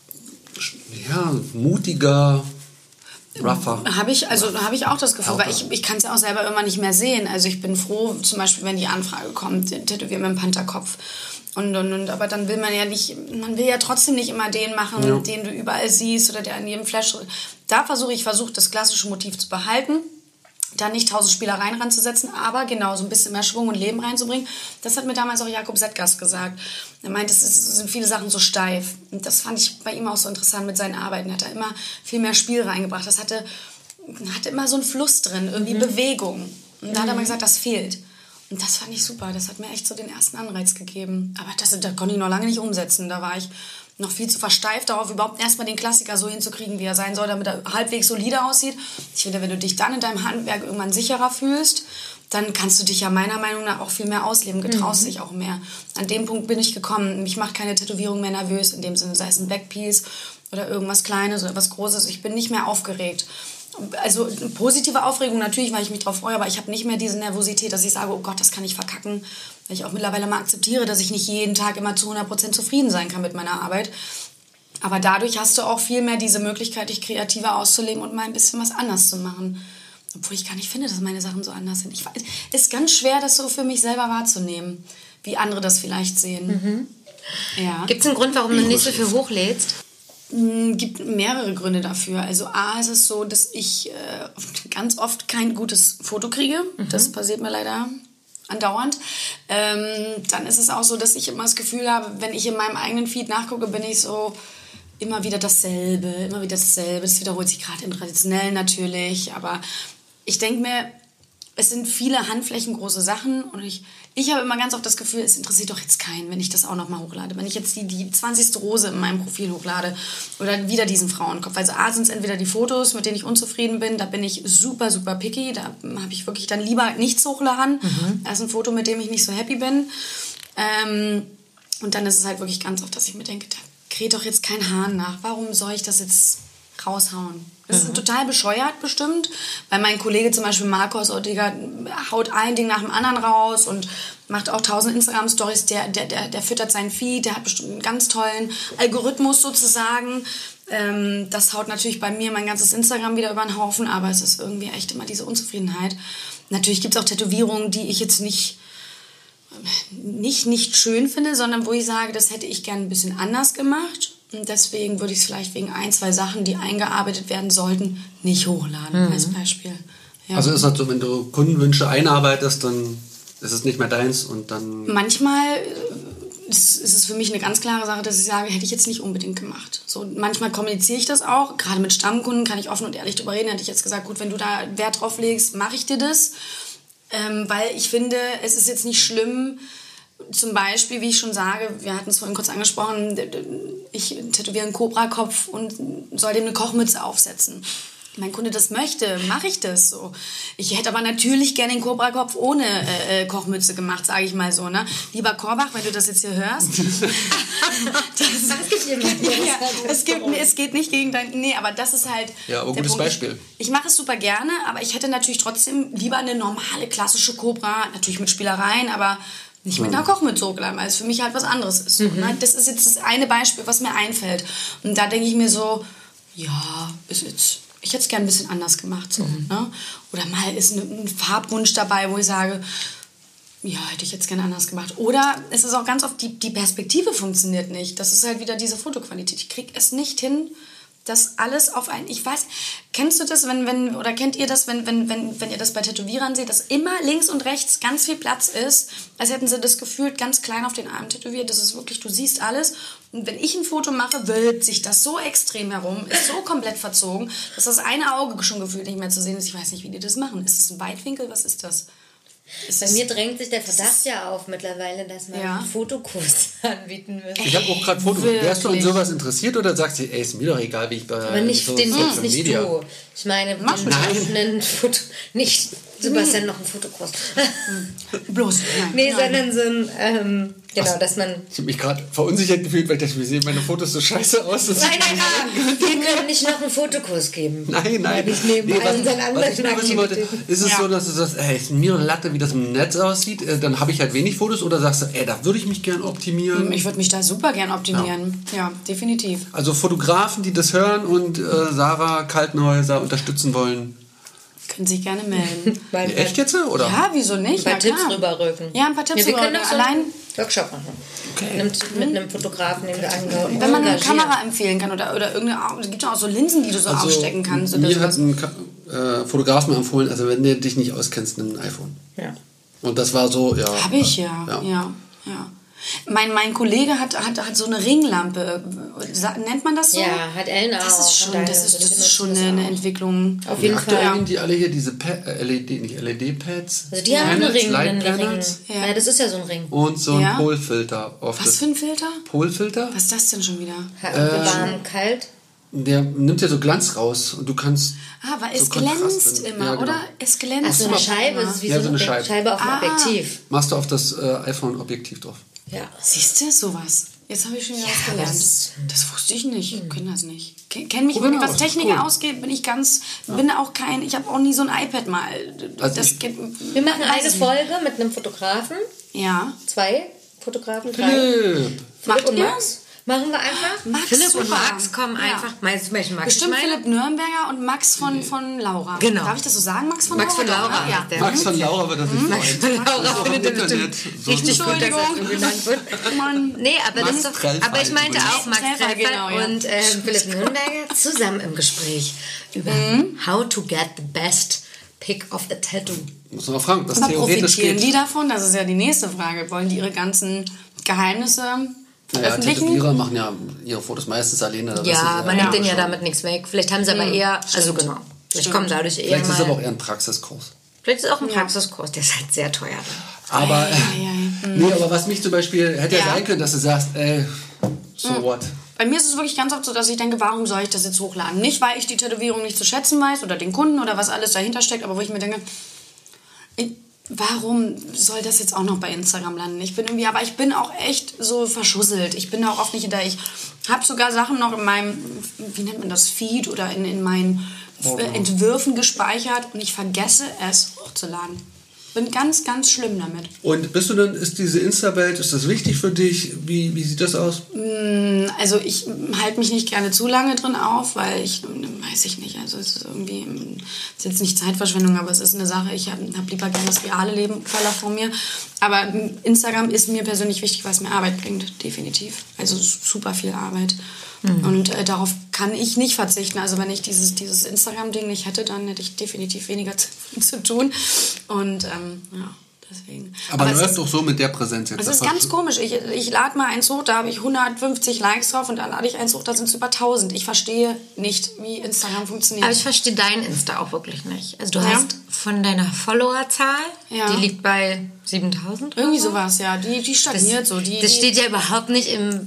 ja, mutiger, rougher. Habe ich, also habe ich auch das Gefühl, weil ich, ich kann es ja auch selber immer nicht mehr sehen. Also ich bin froh, zum Beispiel, wenn die Anfrage kommt, tätowieren mit dem Pantherkopf. Und, und, und, aber dann will man ja nicht, man will ja trotzdem nicht immer den machen, ja. den du überall siehst oder der in jedem Flash. Da versuche ich, versuche das klassische Motiv zu behalten. Da nicht tausend Spielereien ranzusetzen, aber genau so ein bisschen mehr Schwung und Leben reinzubringen. Das hat mir damals auch Jakob Settgast gesagt. Er meint, es sind viele Sachen so steif. Und das fand ich bei ihm auch so interessant mit seinen Arbeiten. Er hat da immer viel mehr Spiel reingebracht. Das hatte, hatte immer so einen Fluss drin, irgendwie mhm. Bewegung. Und da hat er mal gesagt, das fehlt. Und das fand ich super. Das hat mir echt so den ersten Anreiz gegeben. Aber das, das konnte ich noch lange nicht umsetzen. Da war ich noch viel zu versteift darauf, überhaupt erstmal den Klassiker so hinzukriegen, wie er sein soll, damit er halbwegs solide aussieht. Ich finde, wenn du dich dann in deinem Handwerk irgendwann sicherer fühlst, dann kannst du dich ja meiner Meinung nach auch viel mehr ausleben, getraust mhm. dich auch mehr. An dem Punkt bin ich gekommen. Mich macht keine Tätowierung mehr nervös, in dem Sinne, sei es ein Backpiece oder irgendwas Kleines oder was Großes. Ich bin nicht mehr aufgeregt. Also eine positive Aufregung natürlich, weil ich mich drauf freue, aber ich habe nicht mehr diese Nervosität, dass ich sage, oh Gott, das kann ich verkacken. Weil ich auch mittlerweile mal akzeptiere, dass ich nicht jeden Tag immer zu hundert Prozent zufrieden sein kann mit meiner Arbeit. Aber dadurch hast du auch viel mehr diese Möglichkeit, dich kreativer auszuleben und mal ein bisschen was anders zu machen. Obwohl ich gar nicht finde, dass meine Sachen so anders sind. Es ist ganz schwer, das so für mich selber wahrzunehmen, wie andere das vielleicht sehen. Mhm. Ja. Gibt es einen Grund, warum du nicht so viel hochlädst? Es gibt mehrere Gründe dafür. Also A ist es so, dass ich äh, ganz oft kein gutes Foto kriege. Mhm. Das passiert mir leider andauernd. Ähm, dann ist es auch so, dass ich immer das Gefühl habe, wenn ich in meinem eigenen Feed nachgucke, bin ich so immer wieder dasselbe, immer wieder dasselbe. Das wiederholt sich gerade im Traditionellen natürlich. Aber ich denke mir, es sind viele handflächengroße Sachen und ich, ich habe immer ganz oft das Gefühl, es interessiert doch jetzt keinen, wenn ich das auch nochmal hochlade. Wenn ich jetzt die, die zwanzigste Rose in meinem Profil hochlade oder wieder diesen Frauenkopf. Also A sind es entweder die Fotos, mit denen ich unzufrieden bin, da bin ich super, super picky. Da habe ich wirklich dann lieber nichts hochladen, mhm. als ein Foto, mit dem ich nicht so happy bin. Ähm, und dann ist es halt wirklich ganz oft, dass ich mir denke, da kräht doch jetzt kein Hahn nach. Warum soll ich das jetzt raushauen? Das ist total bescheuert bestimmt, weil mein Kollege zum Beispiel Marcos Ortega haut ein Ding nach dem anderen raus und macht auch tausend Instagram-Stories, der, der, der, der füttert seinen Feed, der hat bestimmt einen ganz tollen Algorithmus sozusagen. Ähm, das haut natürlich bei mir mein ganzes Instagram wieder über den Haufen, aber es ist irgendwie echt immer diese Unzufriedenheit. Natürlich gibt es auch Tätowierungen, die ich jetzt nicht, nicht, nicht schön finde, sondern wo ich sage, das hätte ich gerne ein bisschen anders gemacht. Und deswegen würde ich es vielleicht wegen ein, zwei Sachen, die eingearbeitet werden sollten, nicht hochladen, mhm. als Beispiel. Ja. Also ist das so, wenn du Kundenwünsche einarbeitest, dann ist es nicht mehr deins und dann... Manchmal ist, ist es für mich eine ganz klare Sache, dass ich sage, hätte ich jetzt nicht unbedingt gemacht. So, manchmal kommuniziere ich das auch, gerade mit Stammkunden kann ich offen und ehrlich drüber reden. Hätte ich jetzt gesagt, gut, wenn du da Wert drauf legst, mache ich dir das. Ähm, weil ich finde, es ist jetzt nicht schlimm... Zum Beispiel, wie ich schon sage, wir hatten es vorhin kurz angesprochen, ich tätowiere einen Cobra-Kopf und soll dem eine Kochmütze aufsetzen. Wenn mein Kunde das möchte, mache ich das so. Ich hätte aber natürlich gerne den Cobra-Kopf ohne äh, Kochmütze gemacht, sage ich mal so. Ne? Lieber Korbach, wenn du das jetzt hier hörst. das, das gibt jemand, ja, ja, es, gibt, es geht nicht gegen dein... Nee, aber das ist halt... Ja, aber gutes Punkt. Beispiel. Ich, ich mache es super gerne, aber ich hätte natürlich trotzdem lieber eine normale, klassische Cobra, natürlich mit Spielereien, aber nicht mit einer Kochmütze hochgeladen, weil es für mich halt was anderes ist. Mhm. Ne? Das ist jetzt das eine Beispiel, was mir einfällt. Und da denke ich mir so, ja, ist jetzt... Ich hätte es gerne ein bisschen anders gemacht. So, mhm. ne? Oder mal ist ein Farbwunsch dabei, wo ich sage, ja, hätte ich jetzt gerne anders gemacht. Oder es ist auch ganz oft, die, die Perspektive funktioniert nicht. Das ist halt wieder diese Fotoqualität. Ich kriege es nicht hin, dass alles auf ein... Ich weiß, kennst du das, wenn, wenn oder kennt ihr das, wenn, wenn, wenn, wenn ihr das bei Tätowierern seht, dass immer links und rechts ganz viel Platz ist, als hätten sie das gefühlt ganz klein auf den Arm tätowiert. Das ist wirklich, du siehst alles. Und wenn ich ein Foto mache, wölbt sich das so extrem herum, ist so komplett verzogen, dass das eine Auge schon gefühlt nicht mehr zu sehen ist. Ich weiß nicht, wie die das machen. Ist das ein Weitwinkel? Was ist das? Ist Bei mir drängt sich der Verdacht ja auf mittlerweile, dass man ja. einen Fotokurs anbieten müsste. Ich habe auch gerade Fotos. Wärst du an sowas interessiert oder sagst du, ey, ist mir doch egal, wie ich bei... Aber nicht so den jetzt nicht Media. Du. Ich meine, den offenen Foto... Nicht, du machst ja noch einen Fotokurs. Bloß. Nein, nee, nein. sondern so ein... Ähm, genau, dass man... Ich habe mich gerade verunsichert gefühlt, weil ich dachte, wie sehen meine Fotos so scheiße aus. Nein, nein, nein. Wir können nicht noch einen Fotokurs geben. Nein, nein. Ich nehme nee, all unseren anderen Aktivitäten. Ist es ja. so, dass du sagst, ey, ist mir eine Latte, wie das im Netz aussieht, dann habe ich halt wenig Fotos, oder sagst du, ey, da würde ich mich gern optimieren? Ich würde mich da super gern optimieren. Ja, ja, definitiv. Also Fotografen, die das hören und äh, Sarah Kaltenhäuser unterstützen wollen, können sich gerne melden. Nee, echt jetzt, oder? Ja, wieso nicht? Ein paar ja, Tipps rüberrücken. Ja, ein paar Tipps ja, wir rüberrücken. Wir können auch so einen Workshop machen. Okay. Mit, mit einem Fotografen, den wir angehört. Wenn man eine Kamera empfehlen kann oder, oder irgendeine... Es gibt ja auch so Linsen, die du so also aufstecken kannst. Mir hat ein äh, Fotograf mir empfohlen, also wenn du dich nicht auskennst, nimm ein iPhone. Ja. Und das war so, ja... Hab ich, ja. Ja, ja. ja. Mein, mein Kollege hat, hat, hat so eine Ringlampe. Nennt man das so? Ja, hat Ellen auch. Das ist schon, das ist, das ist schon eine, eine Entwicklung. Auf jeden Fall. Aktuell die alle hier diese L E D, nicht L E D-Pads. Also die haben einen Ring. Einen Ring. Ja. ja, das ist ja so ein Ring. Und so ein ja. Polfilter. Was für ein Filter? Polfilter. Was ist das denn schon wieder? Äh, warm, kalt. Der nimmt ja so Glanz raus und du kannst... Ah, weil es so glänzt immer, ja, genau. oder? Es glänzt Ach, so eine Scheibe. Das ist wie ja, so eine Scheibe, Scheibe auf dem ah. Objektiv. Machst du auf das äh, iPhone-Objektiv drauf. Ja. Siehst du, sowas. Jetzt habe ich schon wieder ja, was gelernt. Das, das wusste ich nicht. Ich kenne das nicht. Kenne mich, Probier was Technik cool. ausgeht, bin ich ganz... Ja. Bin auch kein... Ich habe auch nie so ein iPad mal. Also das, ich, wir machen eine Folge mit einem Fotografen. Ja. Zwei Fotografen, drei. Philipp. Macht und ihr? Max. Machen wir einfach. Max, Philipp super. und Max kommen ja. einfach. Meinst du, welchen Max? Bestimmt Philipp Nürnberger und Max von, von Laura. Genau. Darf ich das so sagen? Max von Max Laura? Max von Laura. Ja. Ja. Max von Laura wird das nicht Max von Laura findet das bestimmt so richtig gut, dass das so genannt wird. Mann. Nee, aber, das ist doch, aber ich meinte auch Max Treffer genau, ja. und äh, Philipp Nürnberger zusammen im Gespräch über mhm. how to get the best pick of the tattoo. Muss man mal fragen, was aber theoretisch profitieren geht. die davon? Das ist ja die nächste Frage. Wollen die ihre ganzen Geheimnisse... Naja, Tätowierer machen ja ihre Fotos meistens alleine. Ja, man nimmt denen ja damit nichts weg. Vielleicht haben sie aber eher, also genau, vielleicht kommen dadurch eher Vielleicht mal... ist es aber auch eher ein Praxiskurs. Vielleicht ist es auch ein Praxiskurs, der ist halt sehr teuer. Aber, ja, ja, ja. nee, aber was mich zum Beispiel, hätte ja sein können, dass du sagst, ey, so mhm. what? Bei mir ist es wirklich ganz oft so, dass ich denke, warum soll ich das jetzt hochladen? Nicht, weil ich die Tätowierung nicht zu schätzen weiß oder den Kunden oder was alles dahinter steckt, aber wo ich mir denke... Ich, warum soll das jetzt auch noch bei Instagram landen? Ich bin irgendwie, aber ich bin auch echt so verschusselt. Ich bin da auch oft nicht hinterher. Ich habe sogar Sachen noch in meinem, wie nennt man das, Feed oder in, in meinen oh, oh. Entwürfen gespeichert und ich vergesse es hochzuladen. Bin ganz, ganz schlimm damit. Und bist du dann, ist diese Insta-Welt, ist das wichtig für dich? Wie, wie sieht das aus? Also ich halte mich nicht gerne zu lange drin auf, weil ich, weiß ich nicht, also es ist irgendwie, es ist jetzt nicht Zeitverschwendung, aber es ist eine Sache, ich habe hab lieber gerne das reale Leben voller vor mir. Aber Instagram ist mir persönlich wichtig, weil es mir Arbeit bringt, definitiv. Also super viel Arbeit. Mhm. Und äh, darauf kann ich nicht verzichten. Also wenn ich dieses, dieses Instagram-Ding nicht hätte, dann hätte ich definitiv weniger zu, zu tun. Und ähm, ja, deswegen. Aber, Aber läuft doch so mit der Präsenz jetzt. Es ist ganz komisch. Ich, ich lade mal eins hoch, da habe ich hundertfünfzig Likes drauf und da lade ich eins hoch, da sind es über tausend. Ich verstehe nicht, wie Instagram funktioniert. Aber ich verstehe dein Insta auch wirklich nicht. Also du ja. hast von deiner Followerzahl, ja. die liegt bei siebentausend? Irgendwie sowas, ja. Die, die stagniert das, so. Die, das die steht ja überhaupt nicht im...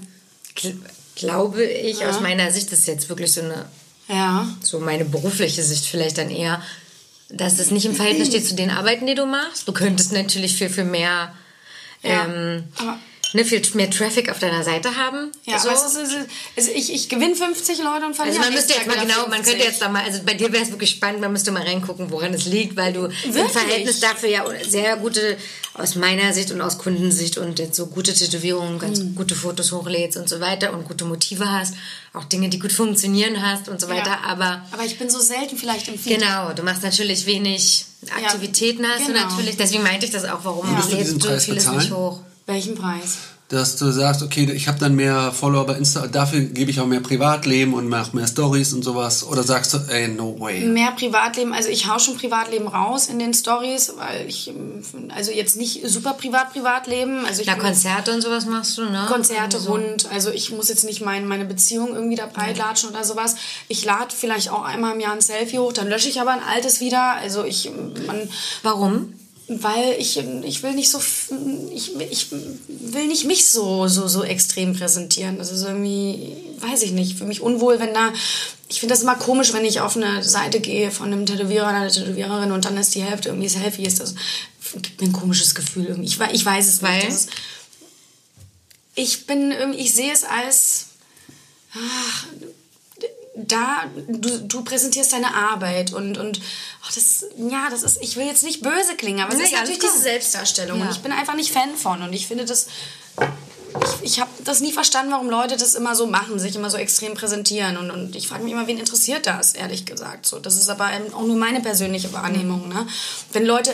Glaube ich, ja. aus meiner Sicht, das ist jetzt wirklich so eine, ja. so meine berufliche Sicht vielleicht dann eher, dass das nicht im Verhältnis steht zu den Arbeiten, die du machst. Du könntest natürlich viel, viel mehr, ja. ähm, aber ne, viel mehr Traffic auf deiner Seite haben. Ja, so. Aber es ist, also ich, ich gewinne fünfzig Leute und verliere. Also man müsste jetzt mal genau, man könnte jetzt da mal, also bei dir wäre es wirklich spannend, man müsste mal reingucken, woran es liegt, weil du wirklich? Im Verhältnis dafür ja sehr gute, aus meiner Sicht und aus Kundensicht und jetzt so gute Tätowierungen, ganz mhm. gute Fotos hochlädst und so weiter und gute Motive hast, auch Dinge, die gut funktionieren hast und so weiter, ja. aber... Aber ich bin so selten vielleicht im Feed. Genau, du machst natürlich wenig Aktivitäten, ja, hast genau. du natürlich, deswegen meinte ich das auch, warum ja. lädst du vieles nicht hoch. Welchen Preis? Dass du sagst, okay, ich habe dann mehr Follower bei Insta, dafür gebe ich auch mehr Privatleben und mache mehr Stories und sowas. Oder sagst du, ey, no way. Mehr Privatleben, also ich hau schon Privatleben raus in den Stories, weil ich, also jetzt nicht super privat Privatleben. Also ich Na, Konzerte und sowas machst du, ne? Konzerte, so. Hund, also ich muss jetzt nicht mein, meine Beziehung irgendwie da breitlatschen oder sowas. Ich lade vielleicht auch einmal im Jahr ein Selfie hoch, dann lösche ich aber ein altes wieder. Also ich, man... Warum? Weil ich, ich will nicht so, ich, ich will nicht mich so, so, so extrem präsentieren. Das ist irgendwie, weiß ich nicht, für mich unwohl, wenn da, ich finde das immer komisch, wenn ich auf eine Seite gehe von einem Tätowierer oder einer Tätowiererin und dann ist die Hälfte irgendwie Selfie, ist das, gibt mir ein komisches Gefühl irgendwie. Ich, ich weiß es nicht. Das ist, ich bin irgendwie, ich sehe es als, ach, da, du, du präsentierst deine Arbeit und, und oh, das, ja, das ist, ich will jetzt nicht böse klingen, aber es nee, ist natürlich diese Selbstdarstellung ja. und ich bin einfach nicht Fan von und ich finde das, ich, ich habe das nie verstanden, warum Leute das immer so machen, sich immer so extrem präsentieren und, und ich frage mich immer, wen interessiert das, ehrlich gesagt, so, das ist aber auch nur meine persönliche Wahrnehmung, ne? Wenn Leute,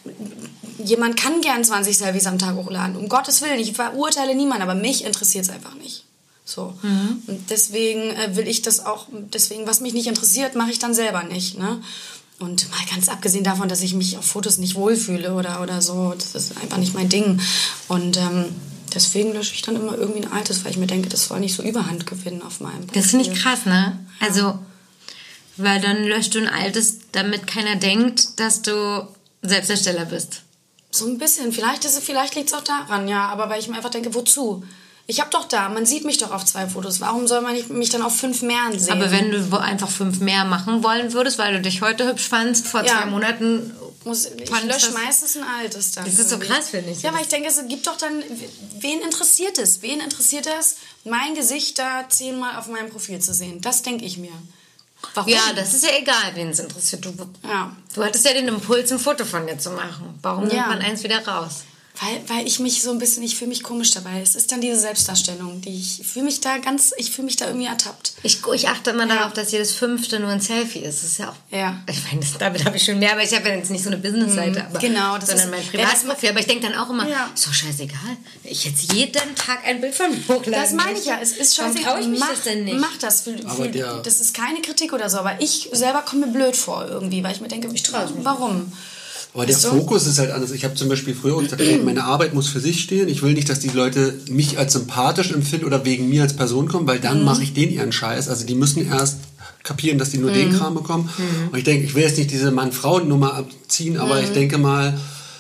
jemand kann gern zwanzig Selfies am Tag hochladen, um Gottes Willen, ich verurteile niemanden, aber mich interessiert es einfach nicht. So. Mhm. Und deswegen äh, will ich das auch, deswegen, was mich nicht interessiert, mache ich dann selber nicht. Ne? Und mal ganz abgesehen davon, dass ich mich auf Fotos nicht wohlfühle oder, oder so, das ist einfach nicht mein Ding. Und ähm, deswegen lösche ich dann immer irgendwie ein altes, weil ich mir denke, das soll nicht so Überhand gewinnen auf meinem Profil. Das finde ich krass, ne? Ja. Also, weil dann löscht du ein altes, damit keiner denkt, dass du Selbstdarsteller bist. So ein bisschen. Vielleicht, vielleicht liegt es auch daran, ja. Aber weil ich mir einfach denke, wozu? Ich habe doch da, man sieht mich doch auf zwei Fotos. Warum soll man nicht mich dann auf fünf mehr sehen? Aber wenn du einfach fünf mehr machen wollen würdest, weil du dich heute hübsch fandst, vor ja. zwei Monaten... Muss, ich lösche meistens ein altes dann. Das ist so krass, finde ich. Ja, weil ich denke, es gibt doch dann... Wen interessiert es? Wen interessiert es, mein Gesicht da zehnmal auf meinem Profil zu sehen? Das denke ich mir. Warum? Ja, das ist ja egal, wen es interessiert. Du, ja. du hattest ja den Impuls, ein Foto von dir zu machen. Warum nimmt ja. man eins wieder raus? Weil, weil ich mich so ein bisschen, ich fühle mich komisch dabei. Es ist dann diese Selbstdarstellung, die ich fühle mich da ganz, ich fühle mich da irgendwie ertappt. Ich, ich achte immer ja. darauf, dass jedes fünfte nur ein Selfie ist. Das ist ja auch, ja. ich meine, das, damit habe ich schon mehr, aber ich habe ja jetzt nicht so eine Business-Seite, aber, genau, das sondern ist, mein Privatprofil. Aber ich denke dann auch immer, ja. ist doch scheißegal. Ich jetzt jeden Tag ein Bild von mir hochladen. Das meine ich ja, es ist scheißegal. Warum traue ich mich mach, das denn nicht? Mach das. Für, für, das ist keine Kritik oder so, aber ich selber komme mir blöd vor irgendwie, weil ich mir denke, ich traue mich. Warum? Aber der Fokus ist halt anders. Ich habe zum Beispiel früher gesagt, meine Arbeit muss für sich stehen. Ich will nicht, dass die Leute mich als sympathisch empfinden oder wegen mir als Person kommen, weil dann mhm. mache ich denen ihren Scheiß. Also die müssen erst kapieren, dass die nur mhm. den Kram bekommen. Mhm. Und ich denke, ich will jetzt nicht diese Mann-Frauen-Nummer abziehen, aber mhm. ich denke mal,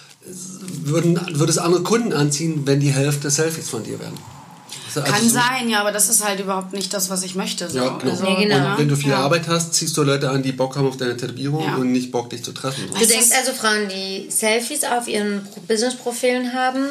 würden, würde es andere Kunden anziehen, wenn die Hälfte Selfies von dir wären. Also Kann so sein, ja, aber das ist halt überhaupt nicht das, was ich möchte. So. Ja, genau. Also, ja, genau. Und wenn du viel ja. Arbeit hast, ziehst du Leute an, die Bock haben auf deine Tätowierung ja. und nicht Bock, dich zu treffen. So. Du denkst also, Frauen, die Selfies auf ihren Business-Profilen haben,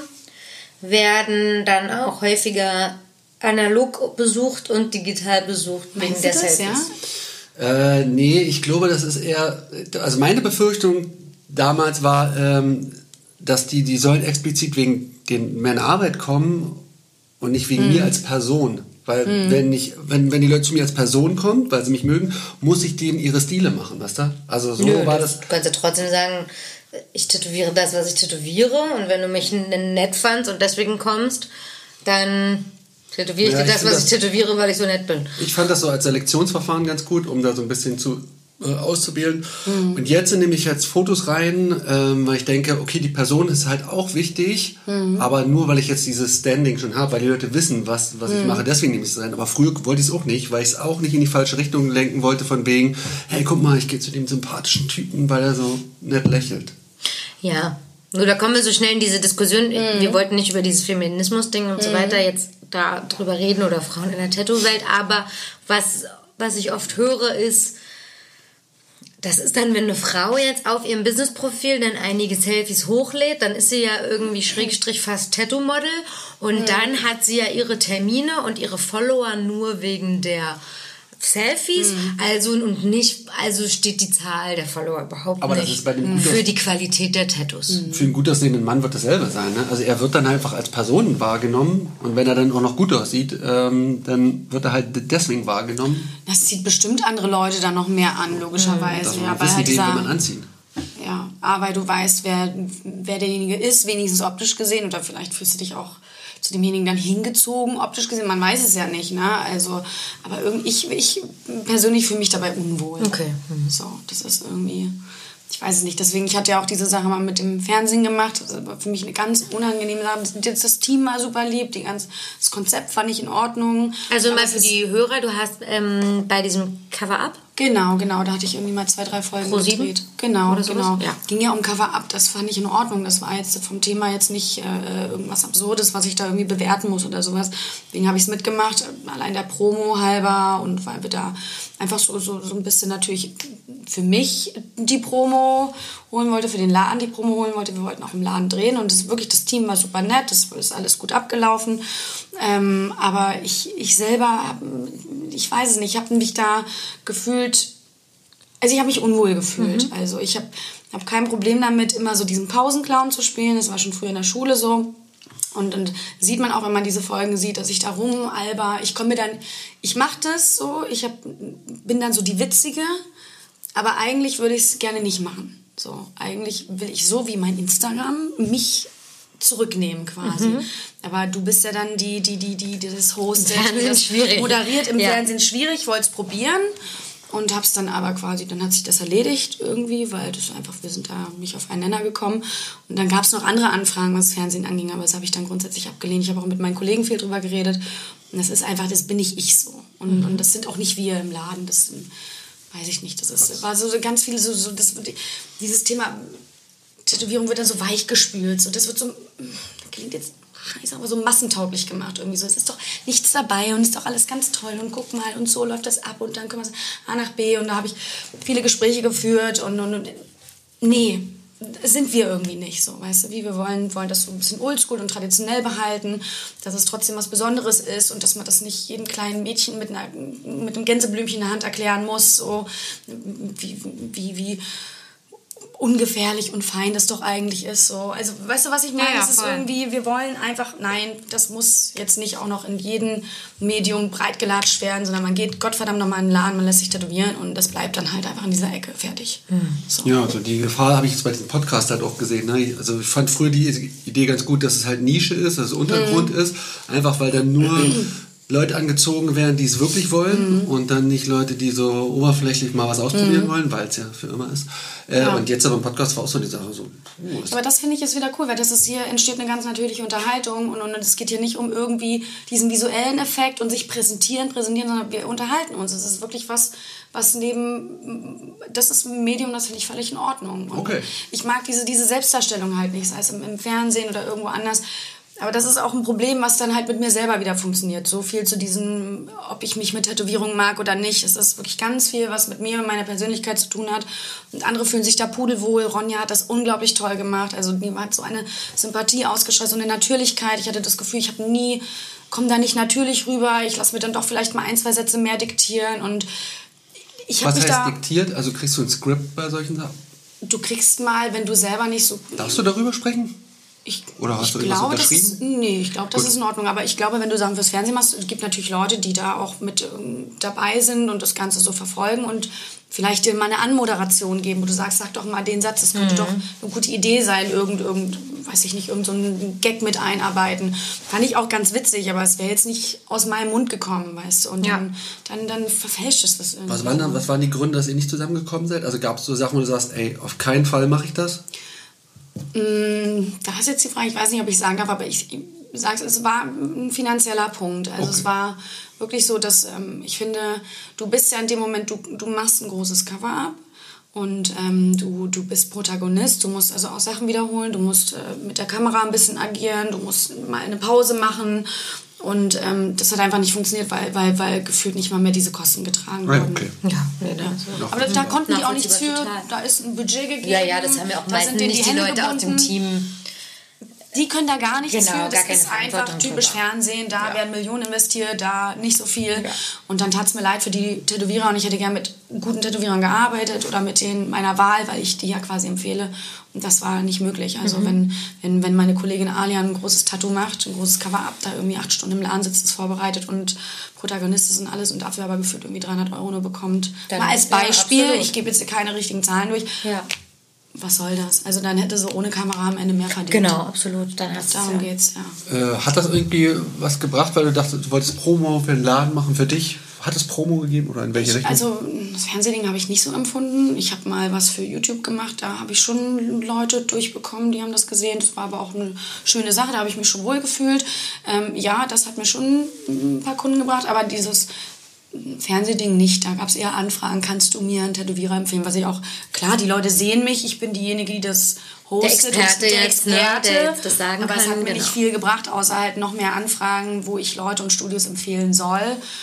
werden dann auch häufiger analog besucht und digital besucht wegen der das, Selfies? Ja? Äh, nee, ich glaube, das ist eher... Also meine Befürchtung damals war, ähm, dass die, die sollen explizit wegen den meiner Arbeit kommen und nicht wegen mm. mir als Person. Weil mm. wenn, ich, wenn, wenn die Leute zu mir als Person kommen, weil sie mich mögen, muss ich denen ihre Stile machen, weißt du? Also so Nö, war das. Du kannst ja trotzdem sagen, ich tätowiere das, was ich tätowiere, und wenn du mich nett fandst und deswegen kommst, dann tätowiere ich ja, dir das, was das, ich tätowiere, weil ich so nett bin. Ich fand das so als Selektionsverfahren ganz gut, um da so ein bisschen zu äh, auszubilden. Mhm. Und jetzt nehme ich jetzt Fotos rein, ähm, weil ich denke, okay, die Person ist halt auch wichtig, mhm. aber nur, weil ich jetzt dieses Standing schon habe, weil die Leute wissen, was, was mhm. ich mache, deswegen nehme ich es rein. Aber früher wollte ich es auch nicht, weil ich es auch nicht in die falsche Richtung lenken wollte, von wegen, hey, guck mal, ich gehe zu dem sympathischen Typen, weil er so nett lächelt. Ja, nur da kommen wir so schnell in diese Diskussion. Mhm. Wir wollten nicht über dieses Feminismus-Ding und mhm. so weiter jetzt da drüber reden oder Frauen in der Tattoo-Welt, aber was, was ich oft höre ist, das ist dann, wenn eine Frau jetzt auf ihrem Business-Profil dann einige Selfies hochlädt, dann ist sie ja irgendwie Schrägstrich fast Tattoo-Model und mhm. dann hat sie ja ihre Termine und ihre Follower nur wegen der Selfies, mhm. also und nicht, also steht die Zahl der Follower überhaupt aber nicht das ist bei dem für die Qualität der Tattoos. Mhm. Für einen gut aussehenden Mann wird dasselbe sein. Ne? Also er wird dann einfach als Person wahrgenommen und wenn er dann auch noch gut aussieht, ähm, dann wird er halt deswegen wahrgenommen. Das zieht bestimmt andere Leute dann noch mehr an, logischerweise. Mhm. Ja, weil halt die will man anziehen. Ja, aber weil du weißt, wer, wer derjenige ist, wenigstens optisch gesehen, oder vielleicht fühlst du dich auch zu demjenigen dann hingezogen, optisch gesehen, man weiß es ja nicht, ne? Also, aber irgendwie, ich, ich persönlich fühle mich dabei unwohl. Okay. Mhm. So, das ist irgendwie, ich weiß es nicht. Deswegen, ich hatte ja auch diese Sache mal mit dem Fernsehen gemacht. Das war für mich eine ganz unangenehme Sache. Das, das Team war super lieb, die ganz, das Konzept fand ich in Ordnung. Also mal für die Hörer, du hast ähm, bei diesem Cover-Up? Genau, genau, da hatte ich irgendwie mal zwei, drei Folgen gedreht. Genau, oder genau. Ja. Ging ja um Cover-Up, das fand ich in Ordnung. Das war jetzt vom Thema jetzt nicht äh, irgendwas Absurdes, was ich da irgendwie bewerten muss oder sowas. Deswegen habe ich es mitgemacht, allein der Promo halber und weil wir da einfach so, so, so ein bisschen natürlich für mich die Promo holen wollte, für den Laden die Promo holen wollte. Wir wollten auch im Laden drehen und das, wirklich, das Team war super nett, das ist alles gut abgelaufen. Ähm, aber ich, ich selber, hab, ich weiß es nicht, ich habe mich da gefühlt, also ich habe mich unwohl gefühlt. Mhm. Also ich habe hab kein Problem damit, immer so diesen Pausenclown zu spielen. Das war schon früher in der Schule so. Und, und sieht man auch, wenn man diese Folgen sieht, dass ich da rumalber, ich komme mir dann, ich mache das so, ich hab, bin dann so die Witzige, aber eigentlich würde ich es gerne nicht machen. So, eigentlich will ich so wie mein Instagram mich zurücknehmen quasi. Mhm. Aber du bist ja dann die, die, die, die, die das hostet, das schwierig. moderiert im ja. Fernsehen schwierig, ich wollte es probieren. Und hab's dann aber quasi, dann hat sich das erledigt irgendwie, weil das einfach, wir sind da nicht auf einen Nenner gekommen. Und dann gab's noch andere Anfragen, was Fernsehen anging, aber das habe ich dann grundsätzlich abgelehnt. Ich habe auch mit meinen Kollegen viel drüber geredet. Und das ist einfach, das bin nicht ich so. Und, mhm. und das sind auch nicht wir im Laden, das weiß ich nicht. Das ist, war so ganz viele, so, so das, dieses Thema Tätowierung wird dann so weich gespült. So, das wird so, das klingt jetzt scheiße, aber so massentauglich gemacht irgendwie so. Es ist doch nichts dabei und ist doch alles ganz toll und guck mal und so läuft das ab und dann können wir A nach B und da habe ich viele Gespräche geführt und, und, und nee, sind wir irgendwie nicht so, weißt du, wie wir wollen, wollen das so ein bisschen oldschool und traditionell behalten, dass es trotzdem was Besonderes ist und dass man das nicht jedem kleinen Mädchen mit, einer, mit einem Gänseblümchen in der Hand erklären muss, so wie, wie, wie ungefährlich und fein das doch eigentlich ist. So. Also, weißt du, was ich meine? Ja, ja, es ist irgendwie, wir wollen einfach, nein, das muss jetzt nicht auch noch in jedem Medium breit gelatscht werden, sondern man geht Gottverdammt nochmal in den Laden, man lässt sich tätowieren und das bleibt dann halt einfach in dieser Ecke. Fertig. Mhm. So. Ja, also die Gefahr habe ich jetzt bei diesem Podcast halt auch gesehen. Ne? Also ich fand früher die Idee ganz gut, dass es halt Nische ist, dass es Untergrund mhm. ist, einfach weil dann nur Leute angezogen werden, die es wirklich wollen mhm. und dann nicht Leute, die so oberflächlich mal was ausprobieren mhm. wollen, weil es ja für immer ist. Äh, ja. Und jetzt aber im Podcast war auch so die Sache so. Uh, aber das finde ich jetzt wieder cool, weil das ist hier entsteht eine ganz natürliche Unterhaltung und, und es geht hier nicht um irgendwie diesen visuellen Effekt und sich präsentieren, präsentieren, sondern wir unterhalten uns. Es ist wirklich was, was neben, das ist ein Medium, das finde ich völlig in Ordnung. Und okay. Ich mag diese, diese Selbstdarstellung halt nicht, sei es im, im Fernsehen oder irgendwo anders. Aber das ist auch ein Problem, was dann halt mit mir selber wieder funktioniert. So viel zu diesem, ob ich mich mit Tätowierungen mag oder nicht. Es ist wirklich ganz viel, was mit mir und meiner Persönlichkeit zu tun hat. Und andere fühlen sich da pudelwohl. Ronja hat das unglaublich toll gemacht. Also mir hat so eine Sympathie ausgestrahlt, so eine Natürlichkeit. Ich hatte das Gefühl, ich habe nie, komme da nicht natürlich rüber. Ich lasse mir dann doch vielleicht mal ein, zwei Sätze mehr diktieren. Und ich was mich heißt da, diktiert? Also kriegst du ein Skript bei solchen Sachen? Du kriegst mal, wenn du selber nicht so... Darfst du darüber sprechen? Ich, Oder hast ich du irgendwas glaube, unterschrieben? Das ist, nee, ich glaube, das Gut. ist in Ordnung. Aber ich glaube, wenn du Sachen fürs Fernsehen machst, es gibt natürlich Leute, die da auch mit ähm, dabei sind und das Ganze so verfolgen und vielleicht dir mal eine Anmoderation geben, wo du sagst, sag doch mal den Satz, das könnte mhm. doch eine gute Idee sein, irgend, irgend, weiß ich nicht, irgend so einen Gag mit einarbeiten. Fand ich auch ganz witzig, aber es wäre jetzt nicht aus meinem Mund gekommen, weißt du. Und ja. dann, dann, dann verfälscht es das irgendwie. Was waren, dann, was waren die Gründe, dass ihr nicht zusammengekommen seid? Also gab es so Sachen, wo du sagst, ey, auf keinen Fall mache ich das? Da ist jetzt die Frage, ich weiß nicht, ob ich sagen darf, aber ich, ich sage es, es war ein finanzieller Punkt. Also okay. Es war wirklich so, dass ähm, ich finde, du bist ja in dem Moment, du, du machst ein großes Cover-up und ähm, du, du bist Protagonist, du musst also auch Sachen wiederholen, du musst äh, mit der Kamera ein bisschen agieren, du musst mal eine Pause machen Und ähm, das hat einfach nicht funktioniert, weil, weil, weil gefühlt nicht mal mehr diese Kosten getragen wurden. Okay. Ja, nee, ja. Aber da, da konnten die auch nichts für. Total. Da ist ein Budget gegeben. Ja, ja, das haben wir auch meistens nicht die Leute gebunden. Aus dem Team. Die können da gar nichts genau, für. Das ist einfach typisch drüber. Fernsehen. Da ja. werden Millionen investiert, da nicht so viel. Ja. Und dann tat es mir leid für die Tätowierer. Und ich hätte gerne mit guten Tätowierern gearbeitet oder mit denen meiner Wahl, weil ich die ja quasi empfehle. Und das war nicht möglich. Also mhm. wenn, wenn, wenn meine Kollegin Alia ein großes Tattoo macht, ein großes Cover-Up, da irgendwie acht Stunden im Laden sitzt, das vorbereitet und Protagonist ist und alles und dafür aber gefühlt irgendwie dreihundert Euro nur bekommt. Dann, mal als Beispiel, ja, ich gebe jetzt keine richtigen Zahlen durch. Ja. Was soll das? Also dann hätte sie ohne Kamera am Ende mehr verdient. Genau, absolut. Dann hast Darum ja. geht's, ja. Äh, hat das irgendwie was gebracht, weil du dachtest, du wolltest Promo für den Laden machen, für dich? Hat es Promo gegeben oder in welche ich, Richtung? Also das Fernsehding habe ich nicht so empfunden. Ich habe mal was für YouTube gemacht, da habe ich schon Leute durchbekommen, die haben das gesehen. Das war aber auch eine schöne Sache, da habe ich mich schon wohl gefühlt. Ähm, ja, das hat mir schon ein paar Kunden gebracht, aber dieses Fernsehding nicht. Da gab es eher Anfragen, kannst du mir einen Tätowierer empfehlen? Was ich auch, klar, die Leute sehen mich, ich bin diejenige, die das hostet. Der Experte, der Experte jetzt, ne, der jetzt das sagen aber kann. es hat mir genau. nicht viel gebracht, außer halt noch mehr Anfragen, wo ich Leute und Studios empfehlen soll.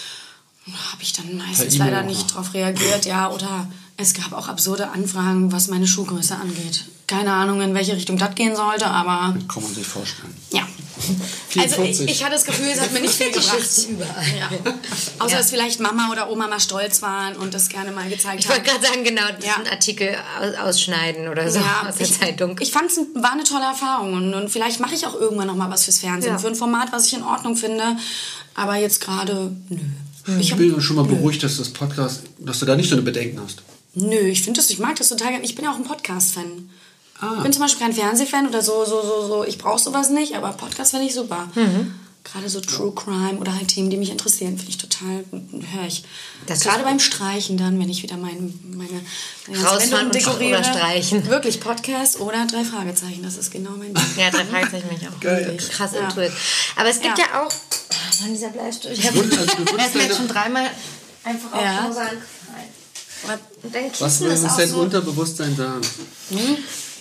Habe ich dann meistens leider nicht drauf reagiert, ja, oder es gab auch absurde Anfragen, was meine Schuhgröße angeht. Keine Ahnung, in welche Richtung das gehen sollte, aber... Kann man sich vorstellen. Ja. Also ich, ich hatte das Gefühl, es hat mir nicht viel gebracht. Überall. Ja. Außer, ja. dass vielleicht Mama oder Oma mal stolz waren und das gerne mal gezeigt ich haben. Ich wollte gerade sagen, genau, das ja. einen Artikel ausschneiden oder so ja, aus der ich, Zeitung. Ich fand es war eine tolle Erfahrung und, und vielleicht mache ich auch irgendwann noch mal was fürs Fernsehen, ja. für ein Format, was ich in Ordnung finde. Aber jetzt gerade, nö. Ich, ich bin schon mal nö. beruhigt, dass das Podcast, dass du da nicht so eine Bedenken hast. Nö, ich finde das, ich mag das total gerne. Ich bin ja auch ein Podcast-Fan. Ah. Ich bin zum Beispiel kein Fernsehfan oder so, so, so, so. Ich brauche sowas nicht, aber Podcast finde ich super. Mhm. Gerade so True Crime oder halt Themen, die mich interessieren, finde ich total, höre ich. Das gerade beim Streichen dann, wenn ich wieder mein, meine, meine rausfahren dekoriere. Oder streichen. Wirklich Podcast oder drei Fragezeichen, das ist genau mein Ding. Ja, drei Fragezeichen mich auch. Geil. Krass ja. intuit. Aber es gibt ja, ja auch, oh Mann, dieser Bleistift. Ich habe mir jetzt schon dreimal einfach auf ja. Hause angefallen. Und dein Kissen was will uns dein so Unterbewusstsein sagen? Hm?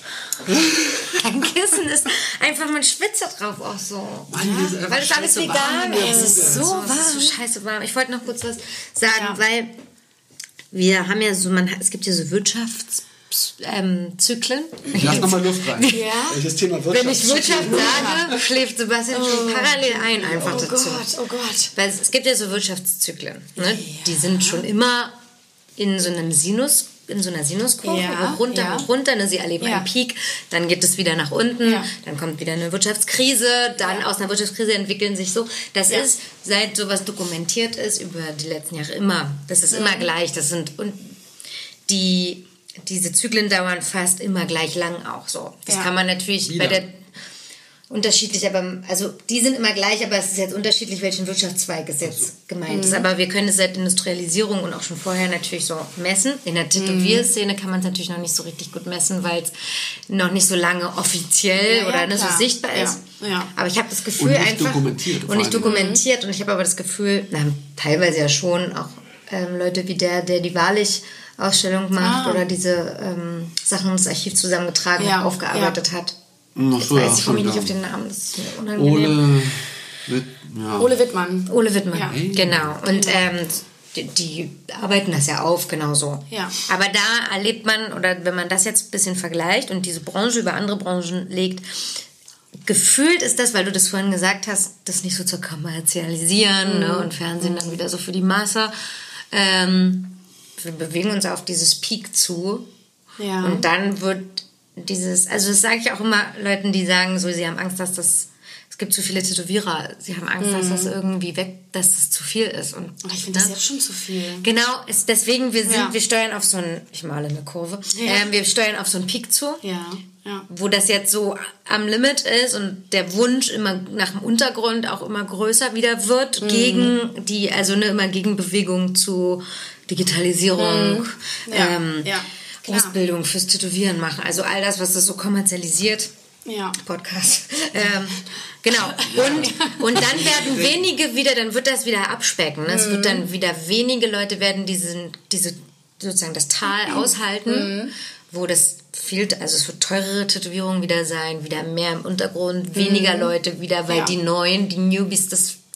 Ein Kissen ist einfach, man schwitzt da drauf auch so. Mann, ja, weil das alles vegan ist. Es ist so warm. Es ist so scheiße warm. Ich wollte noch kurz was sagen, ja. weil wir haben ja so, man, es gibt ja so Wirtschaftszyklen. Ich lass nochmal Luft rein. Ja. Welches Thema Wirtschaft? Wenn ich Wirtschaft sage, schläft Sebastian oh. schon parallel ein einfach oh dazu. Gott, oh Gott. Weil es, es gibt ja so Wirtschaftszyklen. Ne? Ja. Die sind schon immer in so einem Sinus in so einer Sinuskurve, ja, hoch runter, ja. hoch runter, ne, sie erleben ja. einen Peak, dann geht es wieder nach unten, ja. dann kommt wieder eine Wirtschaftskrise, dann ja. aus einer Wirtschaftskrise entwickeln sich so, das ja. ist, seit sowas dokumentiert ist, über die letzten Jahre immer, das ist mhm. immer gleich, das sind, und die, diese Zyklen dauern fast immer gleich lang auch so. Das ja. kann man natürlich wieder. bei der unterschiedlich, aber also die sind immer gleich, aber es ist jetzt unterschiedlich, welchen Wirtschaftszweig es jetzt gemeint mhm. ist. Aber wir können es seit Industrialisierung und auch schon vorher natürlich so messen. In der Tätowierszene kann man es natürlich noch nicht so richtig gut messen, weil es noch nicht so lange offiziell ja, oder ja, ne, so sichtbar ist. Ja, ja. Aber ich habe das Gefühl und nicht einfach dokumentiert, und nicht dokumentiert und ich habe aber das Gefühl, na, teilweise ja schon auch ähm, Leute wie der, der die Wahrlich Ausstellung macht ah. oder diese ähm, Sachen ins Archiv zusammengetragen ja, und aufgearbeitet ja. hat. Noch Jetzt so, weiß ja, ich, komme ich nicht ja. auf den Namen, das ist mir unangenehm. Ole, Witt, ja. Ole Wittmann. Ole Wittmann, ja. Hey. Genau. Und ähm, die, die arbeiten das ja auf, genau so. Ja. Aber da erlebt man, oder wenn man das jetzt ein bisschen vergleicht und diese Branche über andere Branchen legt, gefühlt ist das, weil du das vorhin gesagt hast, das nicht so zu kommerzialisieren mhm. ne, und Fernsehen mhm. dann wieder so für die Masse. Ähm, wir bewegen uns auf dieses Peak zu. Ja. Und dann wird dieses, also das sage ich auch immer Leuten, die sagen, so, sie haben Angst, dass das, es gibt zu viele Tätowierer, sie haben Angst, mhm. dass das irgendwie weg, dass das zu viel ist. Und ich finde das jetzt schon zu viel. Genau, ist deswegen, wir sind, ja. wir steuern auf so ein, ich male eine Kurve, ja. ähm, wir steuern auf so einen Peak zu, ja. Ja. wo das jetzt so am Limit ist und der Wunsch immer nach dem Untergrund auch immer größer wieder wird, mhm. gegen die, also ne, immer Gegenbewegung zu Digitalisierung, mhm. ja. Ähm, ja. Ausbildung fürs Tätowieren machen. Also all das, was das so kommerzialisiert. Ja. Podcast. Ähm, genau. Und, und dann werden wenige wieder, dann wird das wieder abspecken. Ne? Es wird dann wieder wenige Leute werden diesen, diese, sozusagen das Tal aushalten, mhm. wo das fehlt, also es wird teurere Tätowierungen wieder sein, wieder mehr im Untergrund, weniger mhm. Leute wieder, weil ja. die Neuen, die Newbies, das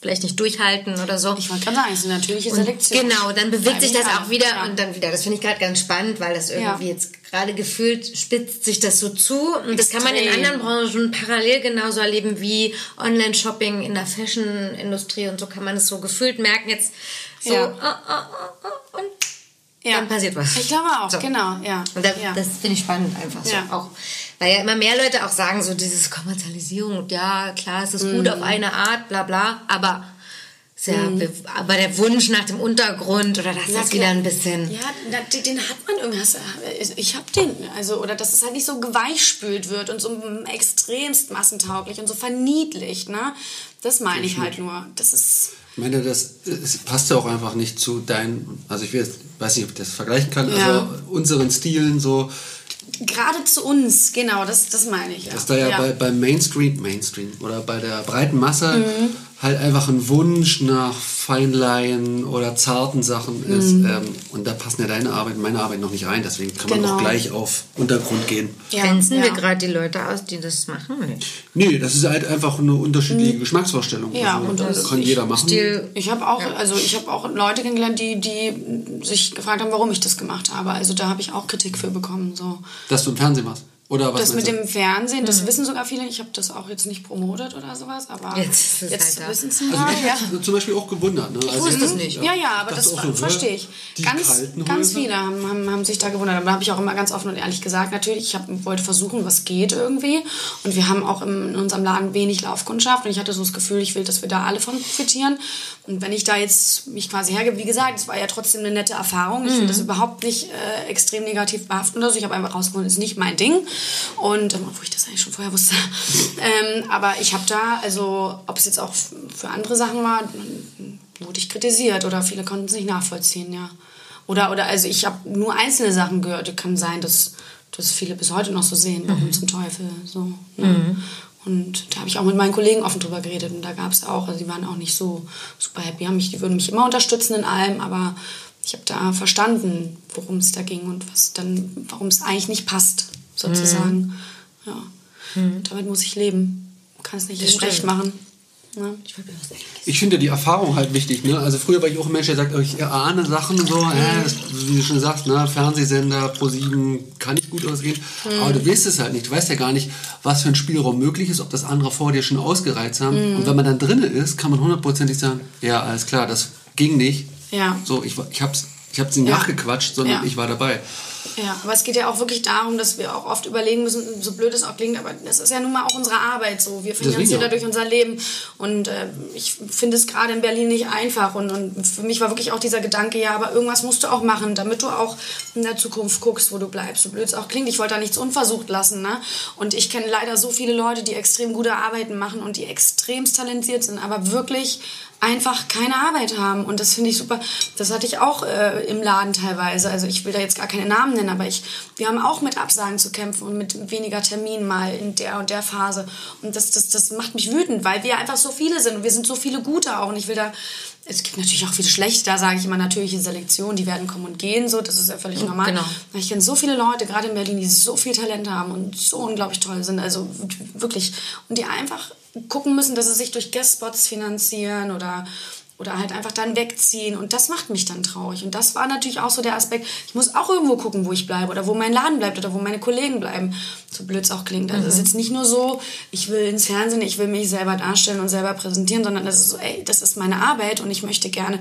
vielleicht nicht durchhalten oder so. Ich wollte gerade sagen, es ist eine natürliche Selektion. Und genau, dann bewegt sich das auch wieder ja. und dann wieder. Das finde ich gerade ganz spannend, weil das irgendwie ja. jetzt gerade gefühlt spitzt sich das so zu. Und das Extrem. Kann man in anderen Branchen parallel genauso erleben wie Online-Shopping in der Fashion-Industrie und so kann man es so gefühlt merken. Jetzt so ja. oh, oh, oh, und ja. dann passiert was. Ich glaube auch, so. Genau. Ja. Und da, ja. das finde ich spannend einfach so. Ja. Auch, weil ja immer mehr Leute auch sagen, so dieses Kommerzialisierung, ja klar, es ist mhm. gut auf eine Art, bla bla, aber ja, mhm. aber der Wunsch nach dem Untergrund oder das Na, ist wieder ein bisschen... Ja, den hat man irgendwas... Ich hab den, also, oder dass es halt nicht so geweichspült wird und so extremst massentauglich und so verniedlicht, ne? Das meine ich halt nur. Das ist... Ich meine, das, das passt ja auch einfach nicht zu deinen... Also ich weiß nicht, ob ich das vergleichen kann, ja. also unseren Stilen so... Gerade zu uns, genau, das, das meine ich. Ja. Dass da ja, ja. Bei, beim Mainstream, Mainstream oder bei der breiten Masse mhm. halt einfach ein Wunsch nach Feinleihen oder zarten Sachen ist. Mhm. Ähm, und da passen ja deine Arbeit und meine Arbeit noch nicht rein. Deswegen kann genau. man auch gleich auf Untergrund gehen. Ja. Grenzen ja. wir gerade die Leute aus, die das machen? Nee, das ist halt einfach eine unterschiedliche mhm. Geschmacksvorstellung. Ja, also, und das kann ich, jeder machen. Stil, ich habe auch, ja. also ich habe auch Leute kennengelernt, die, die sich gefragt haben, warum ich das gemacht habe. Also da habe ich auch Kritik für bekommen. So. Dass du im Fernsehen warst? Oder was das mit dem Fernsehen, das mhm. wissen sogar viele. Ich habe das auch jetzt nicht promotet oder sowas, aber jetzt, jetzt halt wissen sie mal. Also mich hat ja. zum Beispiel auch gewundert. Ne? Ich also wusste es nicht. Ja, ja, aber das so, verstehe ich. Ganz, ganz viele haben, haben, haben sich da gewundert. Aber da habe ich auch immer ganz offen und ehrlich gesagt, natürlich, ich hab, wollte versuchen, was geht irgendwie. Und wir haben auch im, in unserem Laden wenig Laufkundschaft. Und ich hatte so das Gefühl, ich will, dass wir da alle von profitieren. Und wenn ich da jetzt mich quasi hergebe, wie gesagt, es war ja trotzdem eine nette Erfahrung. Ich mhm. finde das überhaupt nicht äh, extrem negativ behaftet. Also ich habe einfach rausgefunden, das ist nicht mein Ding. Und obwohl ich das eigentlich schon vorher wusste. ähm, aber ich habe da, also ob es jetzt auch für andere Sachen war, wurde ich kritisiert oder viele konnten es nicht nachvollziehen, ja. Oder, oder also ich habe nur einzelne Sachen gehört. Kann sein, dass, dass viele bis heute noch so sehen, warum mhm. zum Teufel. So, ja. mhm. Und da habe ich auch mit meinen Kollegen offen drüber geredet. Und da gab es auch, also die waren auch nicht so super happy. Die, die würden mich immer unterstützen in allem, aber ich habe da verstanden, worum es da ging und was dann, warum es eigentlich nicht passt. Sozusagen. Mhm. Ja. Mhm. Damit muss ich leben. Man kann es nicht jedem recht machen. Ja. Ich finde die Erfahrung halt wichtig. Ne? Also früher war ich auch ein Mensch, der sagt, ich erahne Sachen so, äh, das, wie du schon sagst, ne? Fernsehsender, ProSieben kann nicht gut ausgehen. Mhm. Aber du weißt es halt nicht. Du weißt ja gar nicht, was für ein Spielraum möglich ist, ob das andere vor dir schon ausgereizt haben. Mhm. Und wenn man dann drin ist, kann man hundertprozentig sagen, ja, alles klar, das ging nicht. Ja. So, ich, ich hab's Ich habe sie ja. nachgequatscht, sondern ja. ich war dabei. Ja, aber es geht ja auch wirklich darum, dass wir auch oft überlegen müssen, so blöd es auch klingt, aber das ist ja nun mal auch unsere Arbeit so. Wir finanzieren dadurch unser Leben und äh, ich finde es gerade in Berlin nicht einfach und, und für mich war wirklich auch dieser Gedanke, ja, aber irgendwas musst du auch machen, damit du auch in der Zukunft guckst, wo du bleibst, so blöd es auch klingt. Ich wollte da nichts unversucht lassen, ne? Und ich kenne leider so viele Leute, die extrem gute Arbeiten machen und die extremst talentiert sind, aber wirklich einfach keine Arbeit haben. Und das finde ich super. Das hatte ich auch äh, im Laden teilweise. Also ich will da jetzt gar keine Namen nennen, aber ich, wir haben auch mit Absagen zu kämpfen und mit weniger Terminen mal in der und der Phase. Und das, das, das macht mich wütend, weil wir einfach so viele sind und wir sind so viele Gute auch. Und ich will da, es gibt natürlich auch viele schlechte, da sage ich immer natürliche Selektion, die werden kommen und gehen, so, das ist ja völlig normal. Genau. Ich kenne so viele Leute, gerade in Berlin, die so viel Talent haben und so unglaublich toll sind, also wirklich, und die einfach gucken müssen, dass sie sich durch Guestspots finanzieren oder, oder halt einfach dann wegziehen und das macht mich dann traurig und das war natürlich auch so der Aspekt, ich muss auch irgendwo gucken, wo ich bleibe oder wo mein Laden bleibt oder wo meine Kollegen bleiben, so blöd es auch klingt. Also es ist jetzt nicht nur so, ich will ins Fernsehen, ich will mich selber darstellen und selber präsentieren, sondern das ist so, ey, das ist meine Arbeit und ich möchte gerne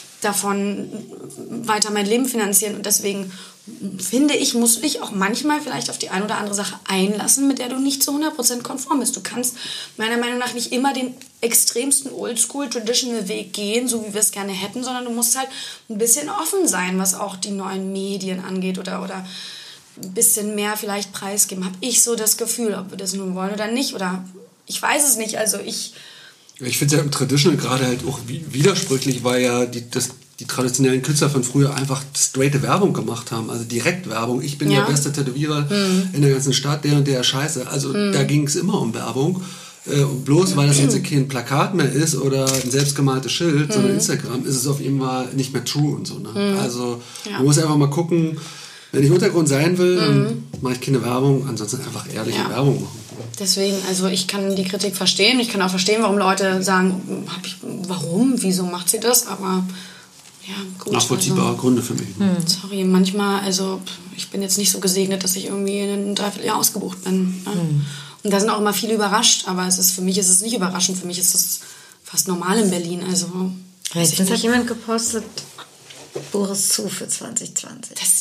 davon weiter mein Leben finanzieren und deswegen finde ich, musst du dich auch manchmal vielleicht auf die eine oder andere Sache einlassen, mit der du nicht zu hundert Prozent konform bist. Du kannst meiner Meinung nach nicht immer den extremsten Oldschool-Traditional-Weg gehen, so wie wir es gerne hätten, sondern du musst halt ein bisschen offen sein, was auch die neuen Medien angeht oder, oder ein bisschen mehr vielleicht preisgeben. Habe ich so das Gefühl, ob wir das nun wollen oder nicht oder ich weiß es nicht. Also ich... Ich finde es ja im Traditional gerade halt auch widersprüchlich, weil ja die, das, die traditionellen Künstler von früher einfach straighte Werbung gemacht haben, also Direktwerbung. Ich bin ja. der beste Tätowierer mhm. in der ganzen Stadt, der und der Scheiße. Also mhm. da ging es immer um Werbung. Äh, bloß weil das jetzt kein Plakat mehr ist oder ein selbstgemaltes Schild, mhm. sondern Instagram, ist es auf jeden Fall nicht mehr true und so. Ne? Mhm. Also ja. man muss einfach mal gucken, Wenn ich im Untergrund sein will, dann mhm. mache ich keine Werbung, ansonsten einfach ehrliche ja. Werbung machen. Deswegen, also ich kann die Kritik verstehen. Ich kann auch verstehen, warum Leute sagen, hab ich, warum, wieso macht sie das? Aber ja, gut. Nachvollziehbare also, Gründe für mich. Hm. Sorry, manchmal, also ich bin jetzt nicht so gesegnet, dass ich irgendwie in ein Dreivierteljahr ausgebucht bin. Ne? Hm. Und da sind auch immer viele überrascht, aber es ist, für mich ist es nicht überraschend. Für mich ist es fast normal in Berlin. Also, Letztens hat jemand gepostet, Boris zu für zwanzig zwanzig. Das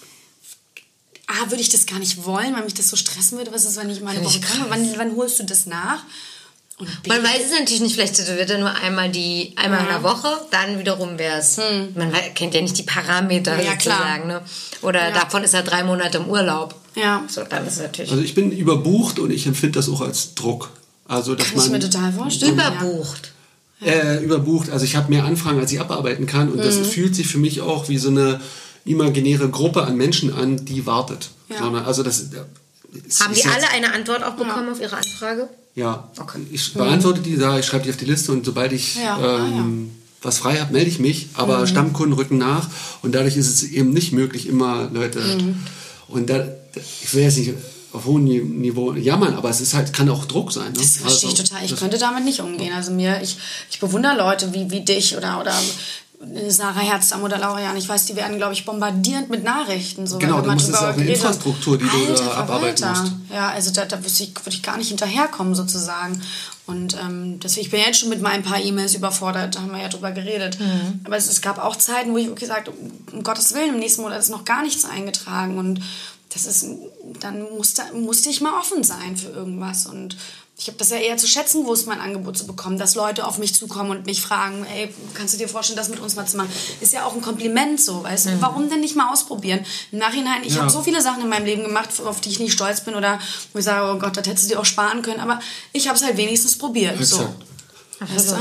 Ah, würde ich das gar nicht wollen, weil mich das so stressen würde. Was ist, wenn ich mal eine Woche komme? Wann, wann holst du das nach? Und man weiß es natürlich nicht, vielleicht wird er nur einmal die einmal ja. in der Woche, dann wiederum wäre es. Hm. Man kennt ja nicht die Parameter ja, sozusagen. Ne? Oder ja. davon ist er drei Monate im Urlaub. Ja. So, dann ist es natürlich. Also ich bin überbucht und ich empfinde das auch als Druck. Also, dass Kann man ich mir total vorstellen. Überbucht. Ja. Äh, überbucht. Also ich habe mehr Anfragen, als ich abarbeiten kann. Und mhm. das fühlt sich für mich auch wie so eine imaginäre Gruppe an Menschen an, die wartet. Ja. Sondern, also das, das Haben die alle eine Antwort auch bekommen ja. auf ihre Anfrage? Ja, okay. Ich beantworte die da, ich schreibe die auf die Liste und sobald ich ja. ähm, ah, ja. was frei habe, melde ich mich. Aber mhm. Stammkunden rücken nach und dadurch ist es eben nicht möglich, immer Leute... Mhm. Und da, ich will jetzt nicht auf hohem Niveau jammern, aber es ist halt, kann auch Druck sein. Ne? Das verstehe also, ich total. Ich könnte damit nicht umgehen. Also mir, ich, ich bewundere Leute wie, wie dich oder... oder Sarah Herzdam oder Laura Jan, ich weiß, die werden, glaube ich, bombardierend mit Nachrichten. So, genau, du musst es auch eine Infrastruktur, die Alter, du da abarbeiten musst. Ja, also da, da würde ich, würd ich gar nicht hinterherkommen, sozusagen. Und ähm, deswegen, ich bin ja jetzt schon mit meinen paar E-Mails überfordert, da haben wir ja drüber geredet. Mhm. Aber es, es gab auch Zeiten, wo ich okay gesagt um Gottes Willen, im nächsten Monat ist noch gar nichts eingetragen. Und das ist, dann musste, musste ich mal offen sein für irgendwas. Und ich habe das ja eher zu schätzen gewusst, mein Angebot zu bekommen, dass Leute auf mich zukommen und mich fragen, ey, kannst du dir vorstellen, das mit uns mal zu machen? Ist ja auch ein Kompliment so, weißt du? Mhm. Warum denn nicht mal ausprobieren? Im Nachhinein, ich ja. habe so viele Sachen in meinem Leben gemacht, auf die ich nicht stolz bin oder wo ich sage, oh Gott, das hättest du dir auch sparen können, aber ich habe es halt wenigstens probiert. Exakt. So. Weißt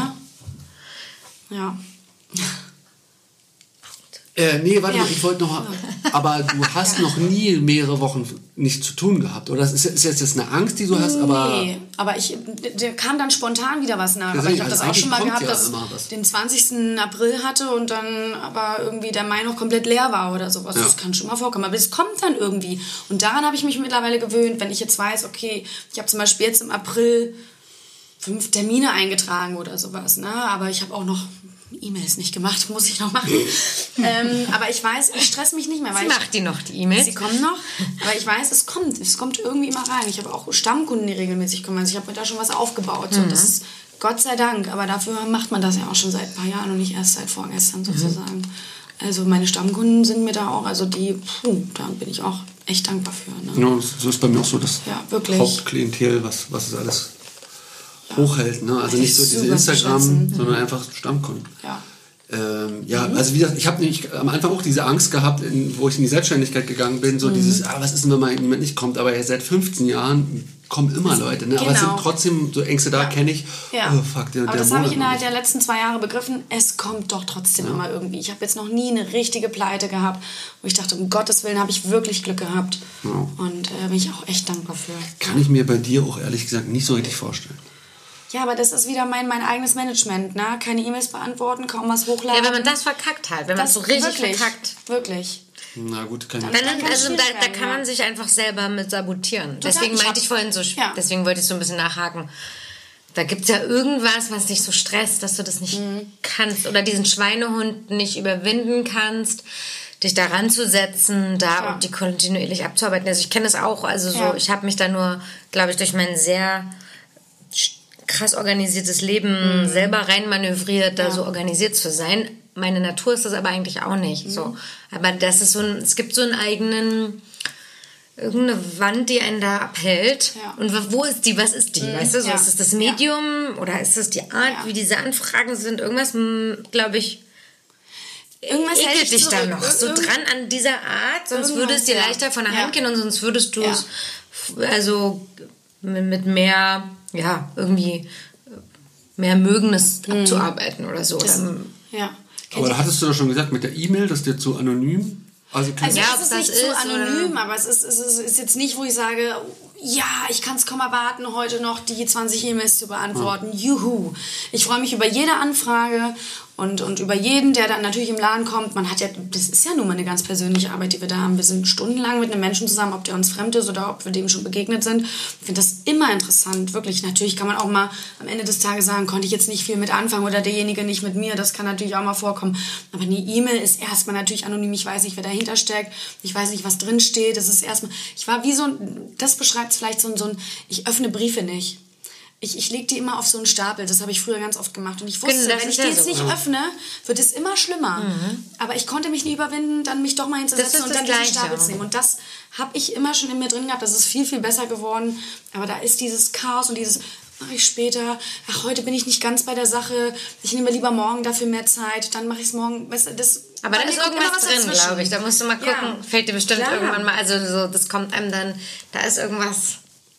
du? Ja. Äh, nee, warte ja. mal, ich wollte noch... Aber du hast ja. noch nie mehrere Wochen nicht zu tun gehabt, oder? Das ist, ist jetzt eine Angst, die du hast, aber... Nee, aber ich, da kam dann spontan wieder was nach. Aber ich habe das auch schon mal gehabt, ja dass ich den zwanzigsten April hatte und dann aber irgendwie der Mai noch komplett leer war oder sowas. Ja. Das kann schon mal vorkommen, aber es kommt dann irgendwie. Und daran habe ich mich mittlerweile gewöhnt, wenn ich jetzt weiß, okay, ich habe zum Beispiel jetzt im April fünf Termine eingetragen oder sowas, ne? Aber ich habe auch noch... E-Mails nicht gemacht, muss ich noch machen. ähm, aber ich weiß, ich stress mich nicht mehr. Weil Sie ich, macht die noch, die E-Mails? Sie kommen noch, aber ich weiß, es kommt. Es kommt irgendwie immer rein. Ich habe auch Stammkunden, die regelmäßig kommen. Also ich habe mir da schon was aufgebaut. So. Mhm. Das ist Gott sei Dank. Aber dafür macht man das ja auch schon seit ein paar Jahren und nicht erst seit vorgestern sozusagen. Mhm. Also meine Stammkunden sind mir da auch, also die, puh, da bin ich auch echt dankbar für. Ne? Ja, so ist bei mir auch so das ja, wirklich. Hauptklientel, was, was es alles hochhält. Ne? Also nicht so diese Instagram, sondern einfach Stammkunden. Ja. Ähm, ja, mhm. also wie gesagt, ich habe nämlich am Anfang auch diese Angst gehabt, in, wo ich in die Selbstständigkeit gegangen bin, so mhm. dieses, ah, was ist denn, wenn mal jemand nicht kommt, aber seit fünfzehn Jahren kommen immer Leute, ne? Genau. Aber es sind trotzdem so Ängste da, ja. kenne ich, ja. oh fuck, der, aber der das habe ich innerhalb der letzten zwei Jahre begriffen, es kommt doch trotzdem ja. immer irgendwie. Ich habe jetzt noch nie eine richtige Pleite gehabt, wo ich dachte, um Gottes Willen habe ich wirklich Glück gehabt ja. und äh, bin ich auch echt dankbar für. Kann ich mir bei dir auch ehrlich gesagt nicht so richtig vorstellen. Ja, aber das ist wieder mein, mein eigenes Management, ne? Keine E-Mails beantworten, kaum was hochladen. Ja, wenn man das verkackt halt, wenn das man so richtig wirklich, verkackt. Wirklich. Na gut, kann ich nicht. Also da, da kann man sich einfach selber mit sabotieren. Total. Deswegen ich meinte ich vorhin so, ja. deswegen wollte ich so ein bisschen nachhaken. Da gibt es ja irgendwas, was dich so stresst, dass du das nicht mhm. kannst oder diesen Schweinehund nicht überwinden kannst, dich da ranzusetzen, da ja. und die kontinuierlich abzuarbeiten. Also ich kenne das auch, also so, ja. ich habe mich da nur, glaube ich, durch mein sehr krass organisiertes Leben mhm. selber reinmanövriert, da ja. so organisiert zu sein. Meine Natur ist das aber eigentlich auch nicht. Mhm. So. Aber das ist so ein, es gibt so einen eigenen, irgendeine Wand, die einen da abhält. Ja. Und wo ist die, was ist die? Mhm. Weißt du, so, ja. ist es das Medium ja. oder ist es die Art, ja. wie diese Anfragen sind? Irgendwas, glaube ich, Irgendwas ekelt dich da noch so dran an dieser Art, sonst würde es dir ja. leichter von der Hand ja. gehen und sonst würdest du es ja. also mit mehr, ja, irgendwie mehr Mögenes mhm. abzuarbeiten oder so. Das, oder, ja. Aber da hattest du doch schon gesagt, mit der E-Mail, das ist dir zu anonym. Also, also ja, es ist nicht ist, so anonym, oder? aber es ist, es ist, ist jetzt nicht, wo ich sage, ja, ich kann es kaum erwarten, heute noch die zwanzig E-Mails zu beantworten. Ja. Juhu. Ich freue mich über jede Anfrage und, und über jeden, der dann natürlich im Laden kommt. Man hat ja, das ist ja nun mal eine ganz persönliche Arbeit, die wir da haben. Wir sind stundenlang mit einem Menschen zusammen, ob der uns fremd ist oder ob wir dem schon begegnet sind. Ich finde das immer interessant, wirklich. Natürlich kann man auch mal am Ende des Tages sagen, konnte ich jetzt nicht viel mit anfangen oder derjenige nicht mit mir. Das kann natürlich auch mal vorkommen. Aber eine E-Mail ist erstmal natürlich anonym. Ich weiß nicht, wer dahinter steckt. Ich weiß nicht, was drin steht. Das ist erstmal, ich war wie so ein, das beschreibt vielleicht so ein, so ein ich öffne Briefe nicht. Ich, ich lege die immer auf so einen Stapel. Das habe ich früher ganz oft gemacht. Und ich wusste, genau, wenn ich die jetzt so. nicht öffne, wird es immer schlimmer. Mhm. Aber ich konnte mich nie überwinden, dann mich doch mal hinzusetzen und dann diesen Stapel zu nehmen. Und das habe ich immer schon in mir drin gehabt. Das ist viel, viel besser geworden. Aber da ist dieses Chaos und dieses, mache ich später. Ach, heute bin ich nicht ganz bei der Sache. Ich nehme lieber morgen dafür mehr Zeit. Dann mache ich es morgen. Weißt du, das, aber da ist irgendwas drin, glaube ich. Da musst du mal gucken. Ja. Fällt dir bestimmt Klar. irgendwann mal. Also so, das kommt einem dann, da ist irgendwas...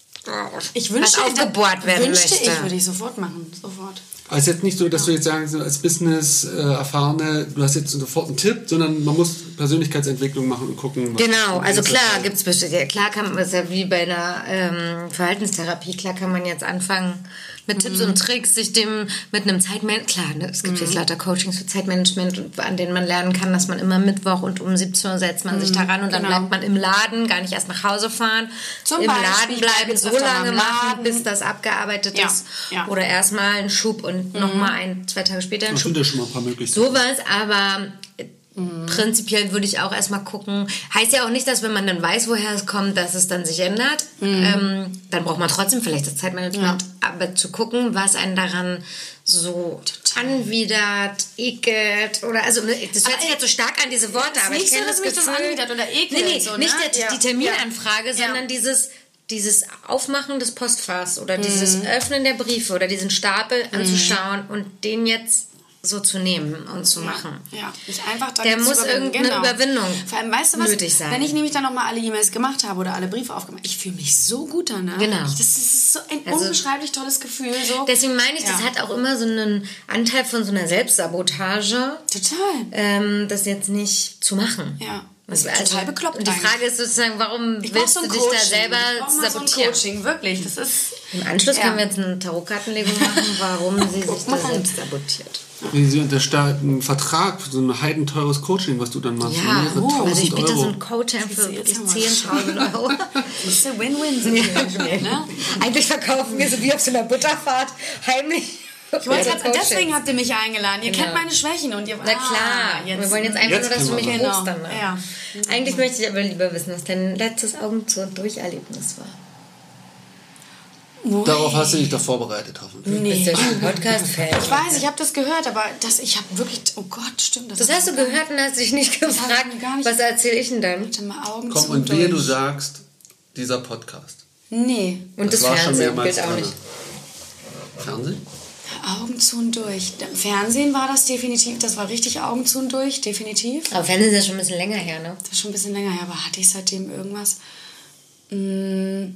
Ich wünschte, was aufgebohrt werden wünschte möchte. Ich würde ich sofort machen, sofort. Also jetzt nicht so, dass du jetzt sagst, als Business-Erfahrene, du hast jetzt sofort einen Tipp, sondern man muss Persönlichkeitsentwicklung machen und gucken. Was genau, also klar gibt's bestimmt, ja, klar kann man, das ist ja wie bei einer ähm, Verhaltenstherapie, klar kann man jetzt anfangen mit mhm. Tipps und Tricks, sich dem mit einem Zeitmanagement, klar, ne, es gibt mhm. jetzt lauter Coachings für Zeitmanagement, an denen man lernen kann, dass man immer Mittwoch und um siebzehn Uhr setzt man mhm. sich daran und dann genau. bleibt man im Laden, gar nicht erst nach Hause fahren, Zum im Beispiel, Laden bleiben, so lange machen, bis das abgearbeitet ja. ist ja. oder erstmal einen Schub und mhm. nochmal ein, zwei Tage später einen das Schub. Das sind ja schon mal ein paar Möglichkeiten. Sowas, aber mhm. prinzipiell würde ich auch erstmal gucken. Heißt ja auch nicht, dass wenn man dann weiß, woher es kommt, dass es dann sich ändert. Mhm. Ähm, dann braucht man trotzdem vielleicht das Zeitmanagement. Ja. Aber zu gucken, was einen daran so anwidert, ekelt oder also das hört sich jetzt so stark an, diese Worte, aber ich kenne das Gefühl. Das anwidert oder ekelt. Nee, nee, so, nicht ne? der, ja. die Terminanfrage, ja. sondern ja. dieses dieses Aufmachen des Postfachs oder mhm. dieses Öffnen der Briefe oder diesen Stapel mhm. anzuschauen und den jetzt so zu nehmen und zu machen. Ja, ja. Ich einfach der muss irgendeine genau. Überwindung Vor allem, weißt du was, nötig sein. Wenn ich nämlich dann nochmal alle E-Mails gemacht habe oder alle Briefe aufgemacht, ich fühle mich so gut danach. Genau. Ich, das ist so ein also, unbeschreiblich tolles Gefühl. So. Deswegen meine ich, ja. das hat auch immer so einen Anteil von so einer Selbstsabotage. Total. Ähm, das jetzt nicht zu machen. Ja. Das ist also, total bekloppt. Und die Frage eigentlich. ist sozusagen, warum ich willst so du dich Coaching. da selber ich sabotieren? So ein Coaching, wirklich. Das ist, Im Anschluss ja. können wir jetzt eine Tarotkartenlegung machen, warum sie sich da selbst sabotiert. Wie sie unterstellt einen Vertrag, so ein heidenteures Coaching, was du dann machst. Ja, oh, also ich biete so ein Coaching für wirklich zehntausend Euro. Das ist eine Win-Win-Situation. Ne? Eigentlich verkaufen wir so wie auf so einer Butterfahrt heimlich. Ich wollte ja, grad, deswegen habt ihr mich eingeladen. Ihr genau. kennt meine Schwächen und ihr Na klar, ah, jetzt, wir wollen jetzt einfach jetzt nur, dass du mich genau. buchst dann. Ne? Ja. Eigentlich mhm. möchte ich aber lieber wissen, was dein letztes Augen zu und Durcherlebnis war. Ui. Darauf hast du dich doch vorbereitet, hoffentlich. Nee. Bist du schon Podcast-Fan? Ich weiß, ich habe das gehört, aber das, ich habe wirklich... Oh Gott, stimmt. Das, das hast du gehört und hast dich nicht gefragt, nicht, was erzähle ich denn dann? Warte mal, Augen Komm, zu und durch. wehe, du sagst, dieser Podcast. Nee. Und das, das Fernsehen gilt auch nicht. Fernsehen? Augen zu und durch. Im Fernsehen war das definitiv, das war richtig Augen zu und durch, definitiv. Aber Fernsehen ist ja schon ein bisschen länger her, ne? Das ist schon ein bisschen länger her, aber hatte ich seitdem irgendwas... Mh,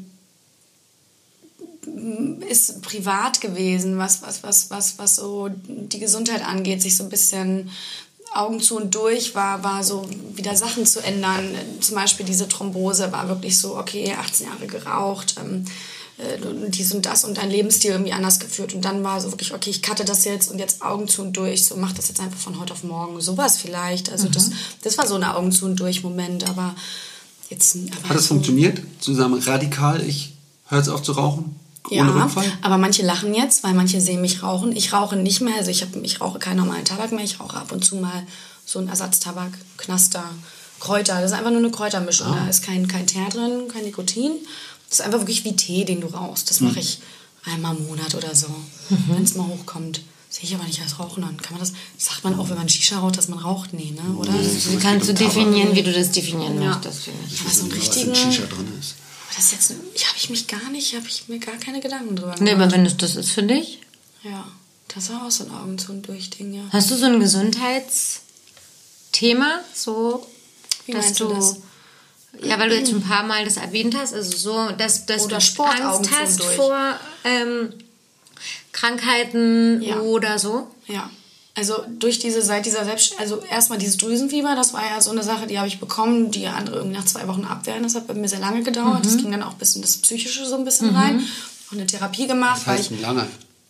ist privat gewesen, was, was, was, was, was so die Gesundheit angeht, sich so ein bisschen Augen zu und durch war, war so wieder Sachen zu ändern. Zum Beispiel diese Thrombose war wirklich so, okay, achtzehn Jahre geraucht, ähm, äh, dies und das und dein Lebensstil irgendwie anders geführt. Und dann war so wirklich, okay, ich cutte das jetzt und jetzt Augen zu und durch, so mach das jetzt einfach von heute auf morgen. Sowas vielleicht. Also mhm. das, das war so eine Augen zu und durch Moment, aber jetzt... Aber hat das so funktioniert? Zusammen radikal, ich höre jetzt auf zu rauchen? Ja, aber manche lachen jetzt, weil manche sehen mich rauchen. Ich rauche nicht mehr, also ich, hab, ich rauche keinen normalen Tabak mehr. Ich rauche ab und zu mal so einen Ersatztabak, Knaster, Kräuter. Das ist einfach nur eine Kräutermischung. Ah. Da ist kein, kein Teer drin, kein Nikotin. Das ist einfach wirklich wie Tee, den du rauchst. Das mache ich einmal im Monat oder so, mhm. wenn es mal hochkommt. Sehe ich aber nicht als Rauchen an. Kann man das, sagt man auch, wenn man Shisha raucht, dass man raucht? Nee, ne? Oder? Du kannst du definieren, wie du das definieren ja. möchtest, finde ich. Aber so einen richtigen... Was in Shisha drin ist. Das ist jetzt, ich habe ich mich gar nicht, habe ich mir gar keine Gedanken drüber gemacht. Nee, aber wenn es das ist für dich? Ja, das war auch so ein Augen zu und durch Ding, ja. Hast du so ein Gesundheitsthema, so, Wie dass du, du das? Ja, weil du jetzt schon ein paar Mal das erwähnt hast, also so, dass, dass oder du Sport Angst hast durch. vor ähm, Krankheiten ja. oder so? Ja. Also durch diese, seit dieser Selbst... Also erstmal dieses Drüsenfieber, das war ja so eine Sache, die habe ich bekommen, die andere irgendwie nach zwei Wochen abwehren. Das hat bei mir sehr lange gedauert. Mhm. Das ging dann auch bis in das Psychische so ein bisschen mhm. rein. Auch eine Therapie gemacht. Das heißt weil ich, lange?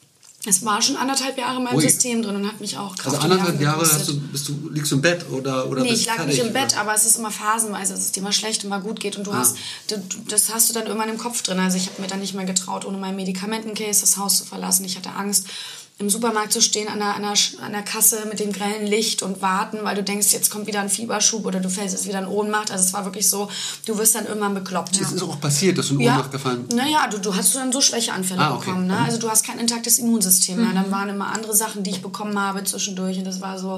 Es war schon anderthalb Jahre in meinem Ui. System drin und hat mich auch Kraft. Also anderthalb Jahre hast du, bist du, liegst du im Bett oder, oder nee, bist ich lag fertig, nicht im oder? Bett, aber es ist immer phasenweise, dass es dir mal schlecht und mal gut geht und du ah. hast, du, das hast du dann irgendwann im Kopf drin. Also ich habe mir dann nicht mehr getraut, ohne meinen Medikamentencase das Haus zu verlassen. Ich hatte Angst, im Supermarkt zu stehen an der, an, der, an der Kasse mit dem grellen Licht und warten, weil du denkst, jetzt kommt wieder ein Fieberschub oder du fällst jetzt wieder in Ohnmacht. Also es war wirklich so, du wirst dann irgendwann bekloppt. Das ja. ist auch passiert, dass du in ja. Ohnmacht gefallen bist? Naja, du, du hast dann so Schwächeanfälle ah, okay. bekommen. Ne? Also du hast kein intaktes Immunsystem mehr. Mhm. Dann waren immer andere Sachen, die ich bekommen habe zwischendurch und das war so...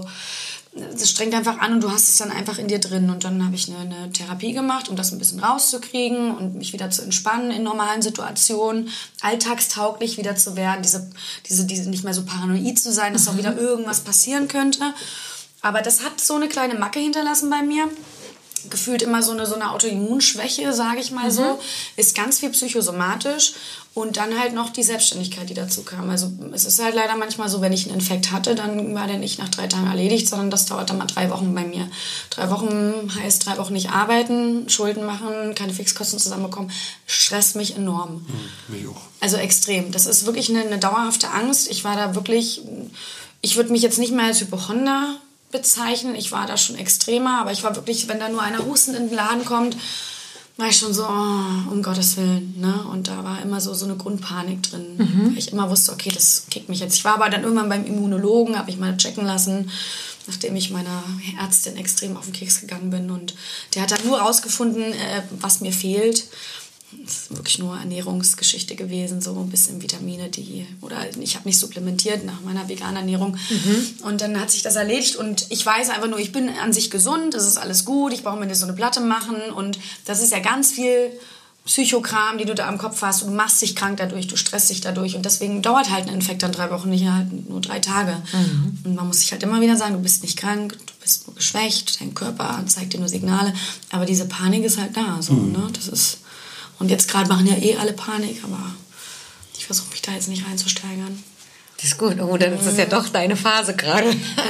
Das strengt einfach an und du hast es dann einfach in dir drin. Und dann habe ich eine, eine Therapie gemacht, um das ein bisschen rauszukriegen und mich wieder zu entspannen in normalen Situationen, alltagstauglich wieder zu werden, diese, diese, diese nicht mehr so paranoid zu sein, dass mhm. auch wieder irgendwas passieren könnte. Aber das hat so eine kleine Macke hinterlassen bei mir. Gefühlt immer so eine, so eine Autoimmunschwäche, sage ich mal mhm. so. Ist ganz viel psychosomatisch. Und dann halt noch die Selbstständigkeit, die dazu kam. Also es ist halt leider manchmal so, wenn ich einen Infekt hatte, dann war der nicht nach drei Tagen erledigt, sondern das dauert dann mal drei Wochen bei mir. Drei Wochen heißt drei Wochen nicht arbeiten, Schulden machen, keine Fixkosten zusammenbekommen. Stresst mich enorm. Mhm, mich auch. Also extrem. Das ist wirklich eine, eine dauerhafte Angst. Ich war da wirklich... Ich würde mich jetzt nicht mehr als Hypochonder bezeichnen. Ich war da schon extremer, aber ich war wirklich, wenn da nur einer hustend in den Laden kommt, war ich schon so, oh, um Gottes Willen. Ne? Und da war immer so, so eine Grundpanik drin. Mhm. Weil ich immer wusste, okay, das kickt mich jetzt. Ich war aber dann irgendwann beim Immunologen, habe ich mal checken lassen, nachdem ich meiner Ärztin extrem auf den Keks gegangen bin. Und der hat dann nur rausgefunden, äh, was mir fehlt. Das ist wirklich nur Ernährungsgeschichte gewesen, so ein bisschen Vitamine, die oder ich habe nicht supplementiert nach meiner veganen Ernährung mhm. und dann hat sich das erledigt und ich weiß einfach nur, ich bin an sich gesund, das ist alles gut, ich brauche mir nicht so eine Platte machen und das ist ja ganz viel Psychokram, die du da am Kopf hast und du machst dich krank dadurch, du stresst dich dadurch und deswegen dauert halt ein Infekt dann drei Wochen, nicht halt nur drei Tage. Mhm. Und man muss sich halt immer wieder sagen, du bist nicht krank, du bist nur geschwächt, dein Körper zeigt dir nur Signale, aber diese Panik ist halt da, so, mhm. ne, das ist... Und jetzt gerade machen ja eh alle Panik, aber ich versuche mich da jetzt nicht reinzusteigern. Das ist gut. Oh, dann ist das ja doch deine Phase gerade.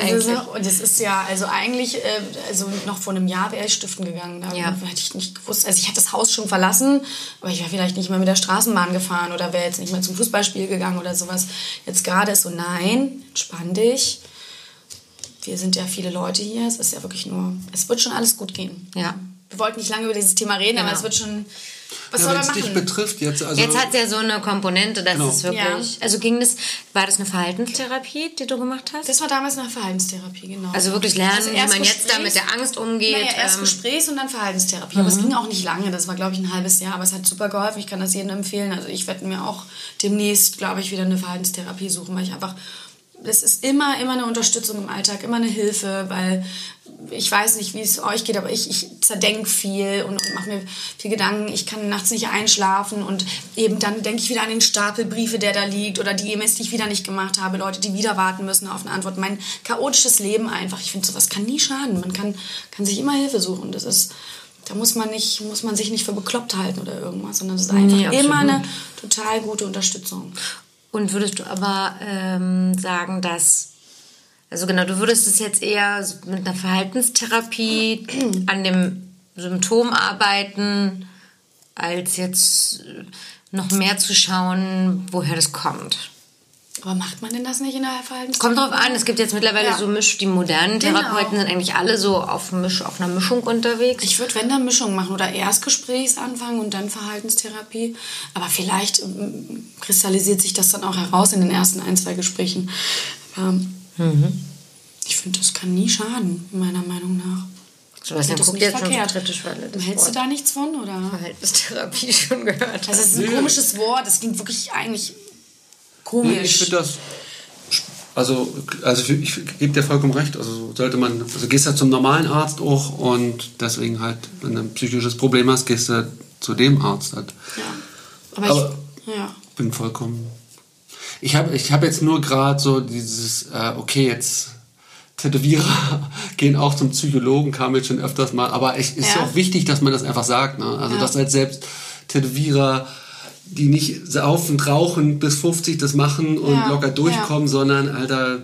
Und das ist ja, also eigentlich, äh, also noch vor einem Jahr wäre ich stiften gegangen. Da ja. hätte ich nicht gewusst. Also ich hätte das Haus schon verlassen, aber ich wäre vielleicht nicht mehr mit der Straßenbahn gefahren oder wäre jetzt nicht mehr zum Fußballspiel gegangen oder sowas. Jetzt gerade ist so, nein, entspann dich. Wir sind ja viele Leute hier. Es ist ja wirklich nur, es wird schon alles gut gehen. Ja. Wir wollten nicht lange über dieses Thema reden, genau. aber es wird schon... Was ja, soll man machen? Dich betrifft jetzt, also jetzt hat es ja so eine Komponente, dass genau. es wirklich... Ja. Also ging das, war das eine Verhaltenstherapie, die du gemacht hast? Das war damals eine Verhaltenstherapie, genau. Also wirklich lernen, also wie man Gesprächs, jetzt da mit der Angst umgeht. Naja, erst ähm, Gesprächs- und dann Verhaltenstherapie. Mhm. Aber es ging auch nicht lange, das war, glaube ich, ein halbes Jahr. Aber es hat super geholfen, ich kann das jedem empfehlen. Also ich werde mir auch demnächst, glaube ich, wieder eine Verhaltenstherapie suchen, weil ich einfach... Es ist immer, immer eine Unterstützung im Alltag, immer eine Hilfe, weil ich weiß nicht, wie es euch geht, aber ich, ich zerdenke viel und, und mache mir viel Gedanken. Ich kann nachts nicht einschlafen und eben dann denke ich wieder an den Stapel Briefe, der da liegt oder die E-Mails, die ich wieder nicht gemacht habe, Leute, die wieder warten müssen auf eine Antwort. Mein chaotisches Leben einfach. Ich finde, sowas kann nie schaden. Man kann, kann sich immer Hilfe suchen. Das ist... Da muss man, nicht, muss man sich nicht für bekloppt halten oder irgendwas, sondern es ist einfach nee, immer eine total gute Unterstützung. Und würdest du aber ähm, sagen, dass, also genau, du würdest es jetzt eher mit einer Verhaltenstherapie an dem Symptom arbeiten, als jetzt noch mehr zu schauen, woher das kommt? Aber macht man denn das nicht in der Verhaltenstherapie? Kommt drauf an, es gibt jetzt mittlerweile ja. so Misch, die modernen Therapeuten genau. sind eigentlich alle so auf, Misch, auf einer Mischung unterwegs. Ich würde, wenn dann Mischung machen oder erst Gesprächs anfangen und dann Verhaltenstherapie. Aber vielleicht ähm, kristallisiert sich das dann auch heraus in den ersten ein, zwei Gesprächen. Aber mhm. ich finde, das kann nie schaden, meiner Meinung nach. Sebastian guckt jetzt schon so kritisch, weil das Hältst Wort du da nichts von? Oder? Verhaltenstherapie schon gehört. Also es ist ein komisches Wort, das klingt wirklich eigentlich... Komisch. Nee, ich finde das, also, also ich, ich gebe dir vollkommen recht, also sollte man, also gehst du ja zum normalen Arzt auch und deswegen halt, wenn du ein psychisches Problem hast, gehst du zu dem Arzt halt. Ja, aber, aber ich ja. bin vollkommen, ich habe ich hab jetzt nur gerade so dieses, äh, okay, jetzt Tätowierer gehen auch zum Psychologen, kam jetzt schon öfters mal, aber es ist ja. auch wichtig, dass man das einfach sagt, ne? Also ja. dass halt selbst Tätowierer die nicht saufend, rauchen bis fünfzig das machen und ja, locker durchkommen, ja. sondern, Alter,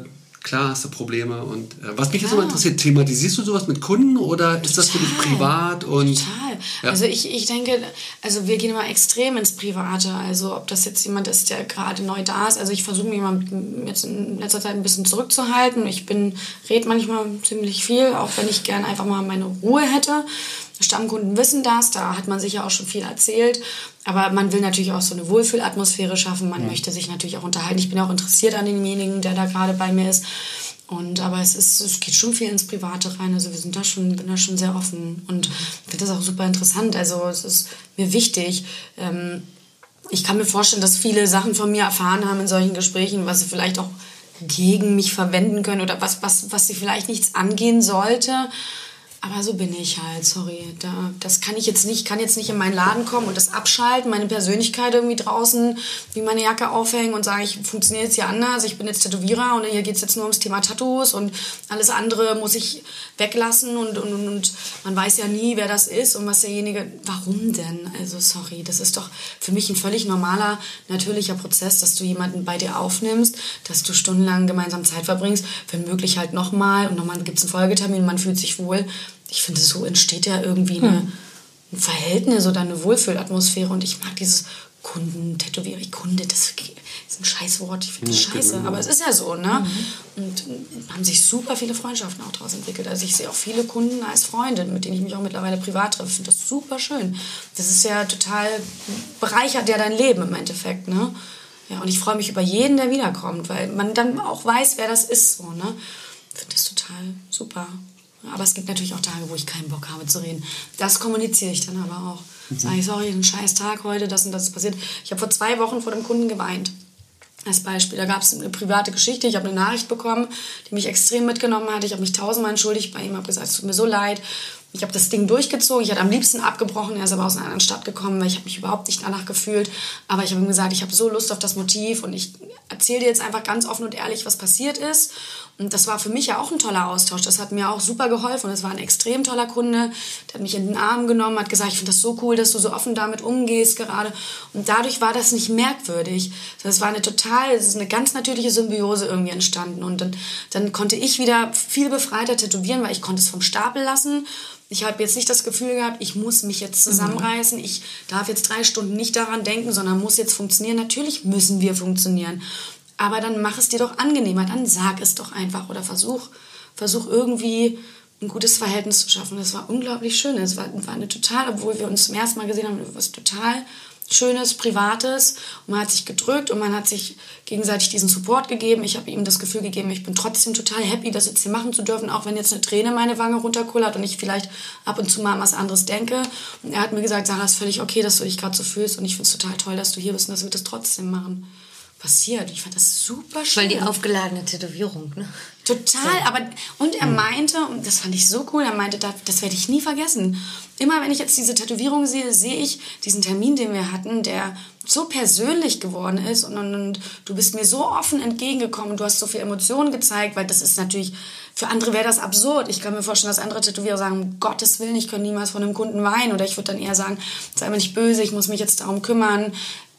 klar hast du Probleme. Und äh, was mich jetzt immer interessiert, thematisierst du sowas mit Kunden oder ist Total. das für dich privat? Und, Total. Ja. Also ich, ich denke, also wir gehen immer extrem ins Private. Also ob das jetzt jemand ist, der gerade neu da ist. Also ich versuche mich mal jetzt in letzter Zeit ein bisschen zurückzuhalten. Ich bin, rede manchmal ziemlich viel, auch wenn ich gerne einfach mal meine Ruhe hätte. Stammkunden wissen das, da hat man sich ja auch schon viel erzählt. Aber man will natürlich auch so eine Wohlfühlatmosphäre schaffen. Man mhm. möchte sich natürlich auch unterhalten. Ich bin auch interessiert an demjenigen, der da gerade bei mir ist. Und, aber es, ist, es geht schon viel ins Private rein. Also wir sind da schon, bin da schon sehr offen und finde das auch super interessant. Also es ist mir wichtig. Ähm, ich kann mir vorstellen, dass viele Sachen von mir erfahren haben in solchen Gesprächen, was sie vielleicht auch gegen mich verwenden können oder was, was, was sie vielleicht nichts angehen sollte. Aber so bin ich halt, sorry. Da, das kann ich jetzt nicht, kann jetzt nicht in meinen Laden kommen und das abschalten, meine Persönlichkeit irgendwie draußen, wie meine Jacke aufhängen und sagen, ich funktioniere jetzt hier anders, ich bin jetzt Tätowierer und hier geht es jetzt nur ums Thema Tattoos und alles andere muss ich weglassen und, und, und man weiß ja nie, wer das ist und was derjenige, warum denn? Also sorry, das ist doch für mich ein völlig normaler, natürlicher Prozess, dass du jemanden bei dir aufnimmst, dass du stundenlang gemeinsam Zeit verbringst, wenn möglich halt nochmal und nochmal gibt es einen Folgetermin und man fühlt sich wohl. Ich finde, so entsteht ja irgendwie eine, ein Verhältnis oder eine Wohlfühlatmosphäre. Und ich mag dieses Kunden-Tätowieren. Kunde, das ist ein Scheißwort. Ich finde das scheiße. Aber es ist ja so, ne? Mhm. Und haben sich super viele Freundschaften auch daraus entwickelt. Also ich sehe auch viele Kunden als Freunde, mit denen ich mich auch mittlerweile privat treffe. Ich finde das super schön. Das ist ja total, bereichert ja dein Leben im Endeffekt, ne? Ja, und ich freue mich über jeden, der wiederkommt, weil man dann auch weiß, wer das ist, so, ne? Ich finde das total super. Aber es gibt natürlich auch Tage, wo ich keinen Bock habe zu reden. Das kommuniziere ich dann aber auch. Mhm. Sage ich, sorry, ein scheiß Tag heute, das und das ist passiert. Ich habe vor zwei Wochen vor dem Kunden geweint. Als Beispiel, da gab es eine private Geschichte. Ich habe eine Nachricht bekommen, die mich extrem mitgenommen hat. Ich habe mich tausendmal entschuldigt bei ihm, habe gesagt, es tut mir so leid. Ich habe das Ding durchgezogen. Ich hätte am liebsten abgebrochen. Er ist aber aus einer anderen Stadt gekommen, weil ich habe mich überhaupt nicht danach gefühlt. Aber ich habe ihm gesagt, ich habe so Lust auf das Motiv und ich erzähle dir jetzt einfach ganz offen und ehrlich, was passiert ist. Und das war für mich ja auch ein toller Austausch. Das hat mir auch super geholfen. Und es war ein extrem toller Kunde. Der hat mich in den Arm genommen, hat gesagt, ich finde das so cool, dass du so offen damit umgehst gerade. Und dadurch war das nicht merkwürdig. Das war eine total, es ist eine ganz natürliche Symbiose irgendwie entstanden. Und dann, dann konnte ich wieder viel befreiter tätowieren, weil ich konnte es vom Stapel lassen. Ich habe jetzt nicht das Gefühl gehabt, ich muss mich jetzt zusammenreißen, ich darf jetzt drei Stunden nicht daran denken, sondern muss jetzt funktionieren. Natürlich müssen wir funktionieren. Aber dann mach es dir doch angenehmer, dann sag es doch einfach oder versuch, versuch irgendwie ein gutes Verhältnis zu schaffen. Das war unglaublich schön. Es war, war eine total, obwohl wir uns zum ersten Mal gesehen haben, was total Schönes, Privates. Und man hat sich gedrückt und man hat sich gegenseitig diesen Support gegeben. Ich habe ihm das Gefühl gegeben, ich bin trotzdem total happy, das jetzt hier machen zu dürfen, auch wenn jetzt eine Träne meine Wange runterkullert und ich vielleicht ab und zu mal an was anderes denke. Und er hat mir gesagt, Sarah, ist völlig okay, dass du dich gerade so fühlst und ich finde es total toll, dass du hier bist und dass wir das trotzdem machen. Passiert. Ich fand das super schön. Weil die aufgeladene Tätowierung, ne? Total, aber und er meinte, und das fand ich so cool, er meinte, das, das werde ich nie vergessen. Immer wenn ich jetzt diese Tätowierung sehe, sehe ich diesen Termin, den wir hatten, der so persönlich geworden ist und, und, und du bist mir so offen entgegengekommen, du hast so viel Emotionen gezeigt, weil das ist natürlich, für andere wäre das absurd. Ich kann mir vorstellen, dass andere Tätowierer sagen, um Gottes Willen, ich kann niemals von einem Kunden weinen oder ich würde dann eher sagen, sei mir nicht böse, ich muss mich jetzt darum kümmern.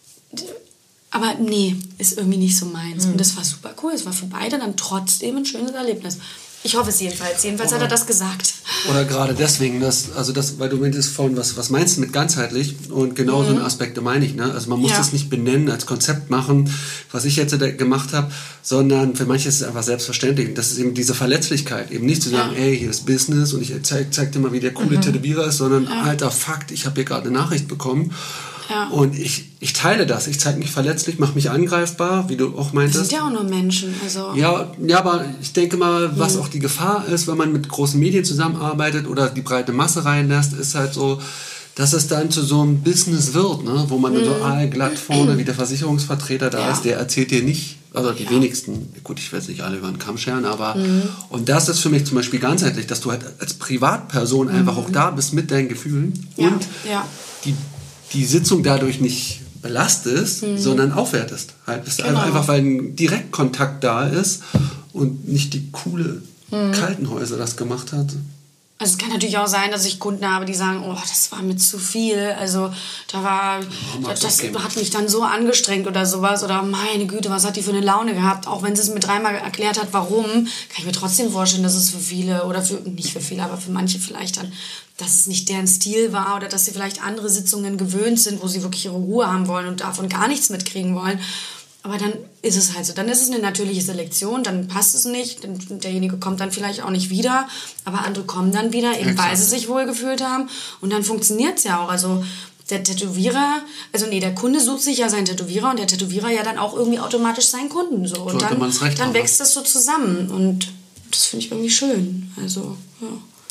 Aber nee, ist irgendwie nicht so meins. Mhm. Und das war super cool. Es war für beide dann trotzdem ein schönes Erlebnis. Ich hoffe es jedenfalls. Jedenfalls oder, hat er das gesagt. Oder gerade deswegen, dass, also das, weil du meintest vorhin, was, was meinst du mit ganzheitlich? Und genau mhm. so eine Aspekte meine ich. Ne? Also man muss ja. das nicht benennen, als Konzept machen, was ich jetzt gemacht habe, sondern für manche ist es einfach selbstverständlich. Das ist eben diese Verletzlichkeit. Eben nicht zu sagen, ja. ey, hier ist Business und ich zeig, zeig dir mal, wie der coole mhm. Tätowierer ist, sondern ja. alter Fakt, ich habe hier gerade eine Nachricht bekommen. Ja. Und ich, ich teile das. Ich zeige mich verletzlich, mache mich angreifbar, wie du auch meintest. Das sind ja auch nur Menschen. Also. Ja, ja, aber ich denke mal, was mhm. auch die Gefahr ist, wenn man mit großen Medien zusammenarbeitet oder die breite Masse reinlässt, ist halt so, dass es dann zu so einem Business wird, ne? Wo man mhm. so allglatt vorne, wie der Versicherungsvertreter da ja. ist, der erzählt dir nicht, also die ja. wenigsten, gut, ich will jetzt nicht alle über den Kamm scheren, aber mhm. und das ist für mich zum Beispiel ganzheitlich, dass du halt als Privatperson mhm. einfach auch da bist mit deinen Gefühlen ja. und ja. die die Sitzung dadurch nicht belastest, mhm. sondern aufwertest. Halt, genau. Einfach, weil ein Direktkontakt da ist und nicht die coole mhm. Kaltenhäuser das gemacht hat. Also es kann natürlich auch sein, dass ich Kunden habe, die sagen, oh, das war mir zu viel. Also da war, oh, das, das hat mich dann so angestrengt oder sowas. Oder meine Güte, was hat die für eine Laune gehabt? Auch wenn sie es mir dreimal erklärt hat, warum, kann ich mir trotzdem vorstellen, dass es für viele, oder für, nicht für viele, aber für manche vielleicht dann, dass es nicht deren Stil war oder dass sie vielleicht andere Sitzungen gewöhnt sind, wo sie wirklich ihre Ruhe haben wollen und davon gar nichts mitkriegen wollen. Aber dann ist es halt so. Dann ist es eine natürliche Selektion, dann passt es nicht. Derjenige kommt dann vielleicht auch nicht wieder. Aber andere kommen dann wieder, eben weil sie sich wohlgefühlt haben. Und dann funktioniert es ja auch. Also der Tätowierer, also nee, der Kunde sucht sich ja seinen Tätowierer und der Tätowierer ja dann auch irgendwie automatisch seinen Kunden. So. Und dann, dann wächst das so zusammen. Und das finde ich irgendwie schön. Also, ja.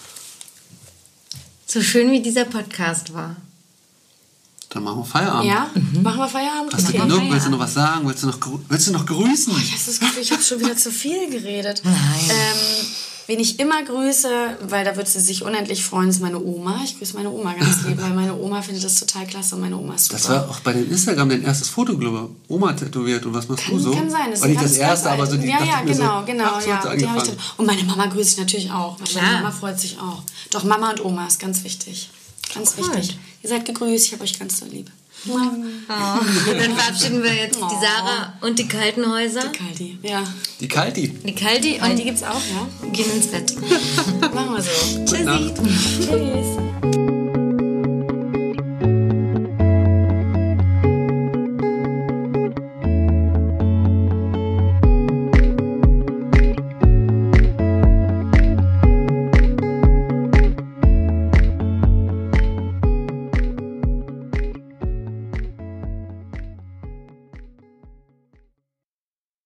So schön wie dieser Podcast war. Dann machen wir Feierabend. Ja, mhm. machen wir Feierabend. Hast du genug? Feierabend. Willst du noch was sagen? Willst du noch, willst du noch grüßen? Oh, ich habe das Gefühl, ich habe schon wieder zu viel geredet. Nein. Ähm, wen ich immer grüße, weil da wird sie sich unendlich freuen, ist meine Oma. Ich grüße meine Oma ganz lieb, weil meine Oma findet das total klasse und meine Oma ist super. Das war auch bei den Instagram dein erstes Foto, glaube ich. Oma tätowiert und was machst kann, du so? Kann sein. Das war nicht das erste, aber so die Ja, ja, genau, so, genau. ach, Ja, die ich und meine Mama grüße ich natürlich auch. Weil meine Mama freut sich auch. Doch Mama und Oma ist ganz wichtig. Ganz cool. wichtig. Ihr seid gegrüßt, ich habe euch ganz so lieb. Oh. Dann verabschieden wir jetzt oh. die Sarah und die Kaltenhäuser. Die Kalti, ja. Die Kalti. Die Kalti. Und die gibt's auch, ja? Gehen ins Bett. Machen wir so. Tschüssi. Tschüss.